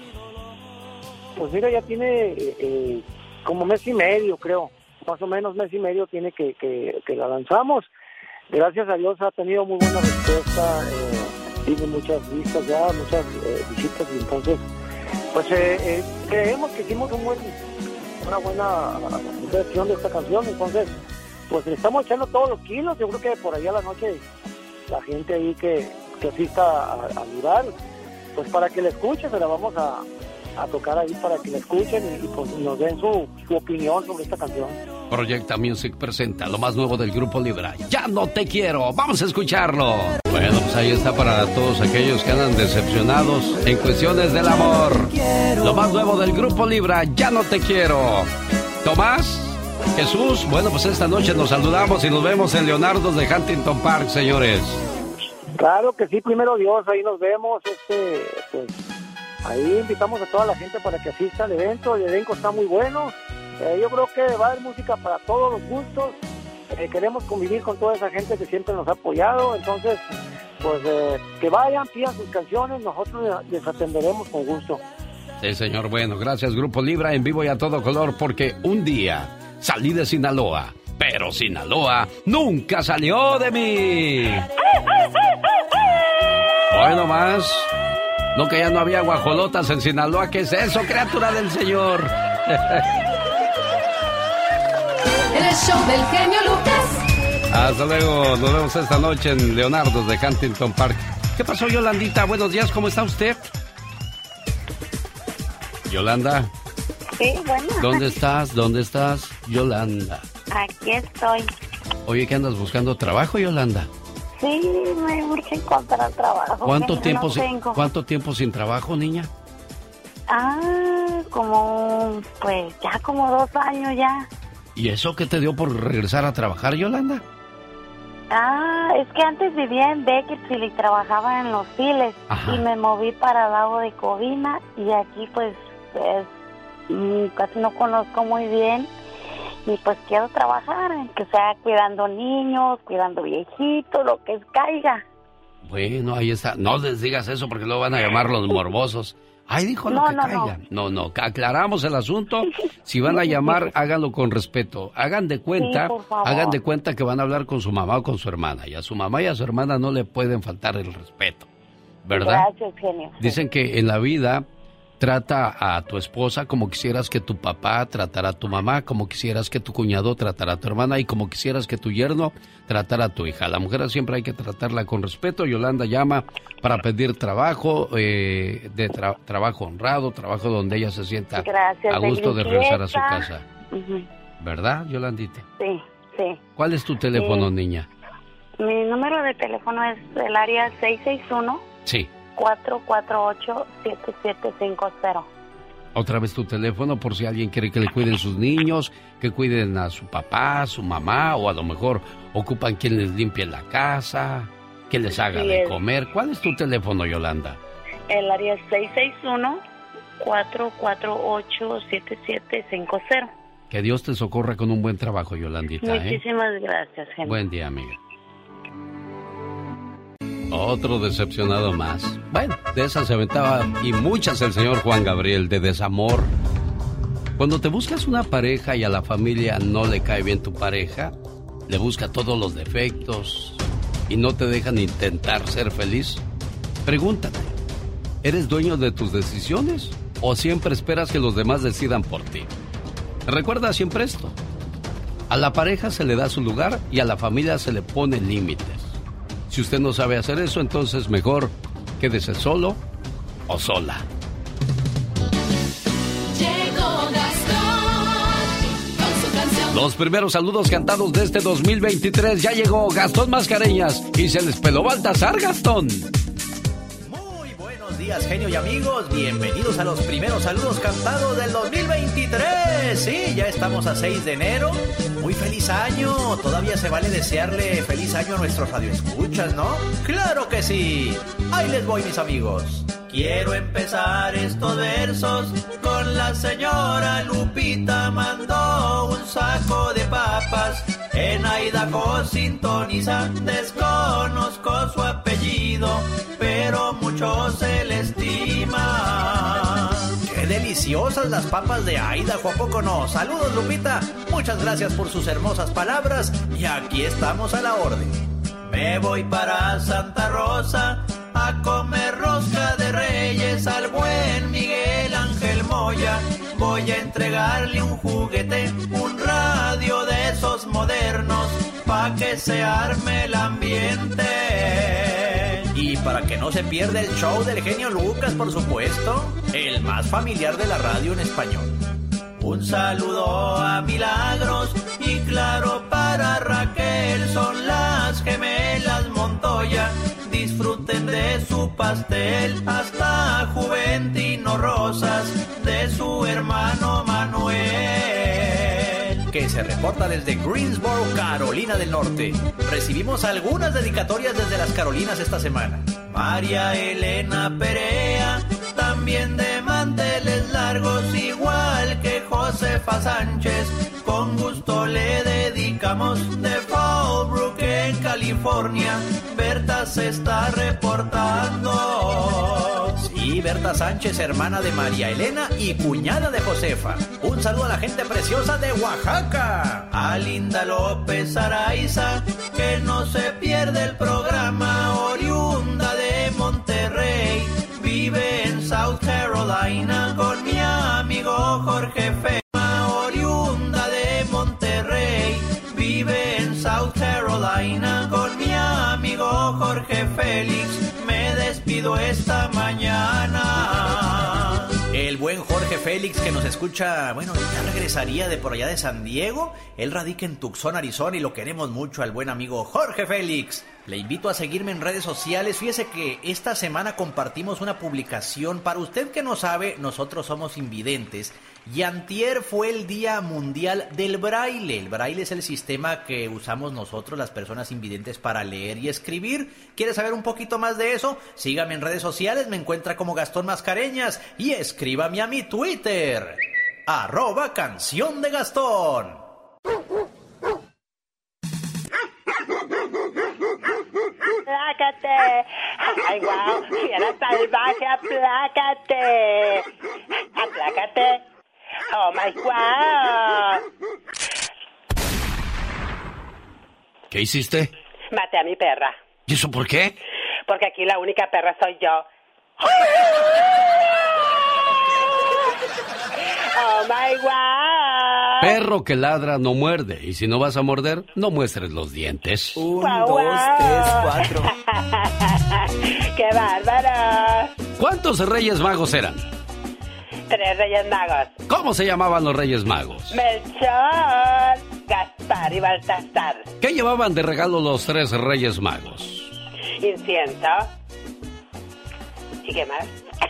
Pues mira, ya tiene eh, como mes y medio, creo. Más o menos mes y medio tiene que, que, que la lanzamos. Gracias a Dios ha tenido muy buena respuesta. Eh, tiene muchas vistas ya, muchas eh, visitas. Y entonces, pues eh, eh, creemos que hicimos un buen, una buena versión de esta canción. Entonces, pues le estamos echando todos los kilos. Yo creo que por ahí a la noche la gente ahí que, que asista a, a Dural, pues para que la escuche, se la vamos a... a tocar ahí para que la escuchen y, y pues nos den su, su opinión sobre esta canción. Proyecta Music presenta lo más nuevo del Grupo Libra, Ya no te quiero, vamos a escucharlo. Bueno, pues ahí está para todos aquellos que andan decepcionados en cuestiones del amor. Lo más nuevo del Grupo Libra, Ya no te quiero. Tomás, Jesús, bueno, pues esta noche nos saludamos y nos vemos en Leonardo de Huntington Park, señores. Claro que sí, primero Dios, ahí nos vemos, este, pues... Ahí invitamos a toda la gente para que asista al evento. El elenco está muy bueno. Eh, yo creo que va a haber música para todos los gustos. Eh, queremos convivir con toda esa gente que siempre nos ha apoyado. Entonces, pues eh, que vayan, pidan sus canciones. Nosotros les atenderemos con gusto. Sí, señor. Bueno, gracias, Grupo Libra, en vivo y a todo color, porque un día salí de Sinaloa, pero Sinaloa nunca salió de mí. Hoy nomás... No, que ya no había guajolotas en Sinaloa. ¿Qué es eso, criatura del Señor? El show del genio Lucas. Hasta luego. Nos vemos esta noche en Leonardo de Huntington Park. ¿Qué pasó, Yolandita? Buenos días, ¿cómo está usted? Yolanda. Sí, bueno. ¿Dónde estás? ¿Dónde estás, Yolanda? Aquí estoy. Oye, ¿qué andas buscando trabajo, Yolanda? Sí, me urge encontrar trabajo. ¿Cuánto no tiempo, sin, tengo. ¿Cuánto tiempo sin trabajo, niña? Ah, como, pues ya como dos años ya. ¿Y eso qué te dio por regresar a trabajar, Yolanda? Ah, es que antes vivía en Bakersfield y trabajaba en Los Files. Ajá. Y me moví para el lago de Covina y aquí pues, pues mmm, casi no conozco muy bien. Y pues quiero trabajar, que sea cuidando niños, cuidando viejitos, lo que caiga. Bueno, ahí está. No les digas eso porque luego van a llamar los morbosos. Ay, dijo lo no, que no, caiga. No. no, no, aclaramos el asunto. Si van a llamar, háganlo con respeto. Hagan de cuenta, sí, hagan de cuenta que van a hablar con su mamá o con su hermana. Y a su mamá y a su hermana no le pueden faltar el respeto. ¿Verdad? Gracias, genio. Dicen que en la vida... Trata a tu esposa como quisieras que tu papá tratara a tu mamá, como quisieras que tu cuñado tratara a tu hermana y como quisieras que tu yerno tratara a tu hija. La mujer siempre hay que tratarla con respeto. Yolanda llama para pedir trabajo, eh, de tra- trabajo honrado, trabajo donde ella se sienta Gracias, a gusto de, de regresar a su casa. Uh-huh. ¿Verdad, Yolandita? Sí, sí. ¿Cuál es tu teléfono, sí. niña? Mi número de teléfono es el área seis seis uno. Sí. cuatro cuatro ocho, siete siete cinco cero. Otra vez tu teléfono por si alguien quiere que le cuiden sus niños, que cuiden a su papá, su mamá, o a lo mejor ocupan quien les limpie la casa, que les haga sí, de es. comer. ¿Cuál es tu teléfono, Yolanda? El área es seis seis uno, cuatro cuatro ocho, siete siete cinco cero. Que Dios te socorra con un buen trabajo, Yolandita. Muchísimas ¿eh? gracias, gente. Buen día, amiga. Otro decepcionado más. Bueno, de esas se aventaba y muchas el señor Juan Gabriel, de desamor. Cuando te buscas una pareja y a la familia no le cae bien tu pareja, le busca todos los defectos y no te dejan intentar ser feliz, pregúntate, ¿eres dueño de tus decisiones o siempre esperas que los demás decidan por ti? Recuerda siempre esto, a la pareja se le da su lugar y a la familia se le pone límites. Si usted no sabe hacer eso, entonces mejor quédese solo o sola. Los primeros saludos cantados de este dos mil veintitrés. Ya llegó Gastón Mascareñas y se les peló Baltasar, Gastón. Buenos días, genio y amigos. Bienvenidos a los primeros saludos cantados del dos mil veintitrés. Sí, ya estamos a seis de enero. Muy feliz año. Todavía se vale desearle feliz año a nuestros radioescuchas, ¿no? ¡Claro que sí! Ahí les voy, mis amigos. Quiero empezar estos versos con la señora Lupita. Mandó un saco de papas en Idaho sintoniza. Desconozco su apellido, pero mucho se le estima. ¡Qué deliciosas las papas de Idaho! ¿A poco no? Saludos, Lupita. Muchas gracias por sus hermosas palabras y aquí estamos a la orden. Me voy para Santa Rosa a comer rosca de reyes al buen Miguel Ángel Moya. Voy a entregarle un juguete, un radio de esos modernos, pa' que se arme el ambiente. Y para que no se pierda el show del genio Lucas, por supuesto, el más familiar de la radio en español. Un saludo a Milagros y claro para Raquel, son las gemelas Montoya. Disfruten de su pastel, hasta Juventino Rosas, de su hermano Manuel, que se reporta desde Greensboro, Carolina del Norte. Recibimos algunas dedicatorias desde las Carolinas esta semana. María Elena Perea, también de manteles largos, igual que Josefa Sánchez. Con gusto le dedicamos de Fallbrook en California. Berta se está reportando. Sí, Berta Sánchez, hermana de María Elena y cuñada de Josefa. Un saludo a la gente preciosa de Oaxaca. A Linda López Araiza, que no se pierde el programa, oriunda de Monterrey. Vive en South Carolina con mi amigo Jorge Fema, oriunda de Monterrey. Vive en South Carolina con mi amigo Jorge Félix. Me despido esta mañana. El buen Jorge Félix, que nos escucha, bueno, ya regresaría de por allá de San Diego. Él radica en Tucson, Arizona, y lo queremos mucho al buen amigo Jorge Félix. Le invito a seguirme en redes sociales. Fíjese que esta semana compartimos una publicación. Para usted que no sabe, nosotros somos invidentes. Y antier fue el Día Mundial del Braille. El Braille es el sistema que usamos nosotros, las personas invidentes, para leer y escribir. ¿Quiere saber un poquito más de eso? Sígame en redes sociales, me encuentra como Gastón Mascareñas. Y escríbame a mi Twitter, arroba Canción de Gastón. ¡Aplácate! ¡Ay, guau! ¡Fiera salvaje, aplácate! ¡Aplácate! ¡Oh, my God! ¿Qué hiciste? Maté a mi perra. ¿Y eso por qué? Porque aquí la única perra soy yo. ¡Oh, my God! Perro que ladra no muerde. Y si no vas a morder, no muestres los dientes. Un, wow, dos, wow. tres, cuatro. ¡Qué bárbaro! ¿Cuántos Reyes Magos eran? Tres Reyes Magos. ¿Cómo se llamaban los Reyes Magos? Melchor, Gaspar y Baltasar. ¿Qué llevaban de regalo los tres Reyes Magos? Incienso. ¿Y qué más?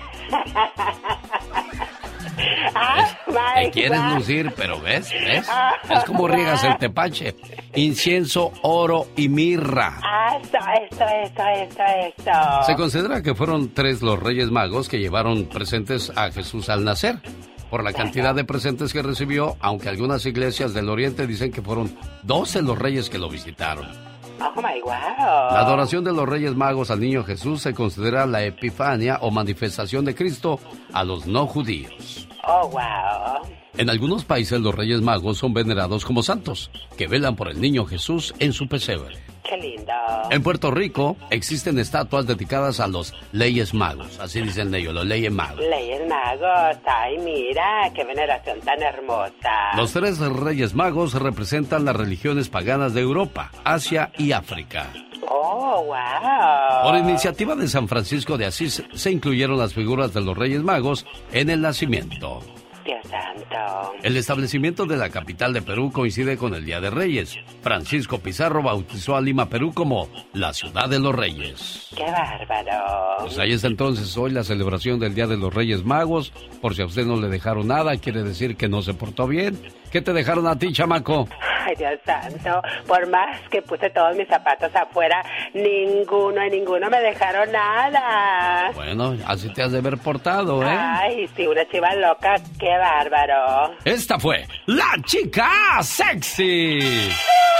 Ah, te quieres lucir, pero ves, ves, es como riegas el tepache. Incienso, oro y mirra. Ah, eso, eso, eso, eso, eso. Se considera que fueron tres los Reyes Magos que llevaron presentes a Jesús al nacer, por la cantidad de presentes que recibió, aunque algunas iglesias del Oriente dicen que fueron doce los reyes que lo visitaron. Oh my wow. La adoración de los Reyes Magos al niño Jesús se considera la epifania o manifestación de Cristo a los no judíos. Oh wow. En algunos países los Reyes Magos son venerados como santos, que velan por el niño Jesús en su pesebre. Qué lindo. En Puerto Rico existen estatuas dedicadas a los Reyes Magos, así dicen ellos, los Reyes Magos. Reyes Magos, ay mira, qué veneración tan hermosa. Los tres Reyes Magos representan las religiones paganas de Europa, Asia y África. Oh, wow. Por iniciativa de San Francisco de Asís se incluyeron las figuras de los Reyes Magos en el nacimiento. Dios santo. El establecimiento de la capital de Perú coincide con el Día de Reyes. Francisco Pizarro bautizó a Lima, Perú como la ciudad de los Reyes. ¡Qué bárbaro! Pues ahí está entonces hoy la celebración del Día de los Reyes Magos. Por si a usted no le dejaron nada, quiere decir que no se portó bien. ¿Qué te dejaron a ti, chamaco? Ay, Dios santo, por más que puse todos mis zapatos afuera, ninguno y ninguno me dejaron nada. Bueno, así te has de ver portado, ¿eh? Ay, sí, una chiva loca, qué bárbaro. Esta fue la chica sexy.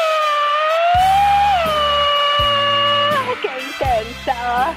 ¡Qué intenso!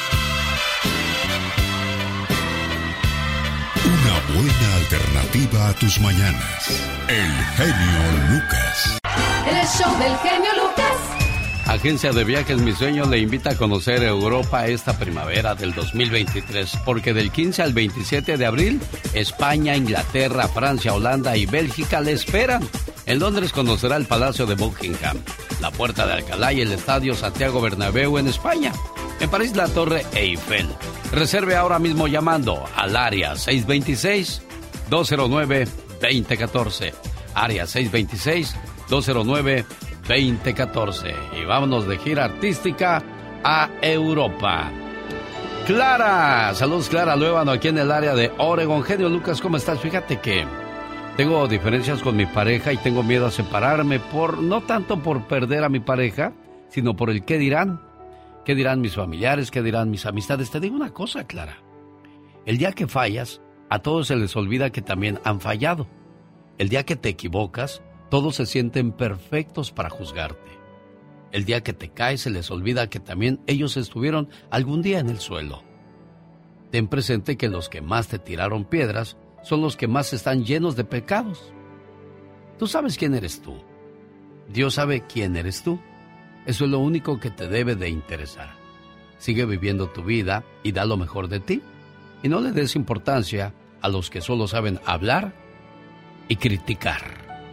Una buena alternativa a tus mañanas. El genio Lucas. El show del genio Lucas. Agencia de Viajes Mi Sueño le invita a conocer Europa esta primavera del dos mil veintitrés, porque del quince al veintisiete de abril, España, Inglaterra, Francia, Holanda y Bélgica le esperan. En Londres conocerá el Palacio de Buckingham, la Puerta de Alcalá y el Estadio Santiago Bernabéu en España. En París, la Torre Eiffel. Reserve ahora mismo llamando al área seis dos seis, dos cero nueve, dos cero uno cuatro. Área seis dos seis, dos cero nueve, dos cero uno cuatro. Y vámonos de gira artística a Europa. Clara, saludos Clara Luevano aquí en el área de Oregon. Genio Lucas, ¿cómo estás? Fíjate que tengo diferencias con mi pareja y tengo miedo a separarme por, no tanto por perder a mi pareja, sino por el qué dirán. ¿Qué dirán mis familiares? ¿Qué dirán mis amistades? Te digo una cosa, Clara. El día que fallas, a todos se les olvida que también han fallado. El día que te equivocas, todos se sienten perfectos para juzgarte. El día que te caes, se les olvida que también ellos estuvieron algún día en el suelo. Ten presente que los que más te tiraron piedras son los que más están llenos de pecados. Tú sabes quién eres tú. Dios sabe quién eres tú. Eso es lo único que te debe de interesar. Sigue viviendo tu vida y da lo mejor de ti. Y no le des importancia a los que solo saben hablar y criticar.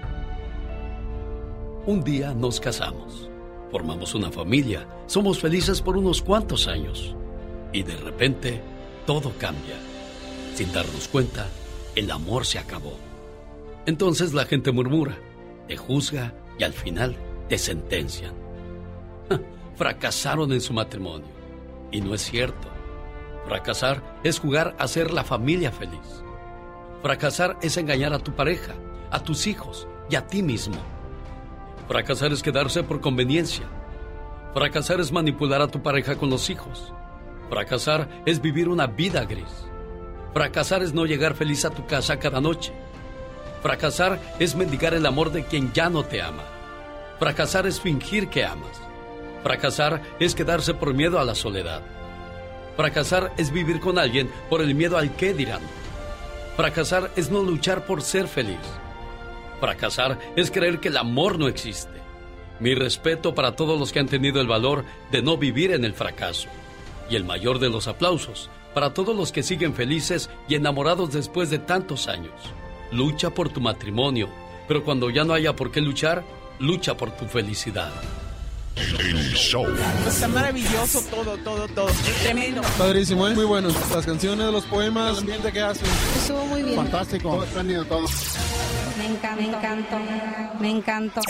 Un día nos casamos. Formamos una familia. Somos felices por unos cuantos años. Y de repente, todo cambia. Sin darnos cuenta, el amor se acabó. Entonces la gente murmura, te juzga y al final te sentencian. Fracasaron en su matrimonio. Y no es cierto. Fracasar es jugar a ser la familia feliz. Fracasar es engañar a tu pareja, a tus hijos y a ti mismo. Fracasar es quedarse por conveniencia. Fracasar es manipular a tu pareja con los hijos. Fracasar es vivir una vida gris. Fracasar es no llegar feliz a tu casa cada noche. Fracasar es mendigar el amor de quien ya no te ama. Fracasar es fingir que amas. Fracasar es quedarse por miedo a la soledad. Fracasar es vivir con alguien por el miedo al qué dirán. Fracasar es no luchar por ser feliz. Fracasar es creer que el amor no existe. Mi respeto para todos los que han tenido el valor de no vivir en el fracaso. Y el mayor de los aplausos para todos los que siguen felices y enamorados después de tantos años. Lucha por tu matrimonio, pero cuando ya no haya por qué luchar, lucha por tu felicidad. El show. Está maravilloso todo, todo, todo. Tremendo. Padrísimo, ¿eh? Muy bueno. Las canciones, los poemas, el ambiente que hacen. Estuvo muy bien. Fantástico. Todo espléndido, todo. Me encanta, me encantó, me encantó.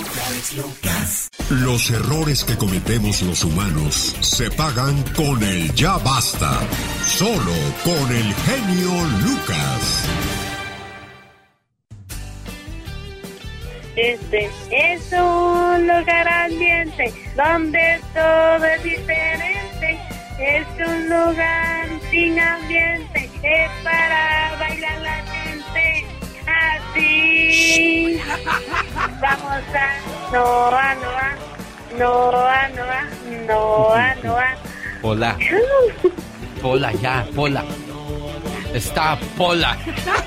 Los errores que cometemos los humanos se pagan con el ya basta. Solo con el genio Lucas. Este es un lugar ambiente donde todo es diferente. Es un lugar sin ambiente, es para bailar la gente. Así vamos a Noa, Noa, Noa, Noa, Noa, Noa. Pola. Pola, ya, Pola. Está Pola.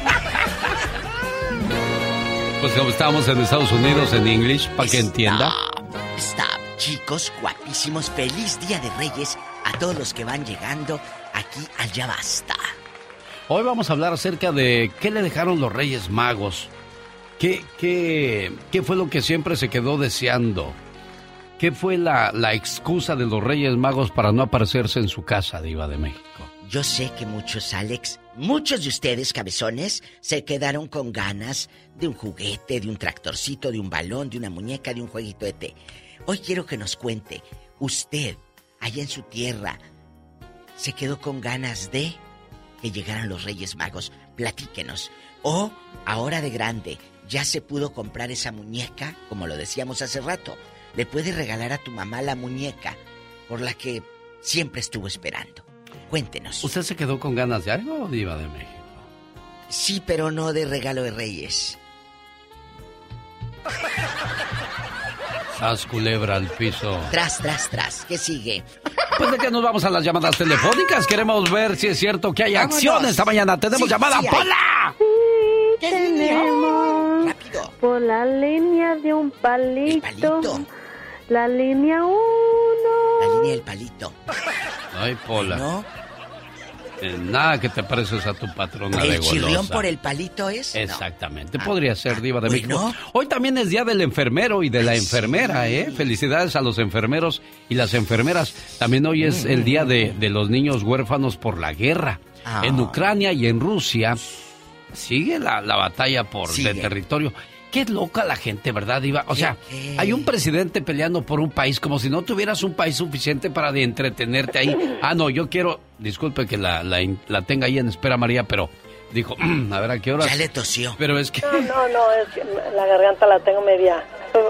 Pues como estamos en Estados Unidos en English, para que entienda. Stop, chicos, guapísimos. Feliz Día de Reyes a todos los que van llegando aquí al Ya Basta. Hoy vamos a hablar acerca de qué le dejaron los Reyes Magos. ¿Qué, qué, qué fue lo que siempre se quedó deseando? ¿Qué fue la, la excusa de los Reyes Magos para no aparecerse en su casa, Diva de México? yo sé que muchos, Alex, muchos de ustedes, cabezones, se quedaron con ganas de un juguete, de un tractorcito, de un balón, de una muñeca, de un jueguito de té. Hoy quiero que nos cuente, usted, allá en su tierra, ¿se quedó con ganas de que llegaran los Reyes Magos? Platíquenos. O, ahora de grande, ¿ya se pudo comprar esa muñeca? Como lo decíamos hace rato, le puedes regalar a tu mamá la muñeca por la que siempre estuvo esperando. Cuéntenos. ¿Usted se quedó con ganas de algo, Diva de México? Sí, pero no de regalo de Reyes. Sas culebra al piso. Tras, tras, tras. ¿Qué sigue? Pues de que nos vamos a las llamadas telefónicas. Queremos ver si es cierto que hay Vámonos. acción esta mañana. Tenemos Sí, llamada, sí hay. Pola. Sí, tenemos Rápido. por la línea de un palito, palito. la línea uno. La línea del palito. Ay, Pola. ¿No? Eh, nada que te pareces a tu patrona de ¿El golosa. chirrión por el palito es? No. Exactamente, Ah, podría ser, Diva de bueno. México. Hoy también es día del enfermero y de la enfermera, ¿eh? Felicidades a los enfermeros y las enfermeras. También hoy es el día de, de los niños huérfanos por la guerra. Ah. En Ucrania y en Rusia sigue la, la batalla por Sigue. de territorio. Qué loca la gente, ¿verdad, Diva? O sea, ¿Qué? hay un presidente peleando por un país como si no tuvieras un país suficiente para de entretenerte ahí. Ah, no, yo quiero... Disculpe que la, la, la tenga ahí en espera, María, pero dijo, a ver a qué hora. Ya le tosió. Pero es que... No, no, no, es que la garganta la tengo media.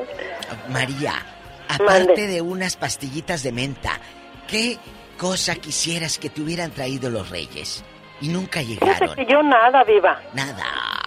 María, aparte de unas pastillitas de menta, ¿qué cosa quisieras que te hubieran traído los Reyes? Y nunca Fíjate llegaron. que yo nada, Viva. Nada.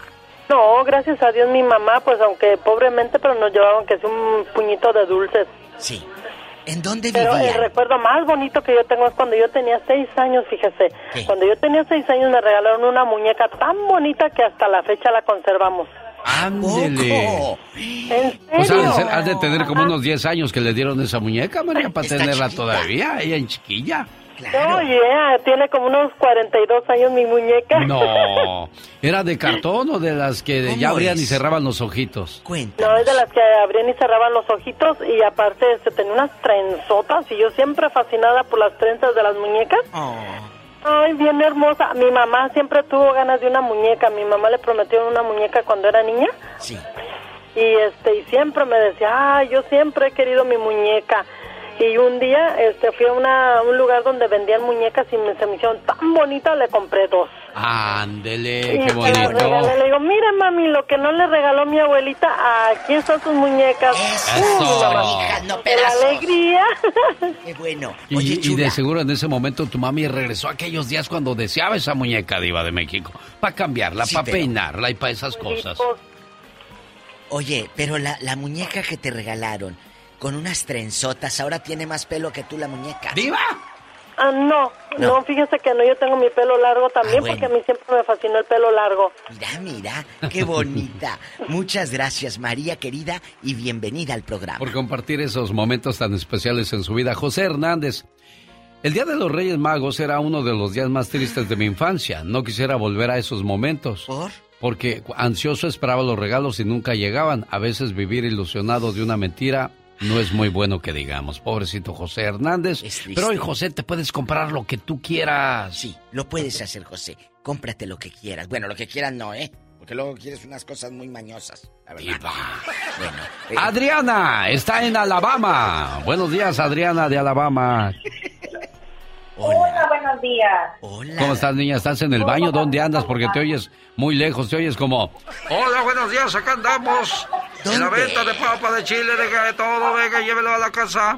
No, gracias a Dios mi mamá, pues aunque pobremente, pero nos llevaban que es un puñito de dulces. Sí. ¿En dónde Pero el vivían? recuerdo más bonito que yo tengo es cuando yo tenía seis años, fíjese. ¿Qué? Cuando yo tenía seis años me regalaron una muñeca tan bonita que hasta la fecha la conservamos. ¡Ándele! ¿Poco? ¿En Pues has de, serio? ser- has de tener como unos diez años que le dieron esa muñeca, María, para Está tenerla chiquita. todavía, ella en chiquilla. Claro. Oh, yeah, tiene como unos cuarenta y dos años mi muñeca. No, ¿era de cartón o de las que ¿Cómo ya abrían y es? cerraban los ojitos? Cuéntanos. No, es de las que abrían y cerraban los ojitos y aparte este, tenía unas trenzotas y yo siempre fascinada por las trenzas de las muñecas. Oh. Ay, bien hermosa. Mi mamá siempre tuvo ganas de una muñeca. Mi mamá le prometió una muñeca cuando era niña. Sí. Y este y siempre me decía, ay, yo siempre he querido mi muñeca. Y un día este fui a una, un lugar donde vendían muñecas y me, se me hicieron tan bonitas, le compré dos. Ándele, Y qué se las regalé. bonito. Le digo, mire mami, lo que no le regaló mi abuelita, aquí están sus muñecas. Eso. Uy, mamá, Hijas, no ¡qué pedazos. alegría! Qué bueno. Y, Oye, y chula. de seguro en ese momento tu mami regresó a aquellos días cuando deseaba esa muñeca, Diva de México, para cambiarla, Sí, para pero- peinarla y para esas cosas. Oye, pero la, la muñeca que te regalaron con unas trenzotas, ahora tiene más pelo que tú la muñeca. ¡Diva! Ah, no, No. no, fíjese que no, yo tengo mi pelo largo también Ah, bueno. porque a mí siempre me fascinó el pelo largo. Mira, mira, qué bonita. Muchas gracias, María querida, y bienvenida al programa. Por compartir esos momentos tan especiales en su vida. José Hernández, el Día de los Reyes Magos era uno de los días más tristes de mi infancia. No quisiera volver a esos momentos. ¿Por? Porque ansioso esperaba los regalos y nunca llegaban. A veces vivir ilusionado de una mentira no es muy bueno que digamos. Pobrecito José Hernández. Es triste. Pero hoy, José, te puedes comprar lo que tú quieras. Sí, lo puedes hacer, José. Cómprate lo que quieras. Bueno, lo que quieras no, ¿eh? Porque luego quieres unas cosas muy mañosas, la verdad. Diva. Bueno, eh, Adriana está en Alabama. Buenos días, Adriana de Alabama. hola. buenos días. Hola. ¿Cómo estás, niña? ¿Estás en el baño? ¿Dónde andas? Porque te oyes muy lejos, te oyes como... Hola, buenos días, acá andamos. En la ¿Dónde? venta de papa, de chile, de todo, venga, llévelo a la casa.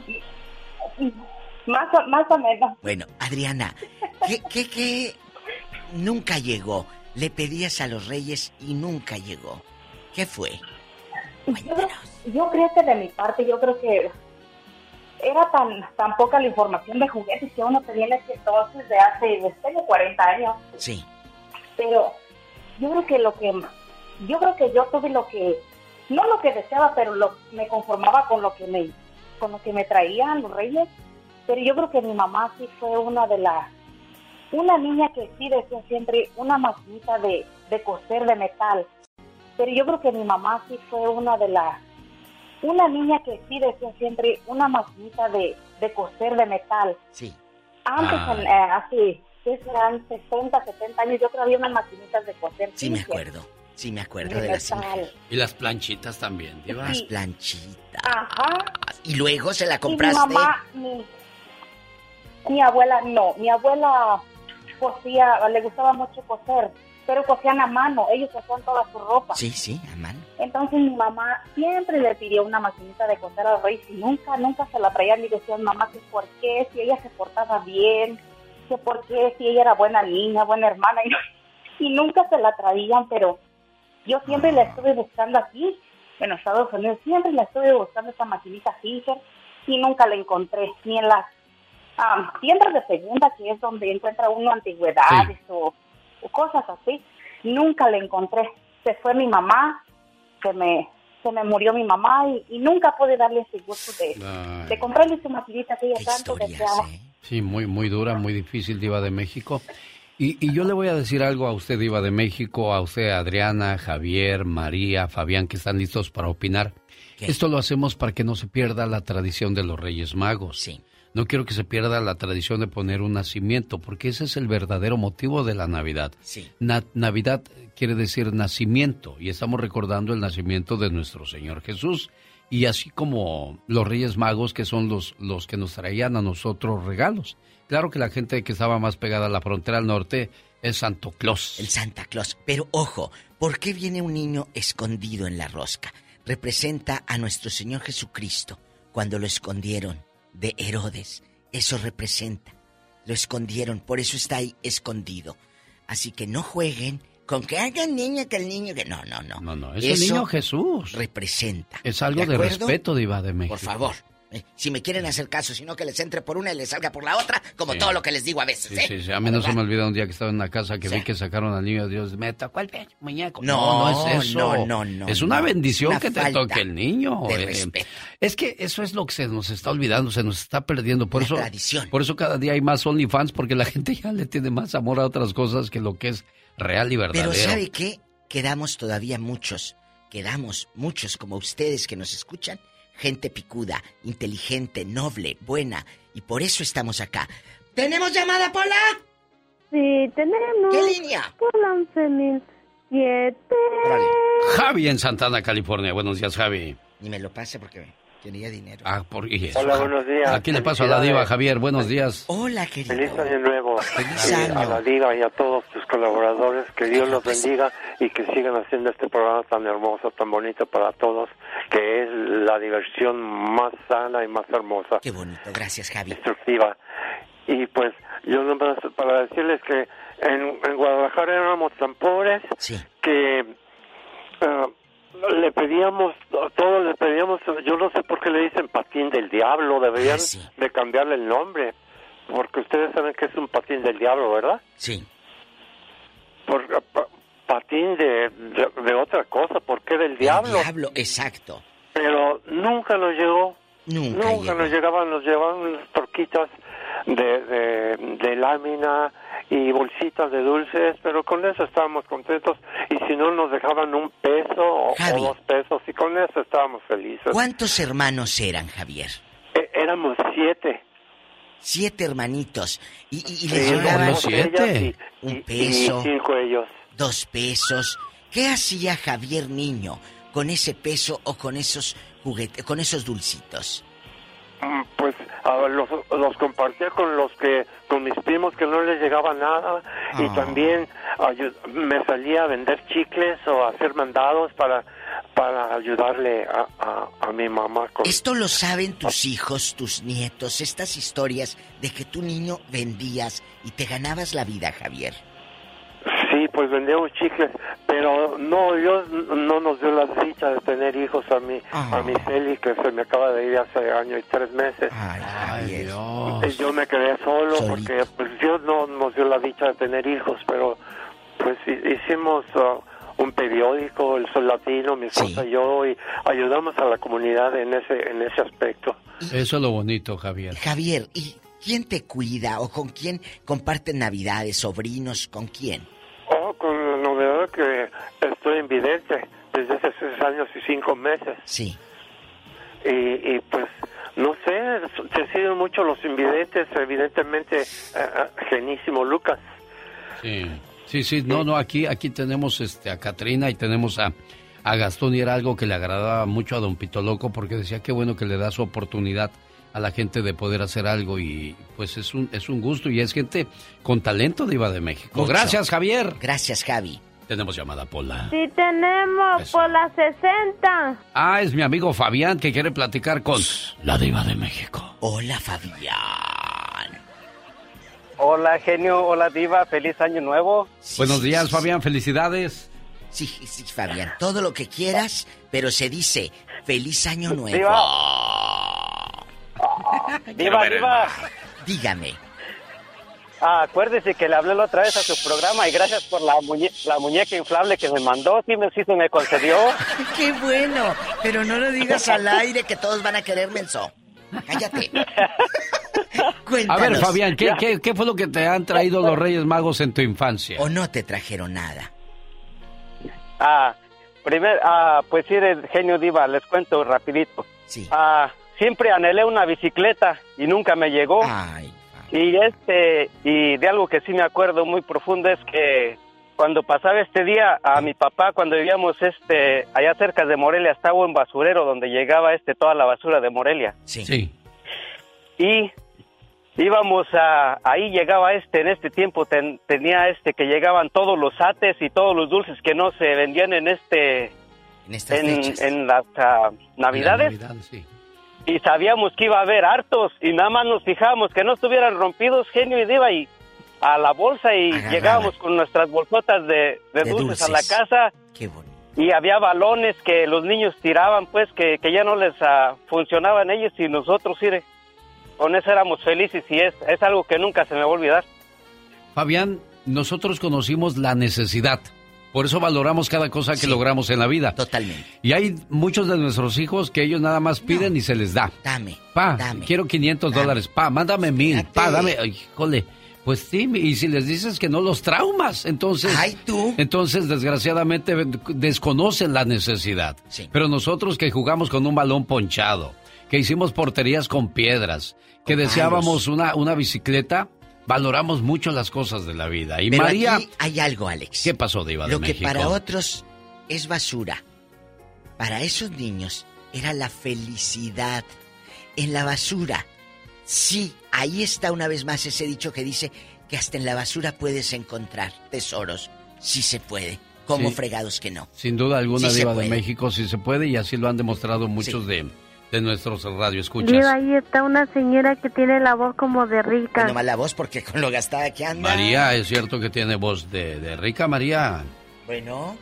Más o, más o menos. Bueno, Adriana, ¿qué, qué, qué nunca llegó? Le pedías a los reyes y nunca llegó. ¿Qué fue? Yo creo, yo creo que de mi parte, yo creo que era tan tan poca la información de juguetes que uno tenía en ese entonces, de hace, tengo cuarenta años. Sí. Pero yo creo que lo que, yo creo que yo tuve lo que, no lo que deseaba, pero lo, me conformaba con lo que me, con lo que me traían los reyes. Pero yo creo que mi mamá sí fue una de las, una niña que sí decía siempre, una maquinita de, de coser de metal. Pero yo creo que mi mamá sí fue una de las, una niña que sí decía siempre, una maquinita de, de coser de metal. Sí. Antes, Ah. en, eh, hace, que serán sesenta, setenta años, yo creo que había unas maquinitas de coser. Sí, me acuerdo. Sí, me acuerdo de, de las Singer. Y las planchitas también, Diva. Las planchitas. Ajá. ¿Y luego se la compraste? Y mi mamá, mi, mi abuela, no. Mi abuela cosía, le gustaba mucho coser, pero cosían a mano. Ellos hacían toda su ropa. Sí, sí, a mano. Entonces mi mamá siempre le pidió una maquinita de coser a Reyes y nunca, nunca se la traían y decían, mamá, que por qué, si ella se portaba bien, que por qué, si ella era buena niña, buena hermana. Y, y nunca se la traían, pero... Yo siempre la estuve buscando aquí, en los Estados Unidos, siempre la estuve buscando esa maquinita Singer y nunca la encontré, ni en las um, tiendas de segunda, que es donde encuentra uno antigüedades sí. o, o cosas así, nunca la encontré. Se fue mi mamá, se me, se me murió mi mamá y, y nunca pude darle ese gusto de, de comprarle su maquinita que ella tanto deseaba. ¿eh? Sí, muy, muy dura, muy difícil, Diva de México. Y, y yo le voy a decir algo a usted, Diva de México, a usted, Adriana, Javier, María, Fabián, que están listos para opinar. ¿Qué? Esto lo hacemos para que no se pierda la tradición de los Reyes Magos. Sí. No quiero que se pierda la tradición de poner un nacimiento, porque ese es el verdadero motivo de la Navidad. Sí. Na- Navidad quiere decir nacimiento, y estamos recordando el nacimiento de nuestro Señor Jesús. Y así como los Reyes Magos, que son los, los que nos traían a nosotros regalos. Claro que la gente que estaba más pegada a la frontera al norte es Santo Claus. El Santa Claus. Pero ojo, ¿por qué viene un niño escondido en la rosca? Representa a nuestro Señor Jesucristo cuando lo escondieron de Herodes. Eso representa. Lo escondieron, por eso está ahí escondido. Así que no jueguen con que hagan niño que el niño que... No, no, no. No, no, es el niño Jesús. Representa. Es algo de, de respeto, Diva de México. Por favor. Si me quieren hacer caso, sino que les entre por una y les salga por la otra, como sí. todo lo que les digo a veces, sí, ¿eh? sí, sí. A mí no se me olvida un día que estaba en una casa que sí. vi que sacaron al niño Dios. Me tocó el muñeco. No, no, no es eso. No, no, no. Es una no. bendición una que te toque el niño. De eh. respeto. Es que eso es lo que se nos está olvidando, se nos está perdiendo. Por la eso, tradición. Por eso cada día hay más OnlyFans, porque la gente ya le tiene más amor a otras cosas que lo que es real y verdadero. Pero ¿sabe qué? Quedamos todavía muchos, quedamos muchos como ustedes que nos escuchan. Gente picuda, inteligente, noble, buena. Y por eso estamos acá. ¿Tenemos llamada, Pola? Sí, tenemos. ¿Qué línea? Pola once mil siete. Javi en Santana, California. Buenos días, Javi. Ni me lo pase porque quería dinero. Ah, por eso. Hola, buenos días. Aquí le paso a la Diva, Javier. Buenos días. Hola, querido. Feliz año nuevo. Feliz eh, año. A la Diva y a todos tus colaboradores. Que Dios los bendiga y que sigan haciendo este programa tan hermoso, tan bonito para todos, que es la diversión más sana y más hermosa. Qué bonito. Gracias, Javi. Instructiva. Y pues, yo nomás para decirles que en, en Guadalajara éramos tan pobres sí. que... Uh, le pedíamos, todos le pedíamos, yo no sé por qué le dicen patín del diablo, deberían ah, sí. de cambiarle el nombre, porque ustedes saben que es un patín del diablo, ¿verdad? Sí. Por, pa, patín de, de, de otra cosa, ¿por qué del diablo? El diablo, exacto. Pero nunca nos llegó, nunca, nunca nos llegaban, nos llevaban las torquitas de, de, de lámina y bolsitas de dulces, pero con eso estábamos contentos, y si no nos dejaban un peso o, o dos pesos, y con eso estábamos felices. ¿Cuántos hermanos eran, Javier? E- éramos siete. Siete hermanitos. ¿Y, y, y les sí, llegaban siete? Y, un peso? Y cinco ellos. Dos pesos. ¿Qué hacía Javier niño con ese peso o con esos juguetes, con esos dulcitos? Pues a los, los compartía con los que, con mis primos que no les llegaba nada, oh. y también ayud, me salía a vender chicles o a hacer mandados para, para ayudarle a, a, a mi mamá. Con... ¿Esto lo saben tus hijos, tus nietos, estas historias de que tu niño vendías y te ganabas la vida, Javier? Sí, pues vendíamos chicles, pero no, Dios no nos dio la dicha de tener hijos a mi, oh. a mi Celi, que se me acaba de ir hace año y tres meses. Ay, ay Dios. Yo me quedé solo Solito. porque pues Dios no nos dio la dicha de tener hijos, pero pues hicimos uh, un periódico, El Sol Latino, mi esposa sí. y yo, y ayudamos a la comunidad en ese, en ese aspecto. Eso es lo bonito, Javier. Javier, ¿y quién te cuida o con quién comparten Navidades, sobrinos, con quién? Oh, con la novedad que estoy invidente desde hace seis años y cinco meses. Sí. Y, y pues, no sé, se siguen mucho los invidentes, evidentemente, uh, genísimo Lucas. Sí, sí, sí, no, no, aquí, aquí tenemos este, a Catrina y tenemos a, a Gastón, y era algo que le agradaba mucho a don Pito Loco, porque decía qué bueno que le da su oportunidad a la gente de poder hacer algo, y pues es un, es un gusto, y es gente con talento, Diva de México. Mucho. Gracias, Javier. Gracias, Javi. Tenemos llamada, Pola. Sí tenemos, Eso. por la sesenta. Ah, es mi amigo Fabián, que quiere platicar con la Diva de México. Hola, Fabián. Hola, genio. Hola, Diva. Feliz año nuevo. Sí, Buenos sí, días, sí, Fabián. Felicidades. Sí, sí, Fabián. Todo lo que quieras, pero se dice feliz año nuevo. Diva. Diva, Diva. Dígame. Ah, acuérdese que le hablé la otra vez a su programa y gracias por la, muñe la muñeca inflable que me mandó. Sí, me, sí se me concedió. ¡Qué bueno! Pero no lo digas al aire que todos van a querer, menso. Cállate. A ver, Fabián, ¿qué, ¿qué, ¿qué fue lo que te han traído los Reyes Magos en tu infancia? ¿O no te trajeron nada? Ah, primer, ah, pues sí, el genio Diva, les cuento rapidito. Sí. Ah, siempre anhelé una bicicleta y nunca me llegó. Ay. Y este, y de algo que sí me acuerdo muy profundo es que cuando pasaba este día, a mi papá, cuando vivíamos este, allá cerca de Morelia, estaba un basurero donde llegaba este, toda la basura de Morelia. Sí. Sí. Y íbamos a, ahí llegaba este, en este tiempo ten, tenía este, que llegaban todos los ates y todos los dulces que no se vendían en este, en, estas en, fechas. en las uh, Navidades. En la Navidad, sí. Y sabíamos que iba a haber hartos y nada más nos fijábamos que no estuvieran rompidos, genio y Diva, y a la bolsa y Agarraba. Llegábamos con nuestras bolsotas de, de, De dulces, dulces. a la casa. Qué bonito. Y había balones que los niños tiraban, pues, que, que ya no les uh, funcionaban ellos y nosotros, mire, con eso éramos felices y es, es algo que nunca se me va a olvidar. Fabián, nosotros conocimos la necesidad. Por eso valoramos cada cosa que Sí. lólogramos en la vida. Totalmente. Y hay muchos de nuestros hijos que ellos nada más piden No. y se les da. Dame. Pa, dame. quiero quinientos Dame. dólares. Pa, mándame mil. Espérate. Pa, dame. Ay, híjole. Pues sí, y si les dices que no, los traumas. Entonces, Ay, tú. entonces desgraciadamente desconocen la necesidad. Sí. Pero nosotros que jugamos con un balón ponchado, que hicimos porterías con piedras, que Con deseábamos una, una bicicleta, valoramos mucho las cosas de la vida. Y Pero María, aquí hay algo, Alex. ¿qué pasó, Diva de Lo que México? para otros es basura, para esos niños era la felicidad. En la basura, sí, ahí está una vez más ese dicho que dice que hasta en la basura puedes encontrar tesoros. Sí se puede, como Sí. fregados que no. Sin duda alguna, Sí se Diva de puede. México, sí se puede, y así lo han demostrado muchos Sí. de, de nuestros radioescuchas. Diva, ahí está una señora que tiene la voz como de rica. No más la voz porque con lo gastada que anda. María, es cierto que tiene voz de, de rica, María. Bueno.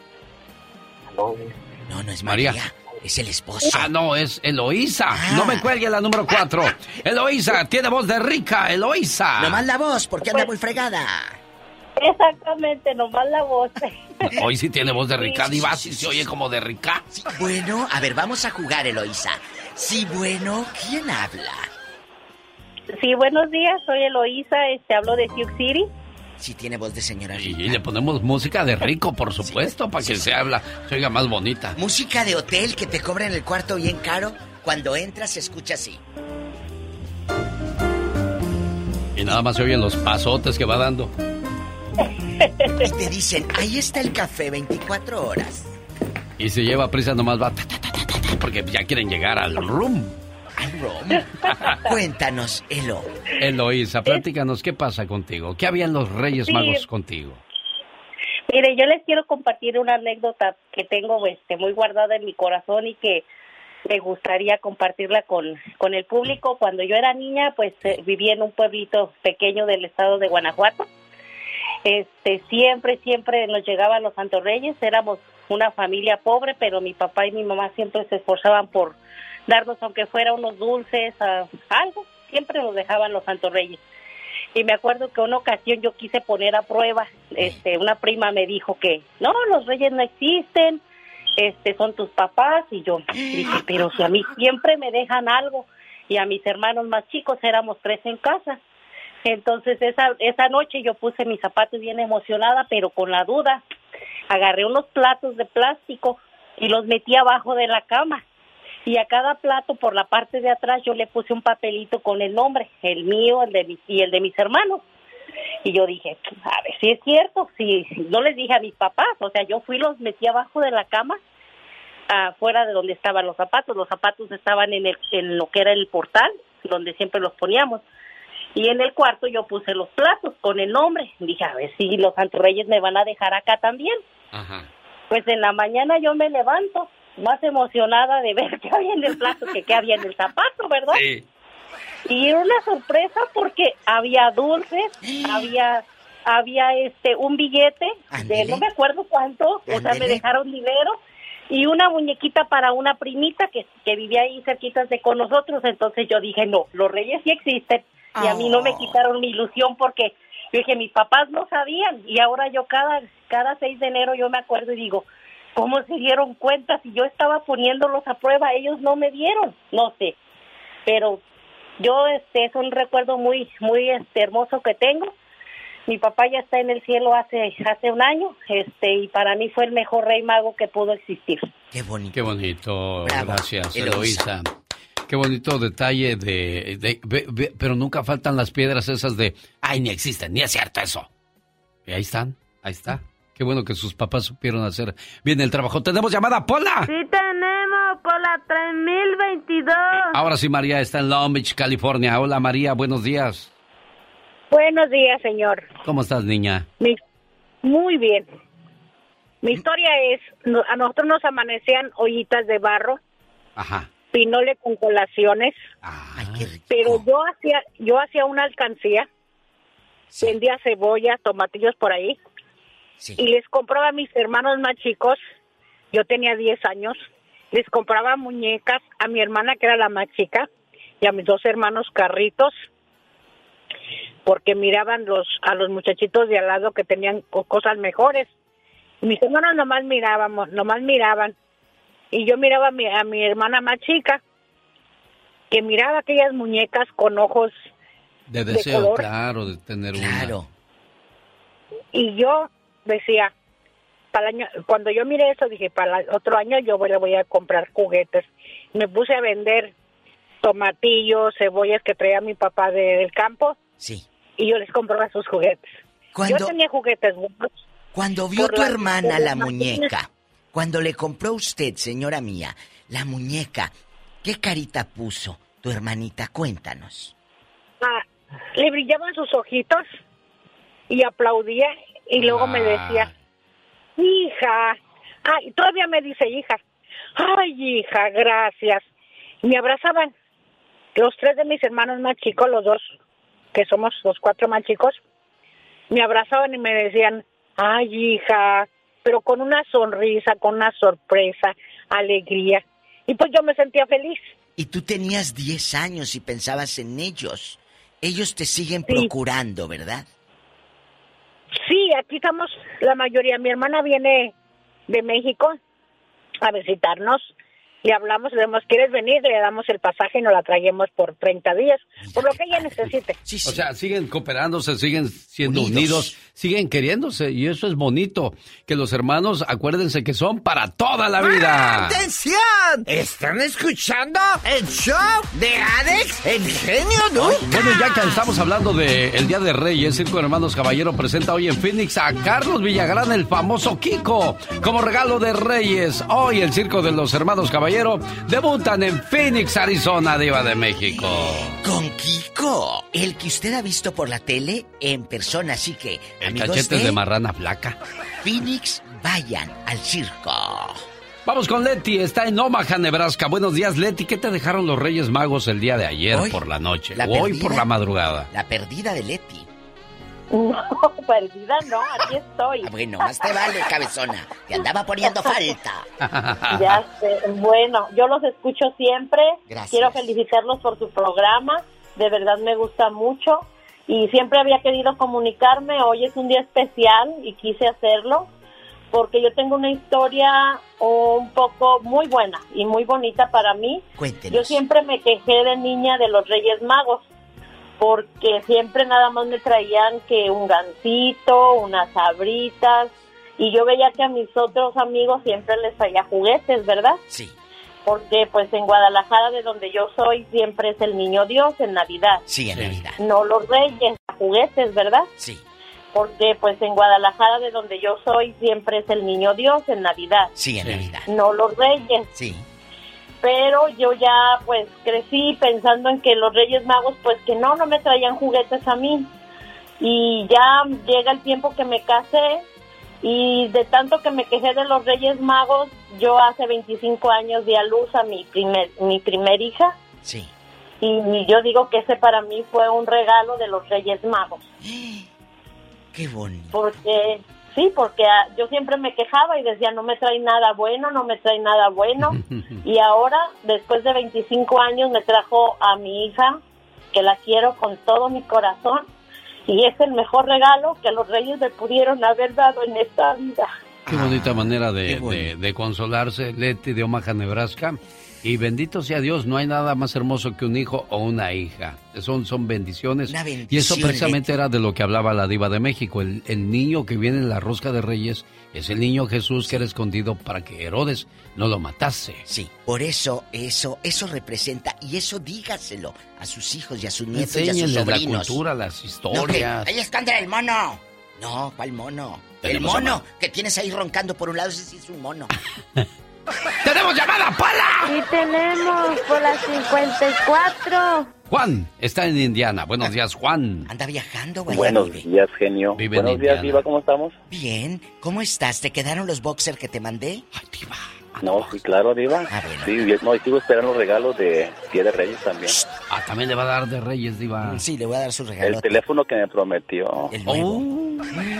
No, no es María. María. Es el esposo. Ah, no, es Eloísa. Ah. No me cuelgue la número cuatro. Eloísa, tiene voz de rica, Eloísa. Nomás la voz porque anda muy fregada. Exactamente, nomás la voz. Hoy sí tiene voz de rica, Diva, sí se oye como de rica. Sí, bueno, a ver, vamos a jugar, Eloísa. Sí, bueno, ¿quién habla? Sí, buenos días, soy Eloísa, este, hablo de Sioux City. Sí, tiene voz de señora rica. Y le ponemos música de rico, por supuesto, para que se habla, se oiga más bonita. Música de hotel que te cobran el cuarto bien caro. Cuando entras se escucha así. Y nada más se oyen los pasotes que va dando. Y te dicen, ahí está el café veinticuatro horas. Y se lleva prisa, nomás va, ta, ta, ta, ta, ta, porque ya quieren llegar al room. Al room. Cuéntanos, Elo. Eloísa, platícanos, ¿qué pasa contigo? ¿Qué habían los Reyes Sí. Magos contigo? Mire, yo les quiero compartir una anécdota que tengo este, muy guardada en mi corazón y que me gustaría compartirla con, con el público. Cuando yo era niña, pues eh, vivía en un pueblito pequeño del estado de Guanajuato. Este, siempre, siempre nos llegaban los Santos Reyes. Éramos una familia pobre, pero mi papá y mi mamá siempre se esforzaban por darnos, aunque fuera unos dulces, uh, algo. Siempre nos dejaban los Santos Reyes. Y me acuerdo que una ocasión yo quise poner a prueba, este, una prima me dijo que no, los Reyes no existen, este, son tus papás. Y yo dije, pero si a mí siempre me dejan algo, y a mis hermanos más chicos éramos tres en casa. Entonces esa esa noche yo puse mis zapatos bien emocionada, pero con la duda. Agarré unos platos de plástico y los metí abajo de la cama. y a cada plato por la parte de atrás yo le puse un papelito con el nombre, el mío, el de mi, y el de mis hermanos. Y yo dije, a ver si es cierto, si no les dije a mis papás, o sea, yo fui, los metí abajo de la cama, afuera de donde estaban los zapatos, los zapatos estaban en, el, en lo que era el portal, donde siempre los poníamos, y en el cuarto yo puse los platos con el nombre, dije, a ver si los Santos Reyes me van a dejar acá también. Ajá. Pues en la mañana yo me levanto, más emocionada de ver qué había en el plato que qué había en el zapato, ¿verdad? Sí. Y era una sorpresa porque había dulces, había había este un billete Andele. de no me acuerdo cuánto, Andele. o sea, me dejaron dinero y una muñequita para una primita que, que vivía ahí cerquitas de con nosotros. Entonces yo dije, no, los Reyes sí existen y oh. a mí no me quitaron mi ilusión porque yo dije, mis papás no sabían y ahora yo cada, cada seis de enero yo me acuerdo y digo, ¿cómo se dieron cuenta? Si yo estaba poniéndolos a prueba, ellos no me dieron, no sé, pero... Yo, este, es un recuerdo muy, muy, este, hermoso que tengo. Mi papá ya está en el cielo hace, hace un año, este, y para mí fue el mejor rey mago que pudo existir. Qué bonito. Qué bonito, Bravo. Gracias, Eloísa. Qué bonito detalle de, de, de, de, pero nunca faltan las piedras esas de, ay, ni existen, ni es cierto eso. Y ahí están, ahí está. Qué bueno que sus papás supieron hacer bien el trabajo. ¿Tenemos llamada, Pola? Sí, tenemos, Pola tres mil veintidós. Ahora sí, María está en Long Beach, California. Hola, María, buenos días. Buenos días, señor. ¿Cómo estás, niña? Mi, muy bien. Mi historia es, a nosotros nos amanecían ollitas de barro. Ajá. Pinole con colaciones. Ay, qué rico. Pero yo hacía, yo hacía una alcancía. Sí. Vendía cebolla, tomatillos por ahí. Sí. Y les compraba a mis hermanos más chicos, yo tenía diez años, les compraba muñecas a mi hermana que era la más chica y a mis dos hermanos carritos, porque miraban los a los muchachitos de al lado que tenían cosas mejores. Y mis hermanos nomás mirábamos, nomás miraban, y yo miraba a mi, a mi hermana más chica, que miraba aquellas muñecas con ojos de deseo, de color. Claro, de tener claro. una. Y yo decía, para el año, cuando yo miré eso, dije, para el otro año yo le voy a comprar juguetes. Me puse a vender tomatillos, cebollas que traía mi papá de, del campo. Sí. Y yo les compraba sus juguetes. Cuando, yo tenía juguetes buenos. Cuando vio tu la, hermana la muñeca, cuando le compró usted, señora mía, la muñeca, ¿qué carita puso tu hermanita? Cuéntanos. Ah, le brillaban sus ojitos y aplaudía. Y luego ah. me decía, hija, ay, todavía me dice hija, ay, hija, gracias. Y me abrazaban. Los tres de mis hermanos más chicos, los dos, que somos los cuatro más chicos, me abrazaban y me decían, ay, hija, pero con una sonrisa, con una sorpresa, alegría. Y pues yo me sentía feliz. Y tú tenías diez años y pensabas en ellos. Ellos te siguen sí. procurando, ¿verdad? Sí, aquí estamos la mayoría. Mi hermana viene de México a visitarnos. Le hablamos, le decimos, ¿quieres venir? Le damos el pasaje y nos la traemos por treinta días, por lo que ella necesite. Sí, sí. O sea, siguen cooperándose, siguen siendo unidos. unidos, siguen queriéndose, y eso es bonito. Que los hermanos, acuérdense que son para toda la vida. ¡Atención! ¿Están escuchando el show de Alex, el genio Lucas? Bueno, ya que estamos hablando del Día de Reyes, Circo Hermanos Caballero presenta hoy en Phoenix a Carlos Villagrán, el famoso Kiko, como regalo de Reyes. Hoy el Circo de los Hermanos Caballero debutan en Phoenix, Arizona, Diva de México. Con Kiko, el que usted ha visto por la tele en persona, así que... El cachete de... de marrana flaca. Phoenix, vayan al circo. Vamos con Leti, está en Omaha, Nebraska. Buenos días, Leti. ¿Qué te dejaron los Reyes Magos el día de ayer hoy, por la noche? La hoy perdida, por la madrugada. La perdida de Leti. No, perdida no, aquí estoy. Ah, bueno, más te vale, cabezona. Te andaba poniendo falta. Ya sé. Bueno, yo los escucho siempre. Gracias. Quiero felicitarlos por su programa. De verdad me gusta mucho. Y siempre había querido comunicarme. Hoy es un día especial y quise hacerlo. Porque yo tengo una historia un poco muy buena y muy bonita para mí. Cuéntenos. Yo siempre me quejé de niña de los Reyes Magos. Porque siempre nada más me traían que un gansito, unas sabritas, y yo veía que a mis otros amigos siempre les traía juguetes, ¿verdad? Sí. porque pues en Guadalajara, de donde yo soy, siempre es el niño Dios en Navidad. Sí, en Navidad. No los reyes, juguetes, ¿verdad? Sí. Porque pues en Guadalajara, de donde yo soy, siempre es el niño Dios en Navidad. Sí, en Navidad. No los reyes. Sí. Pero yo ya pues crecí pensando en que los Reyes Magos pues que no, no me traían juguetes a mí. Y ya llega el tiempo que me casé y de tanto que me quejé de los Reyes Magos, yo hace veinticinco años di a luz a mi primer, mi primer hija. Sí. Y yo digo que ese para mí fue un regalo de los Reyes Magos. Qué bonito. Porque... Sí, porque uh, yo siempre me quejaba y decía, no me trae nada bueno, no me trae nada bueno. Y ahora, después de veinticinco años, me trajo a mi hija, que la quiero con todo mi corazón. Y es el mejor regalo que los reyes me pudieron haber dado en esta vida. Qué bonita manera de, de, de consolarse, Leti de Omaha, Nebraska. Y bendito sea Dios, no hay nada más hermoso que un hijo o una hija. Son, son bendiciones. Una bendición. Y eso precisamente era de lo que hablaba la Diva de México. El, el niño que viene en la rosca de Reyes es el niño Jesús que era escondido para que Herodes no lo matase. Sí, por eso, eso, eso representa, y eso dígaselo a sus hijos y a sus nietos y a sus sobrinos. La cultura, las historias. No, que, ahí esconde el mono. No, ¿cuál mono? El mono que tienes ahí roncando por un lado, ese sí es un mono. ¡Tenemos llamada, Pola! Sí, tenemos por la cincuenta y cuatro. Juan está en Indiana. Buenos días, Juan. Anda viajando, güey. Buenos días, genio. Vive Buenos días, Diva, ¿cómo estamos? Bien. ¿Cómo estás? ¿Te quedaron los boxers que te mandé? Ay, Diva. No, sí, claro, Diva. Ah, bueno. Sí, yo, no, y sigo esperando los regalos de Día de Reyes también. Ah, también le va a dar de Reyes, Diva. Sí, le voy a dar su regalo. El teléfono que me prometió. El nuevo. Oh.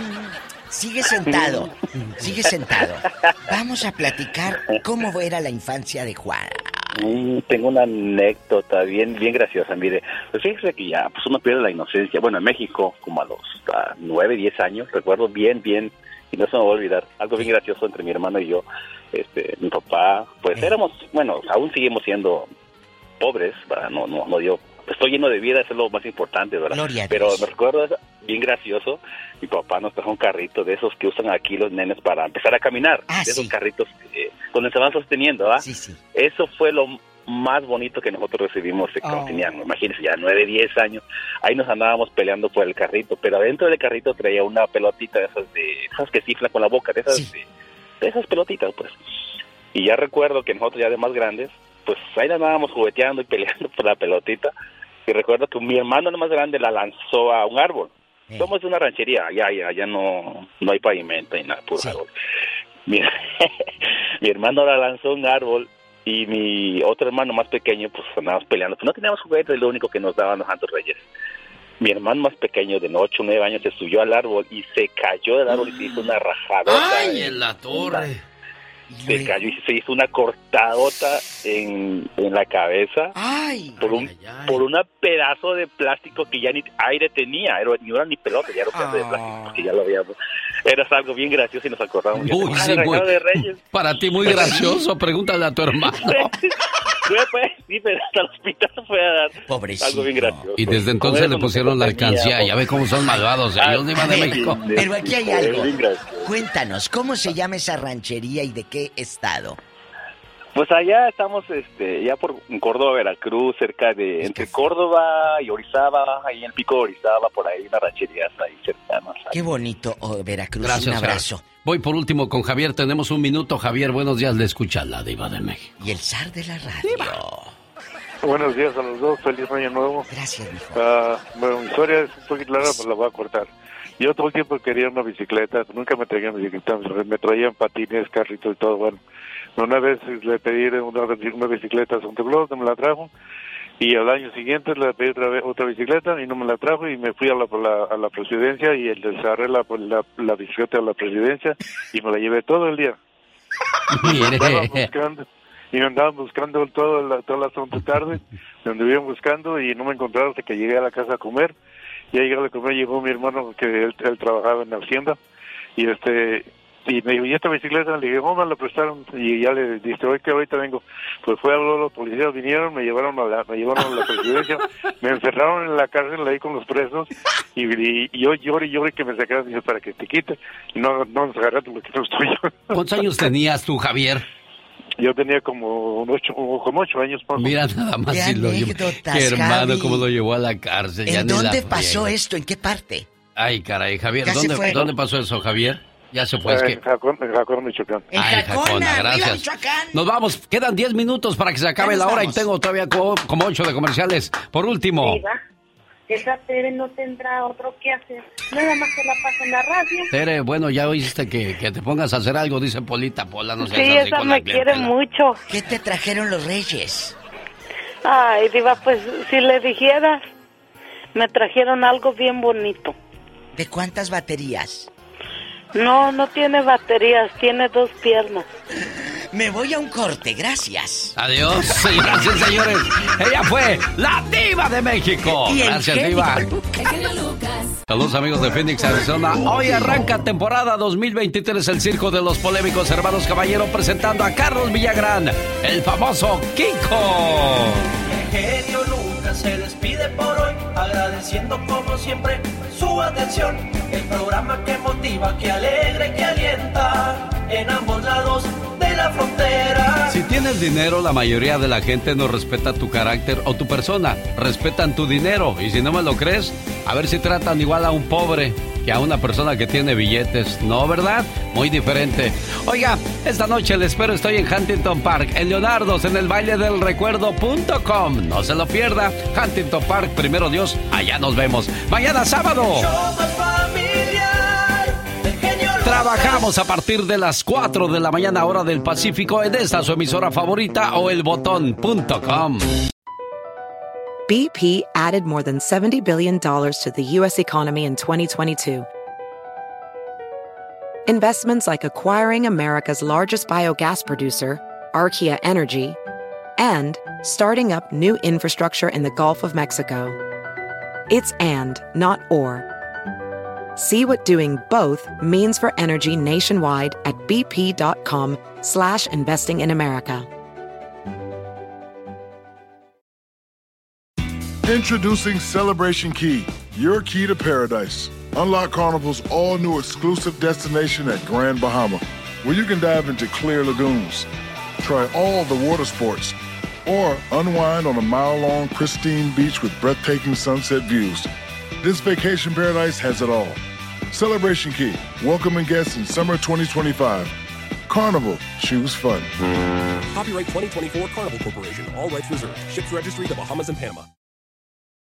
Sigue sentado, sigue sentado. Vamos a platicar cómo era la infancia de Juan. Mm, tengo una anécdota bien bien graciosa, mire. Pues fíjese que ya pues uno pierde la inocencia. Bueno, en México, como a los a nueve, diez años, recuerdo bien, bien, y no se me va a olvidar, algo bien gracioso entre mi hermano y yo. Este, mi papá, pues éramos, bueno, aún seguimos siendo pobres, ¿verdad? No, no, no dio... Estoy lleno de vida, eso es lo más importante, ¿verdad? Gloria a Pero Dios. me recuerdo, bien gracioso, mi papá nos trajo un carrito de esos que usan aquí los nenes para empezar a caminar. Ah, de esos sí. carritos eh, donde se van sosteniendo, ¿ah? Sí, sí. Eso fue lo más bonito que nosotros recibimos eh, cuando Oh. teníamos, imagínense, ya nueve, diez años. Ahí nos andábamos peleando por el carrito, pero adentro del carrito traía una pelotita de esas, de esas que ciflan con la boca, de esas, Sí. de, de esas pelotitas, pues. Y ya recuerdo que nosotros ya de más grandes, pues ahí andábamos jugueteando y peleando por la pelotita. Y recuerdo que mi hermano, el más grande, la lanzó a un árbol. Eh. Somos de una ranchería, allá, allá, allá no, no hay pavimento ni nada, puro Sí. árbol. Mi, mi hermano la lanzó a un árbol y mi otro hermano más pequeño, pues andábamos peleando. Pues no teníamos juguetes, es lo único que nos daban los Santos Reyes. Mi hermano más pequeño, de ocho o nueve años, se subió al árbol y se cayó del árbol y se hizo una rajadota. ¡Ay, en la torre! Se cayó y se hizo una cortadota en, en la cabeza. ¡Ay! Por un ay, ay. por un pedazo de plástico que ya ni aire tenía, era, no era ni pelota, ya era un pedazo de plástico, porque ya lo habíamos. Era algo bien gracioso y nos acordamos. Uy, Ah, sí, el regalo muy- de Reyes. Para ti muy gracioso, pregúntale a tu hermano. Fue, pues, sí, pero hasta el hospital fue a dar Pobrecito. algo bien gracioso. Y desde Con entonces eso le nos pusieron la entreteníamos. alcancía. Ya ve cómo son malvados. Ah, Ellos iban de a ver, México. Pero aquí hay Sí, algo. bien gracioso. Cuéntanos, ¿cómo se llama esa ranchería y de qué estado? Pues allá estamos, este, ya por en Córdoba, Veracruz, cerca de, entre Córdoba y Orizaba, ahí en el pico de Orizaba, por ahí, unas rancherías ahí cercanas. Qué bonito, oh, Veracruz. Gracias, Un abrazo. Fer. Voy por último con Javier. Tenemos un minuto. Javier, buenos días. Le escucha la Diva de México. Y el zar de la radio. Buenos días a los dos, feliz año nuevo. Gracias, mijo. Ah, bueno, mi historia es un poquito larga, pero la voy a cortar. Yo todo el tiempo quería una bicicleta, nunca me traían bicicleta, me traían patines, carritos y todo, bueno. Una vez le pedí una, una bicicleta a Santa Claus, no me la trajo, y al año siguiente le pedí otra, vez, otra bicicleta y no me la trajo, y me fui a la, la, a la presidencia y le agarré la, la, la bicicleta a la presidencia y me la llevé todo el día. Andaban buscando, y me andaban buscando todo la, toda la santa tarde, me anduvieron buscando y no me encontraron hasta que llegué a la casa a comer. Ya llegué a comer, llegó mi hermano que él, él trabajaba en la hacienda y este y me dijo, ¿y esta bicicleta? Le dije, ¿cómo me la prestaron? Y ya le dije, oye, que ahorita vengo. Pues fue a hablar, los policías vinieron, me llevaron a la, me llevaron a la presidencia, me encerraron en la cárcel ahí con los presos y, y, y yo lloré y lloré que me sacaran, dije, para que te quite. Y no, no nos agarraste porque no estoy yo. ¿Cuántos años tenías tú, Javier? Yo tenía como ocho, como ocho años. Más Mira nada más si lo llevó. Qué hermano, Javi. Cómo lo llevó a la cárcel. ¿En ya dónde pasó friega. esto? ¿En qué parte? Ay, caray, Javier, ¿dónde, ¿dónde pasó eso, Javier? Ya se fue. Eh, es que... En Jacona, en Jacona, Michoacán. En Ay, Jacona, Jacona, gracias. Michoacán. Nos vamos, quedan diez minutos para que se acabe la hora vamos. Y tengo todavía como, como ocho de comerciales. Por último. Sí, esa Tere no tendrá otro que hacer. Nada más se la pasa en la radio. Tere, bueno, ya oíste que, que te pongas a hacer algo, dice Polita Pola, no seas sí, así esa con me la quiere mucho. ¿Qué te trajeron los reyes? Ay, Diva, pues si le dijeras, me trajeron algo bien bonito. ¿De cuántas baterías? No, no tiene baterías, tiene dos piernas. Me voy a un corte, gracias. Adiós, gracias, señores. Ella fue la Diva de México. Gracias, Diva. Saludos, amigos de Phoenix, Arizona. Hoy arranca temporada dos mil veintitrés el Circo de los Polémicos Hermanos Caballero, presentando a Carlos Villagrán, el famoso Kiko. El genio Lucas se despide por hoy, agradeciendo como siempre su atención. El programa que motiva, que alegra y que alienta en ambos lados de la frontera. Si tienes dinero, la mayoría de la gente no respeta tu carácter o tu persona. Respetan tu dinero. Y si no me lo crees, a ver si tratan igual a un pobre que a una persona que tiene billetes. ¿No, verdad? Muy diferente. Oiga, esta noche les espero. Estoy en Huntington Park, en Leonardo's, en el baile del recuerdo punto com. No se lo pierda. Huntington Park, primero Dios, allá nos vemos. Mañana sábado. Trabajamos a partir de las cuatro de la mañana, hora del Pacífico, en esta su emisora favorita o el botón punto com. B P added more than seventy billion dollars to the U S economy in twenty twenty-two. Investments like acquiring America's largest biogas producer, Archaea Energy, and starting up new infrastructure in the Gulf of Mexico. It's and, not or. See what doing both means for energy nationwide at bp.com slash investing in America. Introducing Celebration Key, your key to paradise. Unlock Carnival's all-new exclusive destination at Grand Bahama, where you can dive into clear lagoons, try all the water sports, or unwind on a mile-long pristine beach with breathtaking sunset views. This vacation paradise has it all. Celebration Key, welcoming guests in summer twenty twenty-five. Carnival, choose fun. Copyright twenty twenty-four Carnival Corporation, all rights reserved. Ships registry, the Bahamas and Panama.